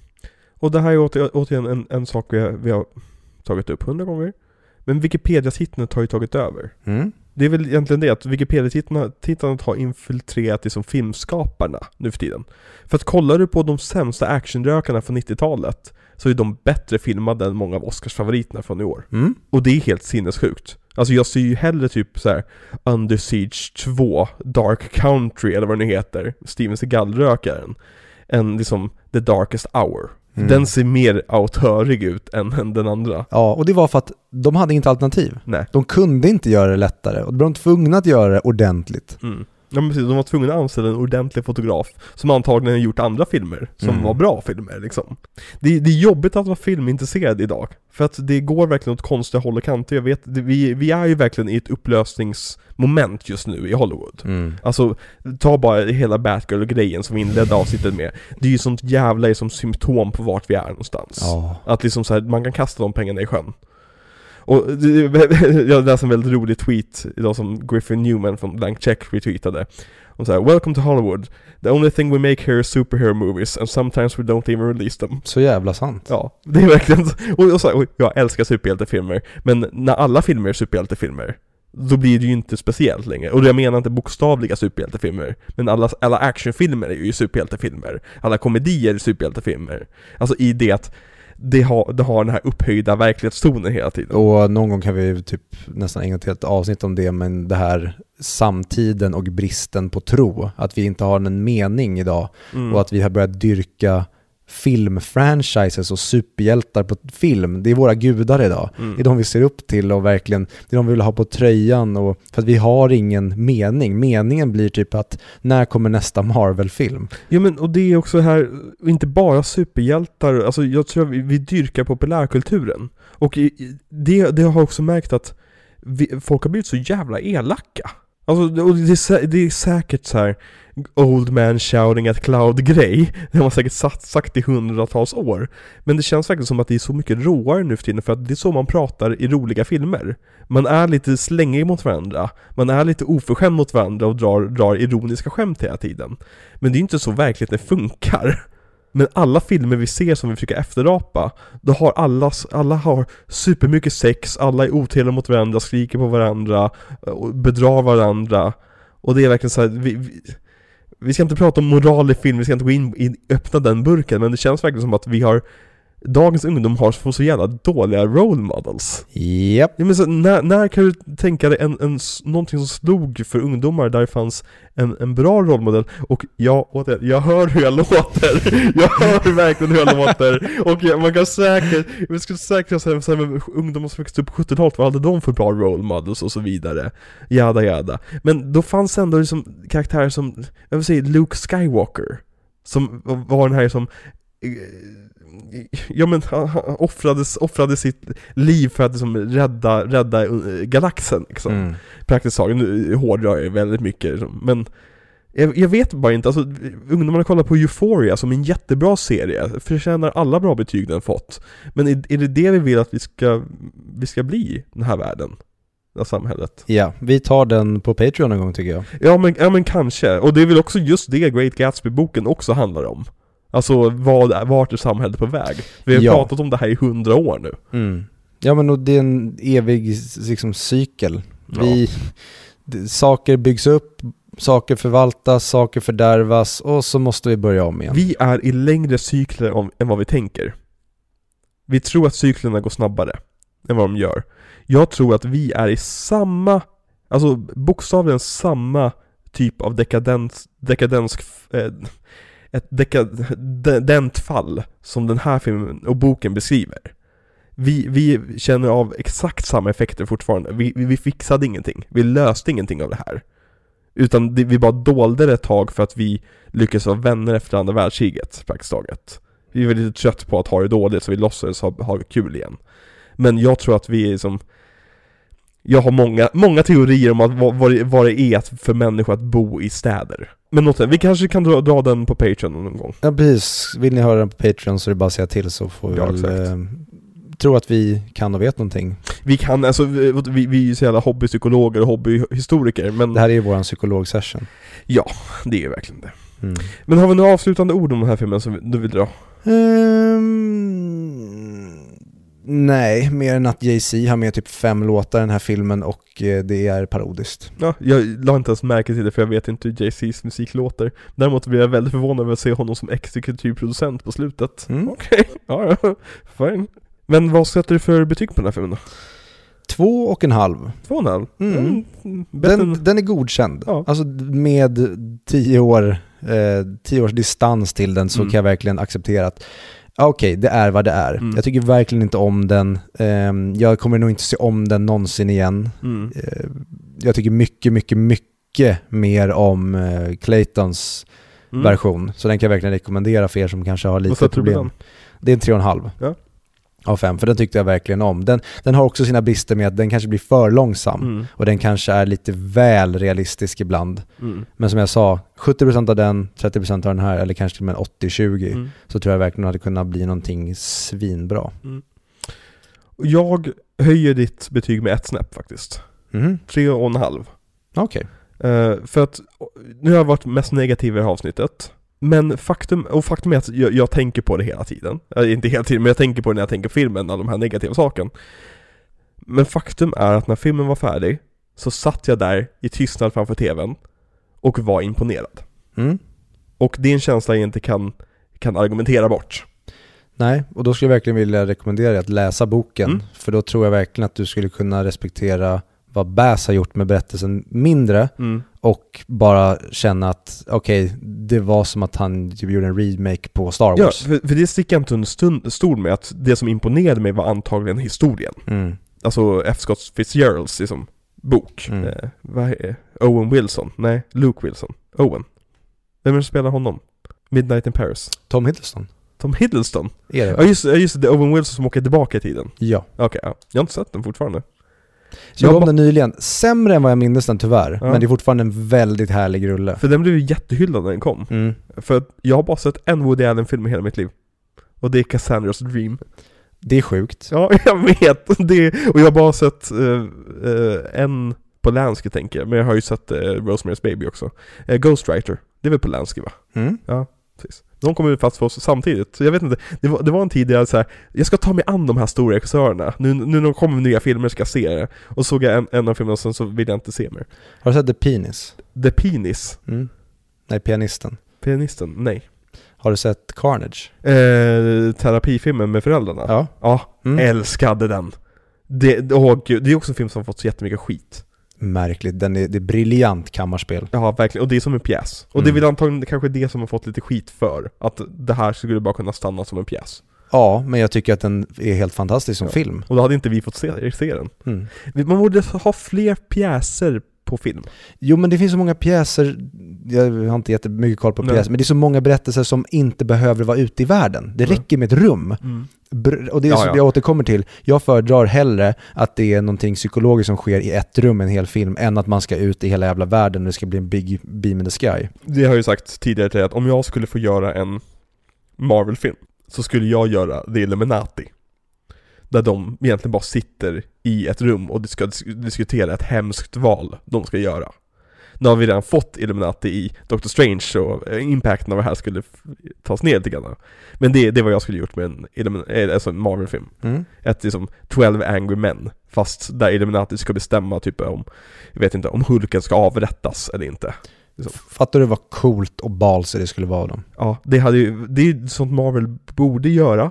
och det här är åter, återigen en, en sak vi har, vi har tagit upp hundra gånger, men Wikipedia-tittarna har ju tagit över. Mm. Det är väl egentligen det att Wikipedia-tittarna har infiltrerat liksom filmskaparna nu för tiden. För att kollar du på de sämsta actionrökarna från nittiotalet så är de bättre filmade än många av Oscars favoriterna från i år. Mm. Och det är helt sinnessjukt. Alltså jag ser ju hellre typ så här Under Siege två, Dark Country eller vad det nu heter, Steven Seagal-rökaren, än liksom The Darkest Hour. Mm. Den ser mer autörig ut än, än den andra. Ja, och det var för att de hade inte alternativ. Nej. De kunde inte göra det lättare och de var tvungna att göra det ordentligt. Mm. Ja, men precis, de var tvungna att anställa en ordentlig fotograf som antagligen har gjort andra filmer som mm. var bra filmer liksom. Det, det är jobbigt att vara filmintresserad idag, för att det går verkligen åt konstiga håll och kanter. Jag vet, det, vi, vi är ju verkligen i ett upplösningsmoment just nu i Hollywood. Mm. Alltså, ta bara hela Batgirl-grejen som vi inledde avsnittet med. Det är ju sånt jävla som symptom på vart vi är någonstans. Oh. Att liksom så här, man kan kasta de pengarna i sjön. Och jag läste en väldigt rolig tweet idag som Griffin Newman från Blank Check retweetade. Och så här: "Welcome to Hollywood. The only thing we make here is superhero movies and sometimes we don't even release them." Så jävla sant. Ja, det är verkligen. Och, och, så här, och jag älskar superhjältefilmer, men när alla filmer är superhjältefilmer, då blir det ju inte speciellt längre. Och jag menar inte bokstavliga superhjältefilmer, men alla, alla actionfilmer är ju superhjältefilmer. Alla komedier är superhjältefilmer. Alltså i det att Det har, det har den här upphöjda verklighetstonen hela tiden. Och någon gång kan vi typ nästan ägna ett helt avsnitt om det, men det här samtiden och bristen på tro. Att vi inte har en mening idag mm. och att vi har börjat dyrka filmfranchises och superhjältar på film. Det är våra gudar idag. Mm. Det är de vi ser upp till och verkligen, det är de vi vill ha på tröjan, och för att vi har ingen mening. Meningen blir typ att när kommer nästa Marvel-film? Ja, men och det är också här, inte bara superhjältar, alltså jag tror vi, vi dyrkar populärkulturen. Och det, det har också märkt att vi, folk har blivit så jävla elaka. Alltså, och det, är, det är säkert så här old man shouting at cloud-grej. Det har man säkert sagt, sagt i hundratals år. Men det känns faktiskt som att det är så mycket råare nu för tiden, för att det är så man pratar i roliga filmer. Man är lite slängig mot varandra. Man är lite oförskämd mot varandra och drar, drar ironiska skämt hela tiden. Men det är inte så verkligheten funkar. Men alla filmer vi ser som vi försöker efterapa, då har alla, alla har supermycket sex, alla är otrevliga mot varandra, skriker på varandra, bedrar varandra. Och det är verkligen så här, vi, vi, vi ska inte prata om moral i film, vi ska inte gå in och öppna den burken, men det känns verkligen som att vi har, dagens ungdom har så, så jävla dåliga role models. Yep. Ja, men så, när, när kan du tänka dig en, en, någonting som slog för ungdomar där det fanns en, en bra rollmodell? Och jag, åter, jag hör hur jag låter. Jag hör verkligen hur jag låter. Och jag, man kan säkert, vi skulle säkert säga så här, med ungdomar som växte upp på sjuttiotalet, vad hade de för bra role models och så vidare. Jada jada. Men då fanns ändå liksom karaktärer som, jag vill säga Luke Skywalker, som var den här som ja men han offrades, offrade sitt liv för att liksom rädda, rädda galaxen liksom. Mm. Praktiskt taget, nu hårdrar jag väldigt mycket liksom. Men jag, jag vet bara inte, alltså ungdomarna kollar på Euphoria som en jättebra serie, förtjänar alla bra betyg den fått. Men är, är det det vi vill att vi ska vi ska bli, den här världen, det här samhället? Ja, vi tar den på Patreon en gång tycker jag. Ja men, ja men kanske, och det är väl också just det Great Gatsby-boken också handlar om. Alltså, vad, vart är samhället på väg? Vi har ja. pratat om det här i hundra år nu. Mm. Ja, men och det är en evig liksom, cykel. Vi, ja. Saker byggs upp, saker förvaltas, saker fördärvas och så måste vi börja om igen. Vi är i längre cykler om, än vad vi tänker. Vi tror att cyklerna går snabbare än vad de gör. Jag tror att vi är i samma, alltså bokstavligen samma typ av dekadens, dekadensk... Eh, ett dekadent fall som den här filmen och boken beskriver. Vi, vi känner av exakt samma effekter fortfarande. Vi, vi fixade ingenting. Vi löste ingenting av det här. Utan det, vi bara dolde det ett tag för att vi lyckades vara vänner efter andra världskriget praktiskt taget. Vi var lite trött på att ha det dåligt så vi låtsades ha, ha kul igen. Men jag tror att vi är som... Jag har många, många teorier om att vad, vad det är för människor att bo i städer. Men något, vi kanske kan dra, dra den på Patreon någon gång. Ja, precis. Vill ni höra den på Patreon så är det bara att säga till, så får vi ja, väl eh, tro att vi kan och vet någonting. Vi kan, alltså vi, vi är ju så jävla hobbypsykologer och hobbyhistoriker, men... Det här är ju våran psykologsession. Ja, det är verkligen det. Mm. Men har vi några avslutande ord om den här filmen som du vill dra? Um... Nej, mer än att Jay-Z har med typ fem låtar i den här filmen och eh, det är parodiskt. Ja, jag la inte ens märke till det för jag vet inte hur Jay-Z's musik låter. Däremot blir jag väldigt förvånad över att se honom som exekutivproducent på slutet. Mm. Okej, okay. Ja, ja, fine. Men vad sätter du för betyg på den här filmen då? Två och en halv. Två och en halv? Mm. Mm. Den, den är godkänd. Ja. Alltså med tio år, eh, tio års distans till den så mm. kan jag verkligen acceptera att okej, okay, det är vad det är. Mm. Jag tycker verkligen inte om den. Um, jag kommer nog inte se om den någonsin igen. Mm. Uh, jag tycker mycket, mycket, mycket mer om uh, Claytons mm. version. Så den kan jag verkligen rekommendera för er som kanske har lite problem. Det är en tre och en halv. Ja. Av fem, för den tyckte jag verkligen om. Den, den har också sina brister med att den kanske blir för långsam. Mm. Och den kanske är lite väl realistisk ibland. Mm. Men som jag sa, sjuttio procent av den, trettio procent av den här, eller kanske till och med åttio tjugo. Mm. Så tror jag verkligen att det kunde bli någonting svinbra. Mm. Jag höjer ditt betyg med ett snäpp faktiskt. Mm. Tre och en halv. Okej. Okay. Uh, för att nu har jag varit mest negativ i det här avsnittet. Men faktum, och faktum är att jag, jag tänker på det hela tiden. Äh, inte hela tiden, men jag tänker på det när jag tänker filmen, alla de här negativa sakerna. Men faktum är att när filmen var färdig så satt jag där i tystnad framför tvn och var imponerad. Mm. Och det är en känsla jag inte kan, kan argumentera bort. Nej, och då skulle jag verkligen vilja rekommendera dig att läsa boken. Mm. För då tror jag verkligen att du skulle kunna respektera vad Bass har gjort med berättelsen mindre mm. och bara känna att okej, okay, det var som att han gjorde en remake på Star Wars. Ja, för, för det sticker inte under stund, stol med att det som imponerade mig var antagligen historien. Mm. Alltså F. Scott Fitzgeralds liksom, bok. Mm. Eh, vad är Owen Wilson? Nej, Luke Wilson. Owen. Vem är det som spelar honom? Midnight in Paris. Tom Hiddleston. Tom Hiddleston? Är det? Ja, just, just det. Owen Wilson som åker tillbaka i tiden. Ja. Okej, okay, ja. Jag har inte sett den fortfarande. Så jag kom den nyligen. Sämre än vad jag minns den tyvärr. Ja. Men det är fortfarande en väldigt härlig rulle. För den blev ju jättehyllad när den kom. Mm. För att jag har bara sett en Woody Allen-film i hela mitt liv. Och det är Cassandra's Dream. Det är sjukt. Ja, jag vet. Det, och jag har bara sett uh, uh, en på Lansky tänker jag. Men jag har ju sett uh, Rosemary's Baby också. Uh, Ghostwriter. Det är väl på Lansky va? Mm. Ja. precis. De kommer ut fast för oss samtidigt. Så jag vet inte, det var, det var en tid där jag så här, jag ska ta mig an de här stora regissörerna. Nu, nu när de kommer med nya filmer ska jag se det. Och såg jag en, en av filmerna och sen så vill jag inte se mer. Har du sett The Penis? The Penis? Mm. Nej, Pianisten. Pianisten? Nej. Har du sett Carnage? Eh, terapifilmen med föräldrarna? Ja. Ja, mm. älskade den. Det, åh, gud, det är också en film som fått så jättemycket skit. Märkligt, den är, det är briljant kammarspel. Ja, verkligen, och det är som en pjäs. Och Mm. det är väl antagligen kanske det som har fått lite skit för. Att det här skulle bara kunna stanna som en pjäs. Ja, men jag tycker att den är helt fantastisk som ja. film. Och då hade inte vi fått se, se den. Mm. Man borde ha fler pjäser på film. Jo, men det finns så många pjäser, jag har inte jättemycket koll på Nej. pjäser, men det är så många berättelser som inte behöver vara ute i världen. Det Nej. räcker med ett rum. Mm. Br- och det är Ja, som ja. jag återkommer till. Jag föredrar hellre att det är någonting psykologiskt som sker i ett rum, en hel film, än att man ska ut i hela jävla världen och det ska bli en big beam in the sky. Det har jag ju sagt tidigare till dig, att om jag skulle få göra en Marvel-film så skulle jag göra The Illuminati. Där de egentligen bara sitter i ett rum och ska dis- diskutera ett hemskt val de ska göra. Nu har vi redan fått Illuminati i Doctor Strange och impacten av det här skulle f- tas ner lite grann. Men det, det var jag skulle gjort med en, Illumin- alltså en Marvel-film. Mm. Ett liksom twelve Angry Men, fast där Illuminati ska bestämma typ om, jag vet inte, om Hulken ska avrättas eller inte. Liksom. Fattar du vad coolt och balsig det skulle vara av dem? Ja, det hade ju, det är ju sånt Marvel borde göra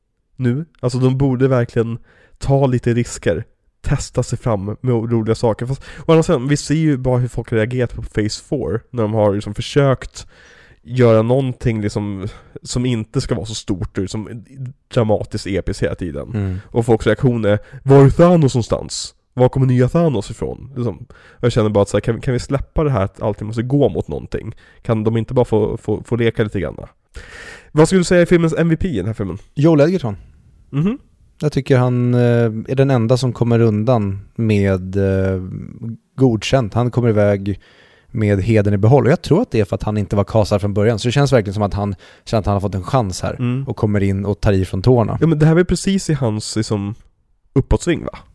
nu. Alltså de borde verkligen ta lite risker, testa sig fram med roliga saker. Fast å andra sidan, vi ser ju bara hur folk har reagerat på Phase four när de har liksom försökt göra någonting liksom som inte ska vara så stort och som dramatiskt episkt hela tiden. Mm. Och folks reaktion är, var är Thanos någonstans? Var kommer nya Thanos ifrån? Liksom. Jag känner bara att så här, kan, kan vi släppa det här att allting måste gå mot någonting? Kan de inte bara få, få, få leka lite grann? Vad skulle du säga är filmens M V P i den här filmen? Joel Edgerton. Mhm. Jag tycker han eh, är den enda som kommer undan med eh, godkänt. Han kommer iväg med heden i behåll. Och jag tror att det är för att han inte var kasad från början. Så det känns verkligen som att han känner att han har fått en chans här. Mm. Och kommer in och tar i från tårna. Ja, men det här var precis i hans liksom, uppåtsving, va?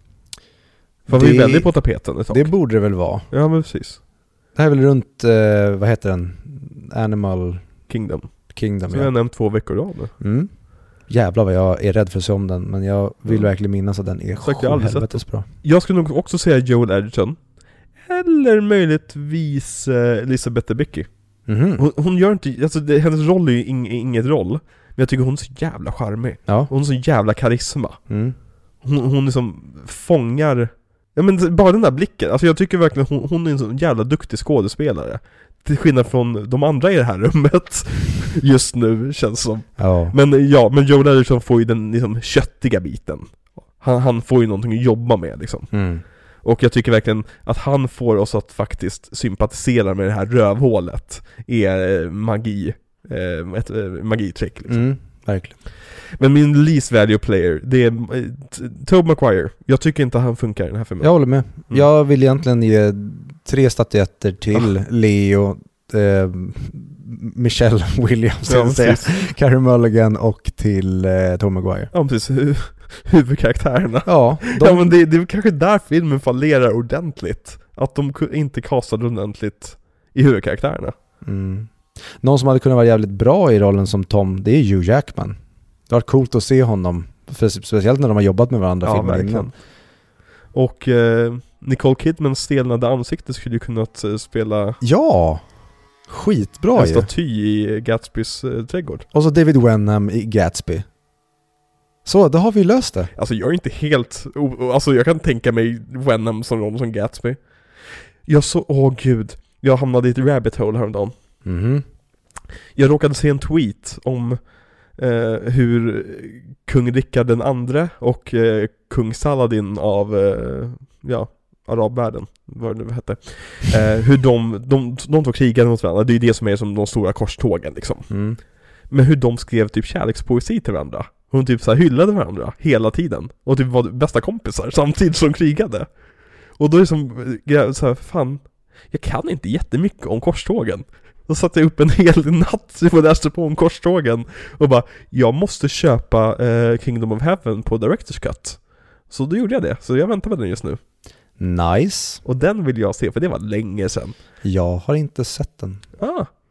För Det- vi är väldigt på tapeten ett tag. Det borde det väl vara. Ja, men precis. Det här är väl runt, eh, vad heter den? Animal Kingdom. Kingdom, Som jag ja. har nämnt två veckor idag nu. Mm. Jävlar vad jag är rädd för att se om den. Men jag vill Mm. verkligen minnas att den är Sagt, jag har aldrig helvetes bra. Jag skulle nog också säga Joel Edgerton. Eller möjligtvis eh, Elizabeth Debicki. Mhm. Hon, hon gör inte, alltså det, hennes roll är ju ing, inget roll. Men jag tycker hon är så jävla charmig. Ja. Hon har så jävla karisma. Mm. Hon, hon liksom fångar, ja men bara den där blicken. Alltså jag tycker verkligen hon, hon är en så jävla duktig skådespelare. Till skillnad från de andra i det här rummet just nu, känns som. Ja. Men ja, men Joel Edgerton får ju den liksom köttiga biten. Han, han får ju någonting att jobba med liksom. Mm. Och jag tycker verkligen att han får oss att faktiskt sympatisera med det här rövhålet är eh, magi, eh, ett eh, magitrick liksom. Mm. Verkligen. Men min least value player, det är eh, T- Tobey Maguire. Jag tycker inte han funkar i den här filmen. Jag håller med. Mm. Jag vill egentligen ge tre statyetter till Ah. Leo, eh, Michelle Williams, Ja, ja, säga. precis. Carey Mulligan och till eh, Tom Maguire. Ja, precis. Hu- Huvudkaraktärerna. Ja, de, Ja, men det, det är kanske där filmen fallerar ordentligt. Att de ku- inte castade ordentligt i huvudkaraktärerna. mm. Någon som hade kunnat vara jävligt bra i rollen som Tom, det är Hugh Jackman. Det har varit coolt att se honom, för, speciellt när de har jobbat med varandra Ja, filmer verkligen. innan. Och eh, Nicole Kidmans stelnade ansikte skulle ju kunnat eh, spela Ja, skitbra en ju. staty i Gatsbys eh, trädgård. Och så David Wenham i Gatsby. Så, då har vi löst det. Alltså jag är inte helt... O- alltså jag kan tänka mig Wenham som roll som Gatsby. Jag så... Åh gud. Jag hamnade i ett rabbit hole häromdagen. Mhm. Jag råkade se en tweet om eh, hur kung Rickard den andre och eh, kung Saladin av eh, ja, arabvärlden, vad det nu hette, eh, hur de, de, de två krigade mot varandra. Det är ju det som är som de stora korstågen liksom. Mm. Men hur de skrev typ kärlekspoesi till varandra. Hon typ så här hyllade varandra hela tiden. Och typ var bästa kompisar samtidigt som krigade. Och då är det som, jag, så här, fan, jag kan inte jättemycket om korstågen. Då satt jag upp en hel natt och läste på om korstågen. Och bara, jag måste köpa eh, Kingdom of Heaven på Director's Cut. Så då gjorde jag det. Så jag väntar med den just nu. Nice. Och den vill jag se, för det var länge sedan. Jag har inte sett den. Ah,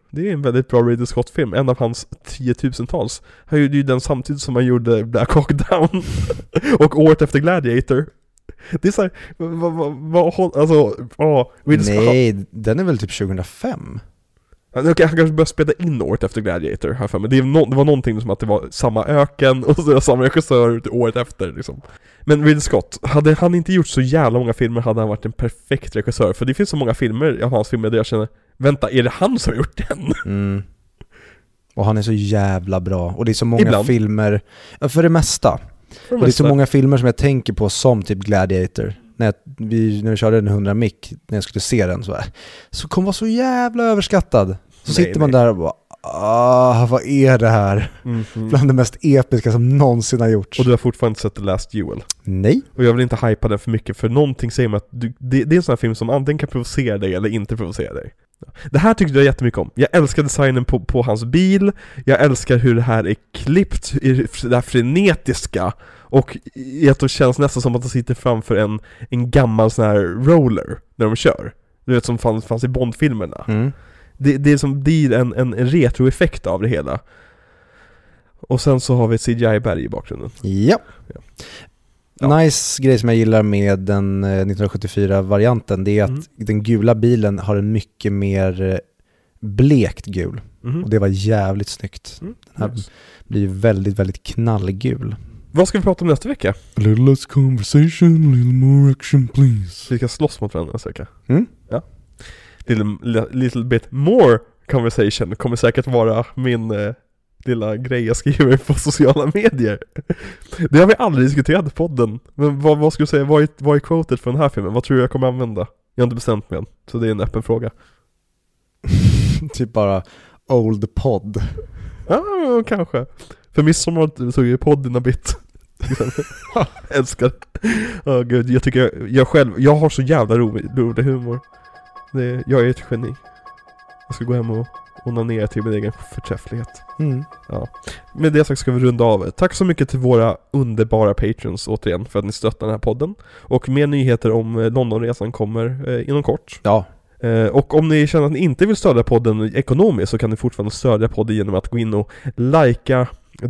Det är en väldigt bra Ridley Scott-film. En av hans tiotusentals. Han gjorde ju den samtidigt som han gjorde Black Hawk Down. Och året efter Gladiator. Det är såhär, vad, vad, vad, alltså, ja. Nej, Scott. Den är väl typ tjugohundrafem? Han kanske började spela in året efter Gladiator här för mig. Det, no, det var någonting som att det var samma öken och så samma regissör året efter liksom. Men Ridley Scott, hade han inte gjort så jävla många filmer hade han varit en perfekt regissör. För det finns så många filmer av hans filmer där jag känner, vänta, är det han som har gjort den? Mm. Och han är så jävla bra. Och det är så många Ibland. filmer, för det mesta. För det och det är så många filmer som jag tänker på som typ Gladiator. När, jag, vi, när vi körde den hundra mick, när jag skulle se den så, här, så kom vara så jävla överskattad. Så nej, sitter man nej. där och bara, ah, vad är det här? Mm-hmm. Bland det mest episka som någonsin har gjorts. Och du har fortfarande inte sett The Last Duel? Nej. Och jag vill inte hypa den för mycket, för någonting säger mig att du, det, det är en sån här film som antingen kan provocera dig eller inte provocera dig. Det här tyckte jag jättemycket om. Jag älskar designen på, på hans bil. Jag älskar hur det här är klippt, det här frenetiska. Och det känns nästan som att de sitter framför en, en gammal sån här roller när de kör. Du vet, som fanns, fanns i Bond-filmerna. Mm. Det, det är som blir en, en, en retroeffekt av det hela. Och sen så har vi ett C G I-berg i bakgrunden. Ja. ja. Ja. Nice grej som jag gillar med den nittonhundrasjuttiofyra-varianten, det är att mm. den gula bilen har en mycket mer blekt gul. Mm. Och det var jävligt snyggt. Mm. Den här yes. blir väldigt, väldigt knallgul. Vad ska vi prata om nästa vecka? A little less conversation, a little more action please. Vi ska slåss mot varandra nästa vecka. Mm? Ja. Little, little bit more conversation kommer säkert vara min eh, lilla grej jag skriver på sociala medier. Det har vi aldrig diskuterat i podden. Men vad, vad ska du säga? Vad är, vad är quotet för den här filmen? Vad tror du jag kommer använda? Jag har inte bestämt mig än. Så det är en öppen fråga. Typ bara old podd. Ja, kanske. För midsommar såg jag ju podd dina bit. Älskar. Oh, gud, jag tycker jag, jag själv, jag har så jävla rolig, rolig humor. Det, jag är ett geni. Jag ska gå hem och onanera till min egen förträfflighet. Mm. Ja. Med det sagt ska vi runda av. Tack så mycket till våra underbara patrons återigen för att ni stöttar den här podden. Och mer nyheter om Londonresan kommer eh, inom kort. Ja. Eh, och om ni känner att ni inte vill stödja podden ekonomiskt så kan ni fortfarande stödja podden genom att gå in och likea,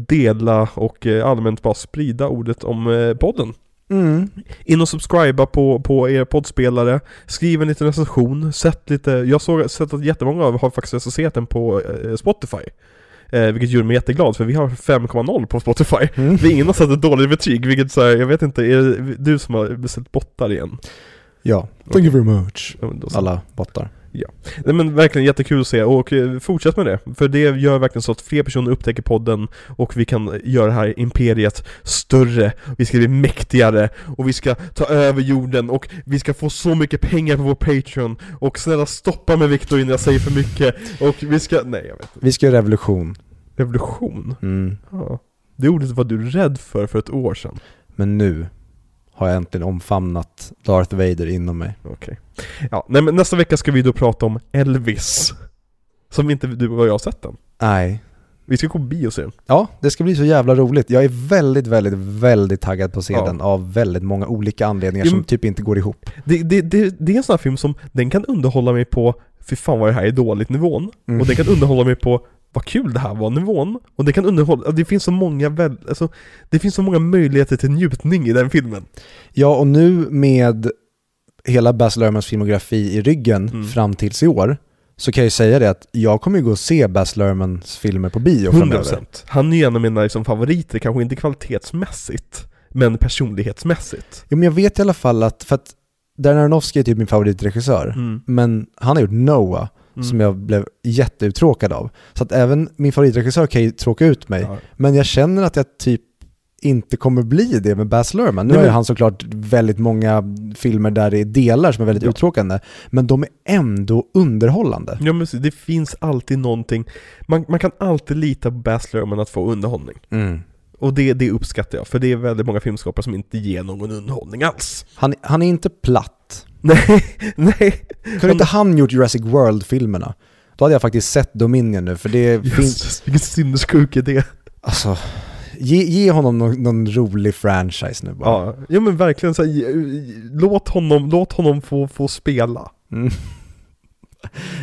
dela och eh, allmänt bara sprida ordet om eh, podden. Mm. In och subscriba på, på er poddspelare. Skriv en liten recension. Sätt lite, jag såg sett att jättemånga av har faktiskt recenserat den på eh, Spotify. Eh, vilket gör mig jätteglad för vi har fem komma noll på Spotify. Mm. Vi ingen har satt ett dåligt betyg, vilket så här, jag vet inte, är det du som har beställt bottar igen? Ja, thank okay. you very much. Ja, alla bottar. Ja. Nej, men verkligen jättekul att se och eh, fortsätt med det. För det gör verkligen så att fler personer upptäcker podden och vi kan göra det här imperiet större. Vi ska bli mäktigare och vi ska ta över jorden och vi ska få så mycket pengar på vår Patreon. Och snälla stoppa mig Victor innan jag säger för mycket. Och vi ska, nej jag vet inte. Vi ska göra revolution. Revolution? Mm. Ja. Det ordet var du rädd för för ett år sedan. Men nu har jag äntligen omfamnat Darth Vader inom mig. Okej. Okay. Ja, nej, men nästa vecka ska vi då prata om Elvis. Som inte du och jag har sett den. Nej. Vi ska gå på bio sen. Ja, det ska bli så jävla roligt. Jag är väldigt, väldigt, väldigt taggad på att se ja. den av väldigt många olika anledningar jo, som typ inte går ihop. Det, det, det, det är en sån här film som den kan underhålla mig på, fy fan vad det här är dåligt nivån. Mm. Och den kan underhålla mig på vad kul det här var nivån. Och det kan underhålla, det finns så många väl, alltså, det finns så många möjligheter till njutning i den filmen. Ja, och nu med hela Baz Luhrmanns filmografi i ryggen mm. fram tills i år så kan jag ju säga det att jag kommer ju gå och se Baz Luhrmanns filmer på bio framöver. hundra procent. Han är en av mina liksom, favoriter, kanske inte kvalitetsmässigt men personlighetsmässigt. Jo, men jag vet i alla fall att, för att Darren Aronofsky är typ min favoritregissör mm. men han har gjort Noah Mm. som jag blev jätteuttråkad av. Så att även min favoritregissör kan ju tråka ut mig. Ja. Men jag känner att jag typ inte kommer bli det med Baz Luhrmann. Nu Nej, har ju han såklart väldigt många filmer där det är delar som är väldigt ja. uttråkande. Men de är ändå underhållande. Ja, men det finns alltid någonting. Man, man kan alltid lita på Baz Luhrmann att få underhållning. Mm. Och det, det uppskattar jag. För det är väldigt många filmskapare som inte ger någon underhållning alls. Han, han är inte platt. Nej, nej. Kunde inte han gjort Jurassic World-filmerna? Då hade jag faktiskt sett Dominion nu, för det yes, finns... Vilken sinnessjuk är det? Alltså, ge, ge honom någon, någon rolig franchise nu bara. Ja, ja men verkligen så här, låt honom, låt honom få, få spela. Mm.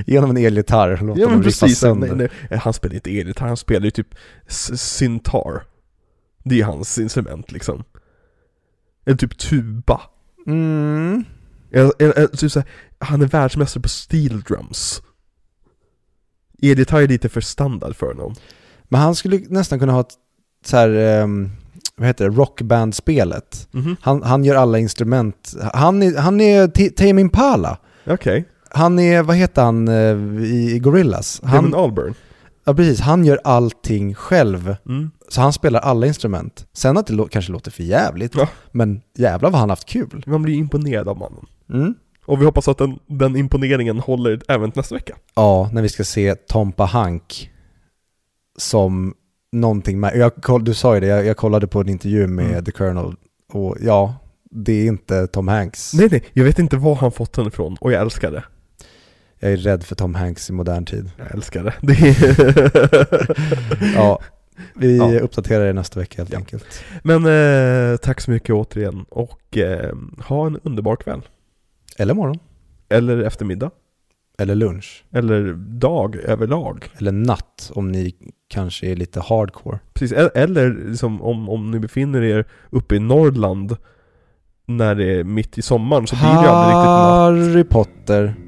genom en elgitarr och låta Ja, dem men riffa precis. sönder. Nej, nej. Han spelar inte elgitarr, han spelar ju typ syntar. Det är hans instrument liksom. Eller typ tuba. Mm. Eller, eller, typ så här, han är världsmästare på steel drums. Elgitarr är lite för standard för honom. Men han skulle nästan kunna ha ett så här, um, vad heter det, rockband-spelet. Mm-hmm. Han, han gör alla instrument. Han är, han är T- Tame Impala. Okej. Okay. Han är, vad heter han uh, i Gorillaz? Han, Damon Albarn. Ja, precis. Han gör allting själv. Mm. Så han spelar alla instrument. Sen att det lo- kanske låter för jävligt. Ja. Men jävlar vad han haft kul. Man blir imponerad av mannen. Mm. Och vi hoppas att den, den imponeringen håller även nästa vecka. Ja, när vi ska se Tompa Hank som någonting med. Jag, koll, du sa ju det, jag, jag kollade på en intervju med mm. The Colonel. Och ja, det är inte Tom Hanks. Nej, nej. Jag vet inte var han fått den ifrån. Och jag älskar det. Jag är rädd för Tom Hanks i modern tid. Jag älskar det. det är ja, vi ja. uppdaterar det nästa vecka helt ja. enkelt. Men eh, tack så mycket återigen. Och eh, ha en underbar kväll. Eller morgon. Eller eftermiddag. Eller lunch. Eller dag överlag. Eller natt om ni kanske är lite hardcore. Precis, eller liksom, om, om ni befinner er uppe i Norrland när det är mitt i sommaren så blir det aldrig riktigt natt. Harry Potter.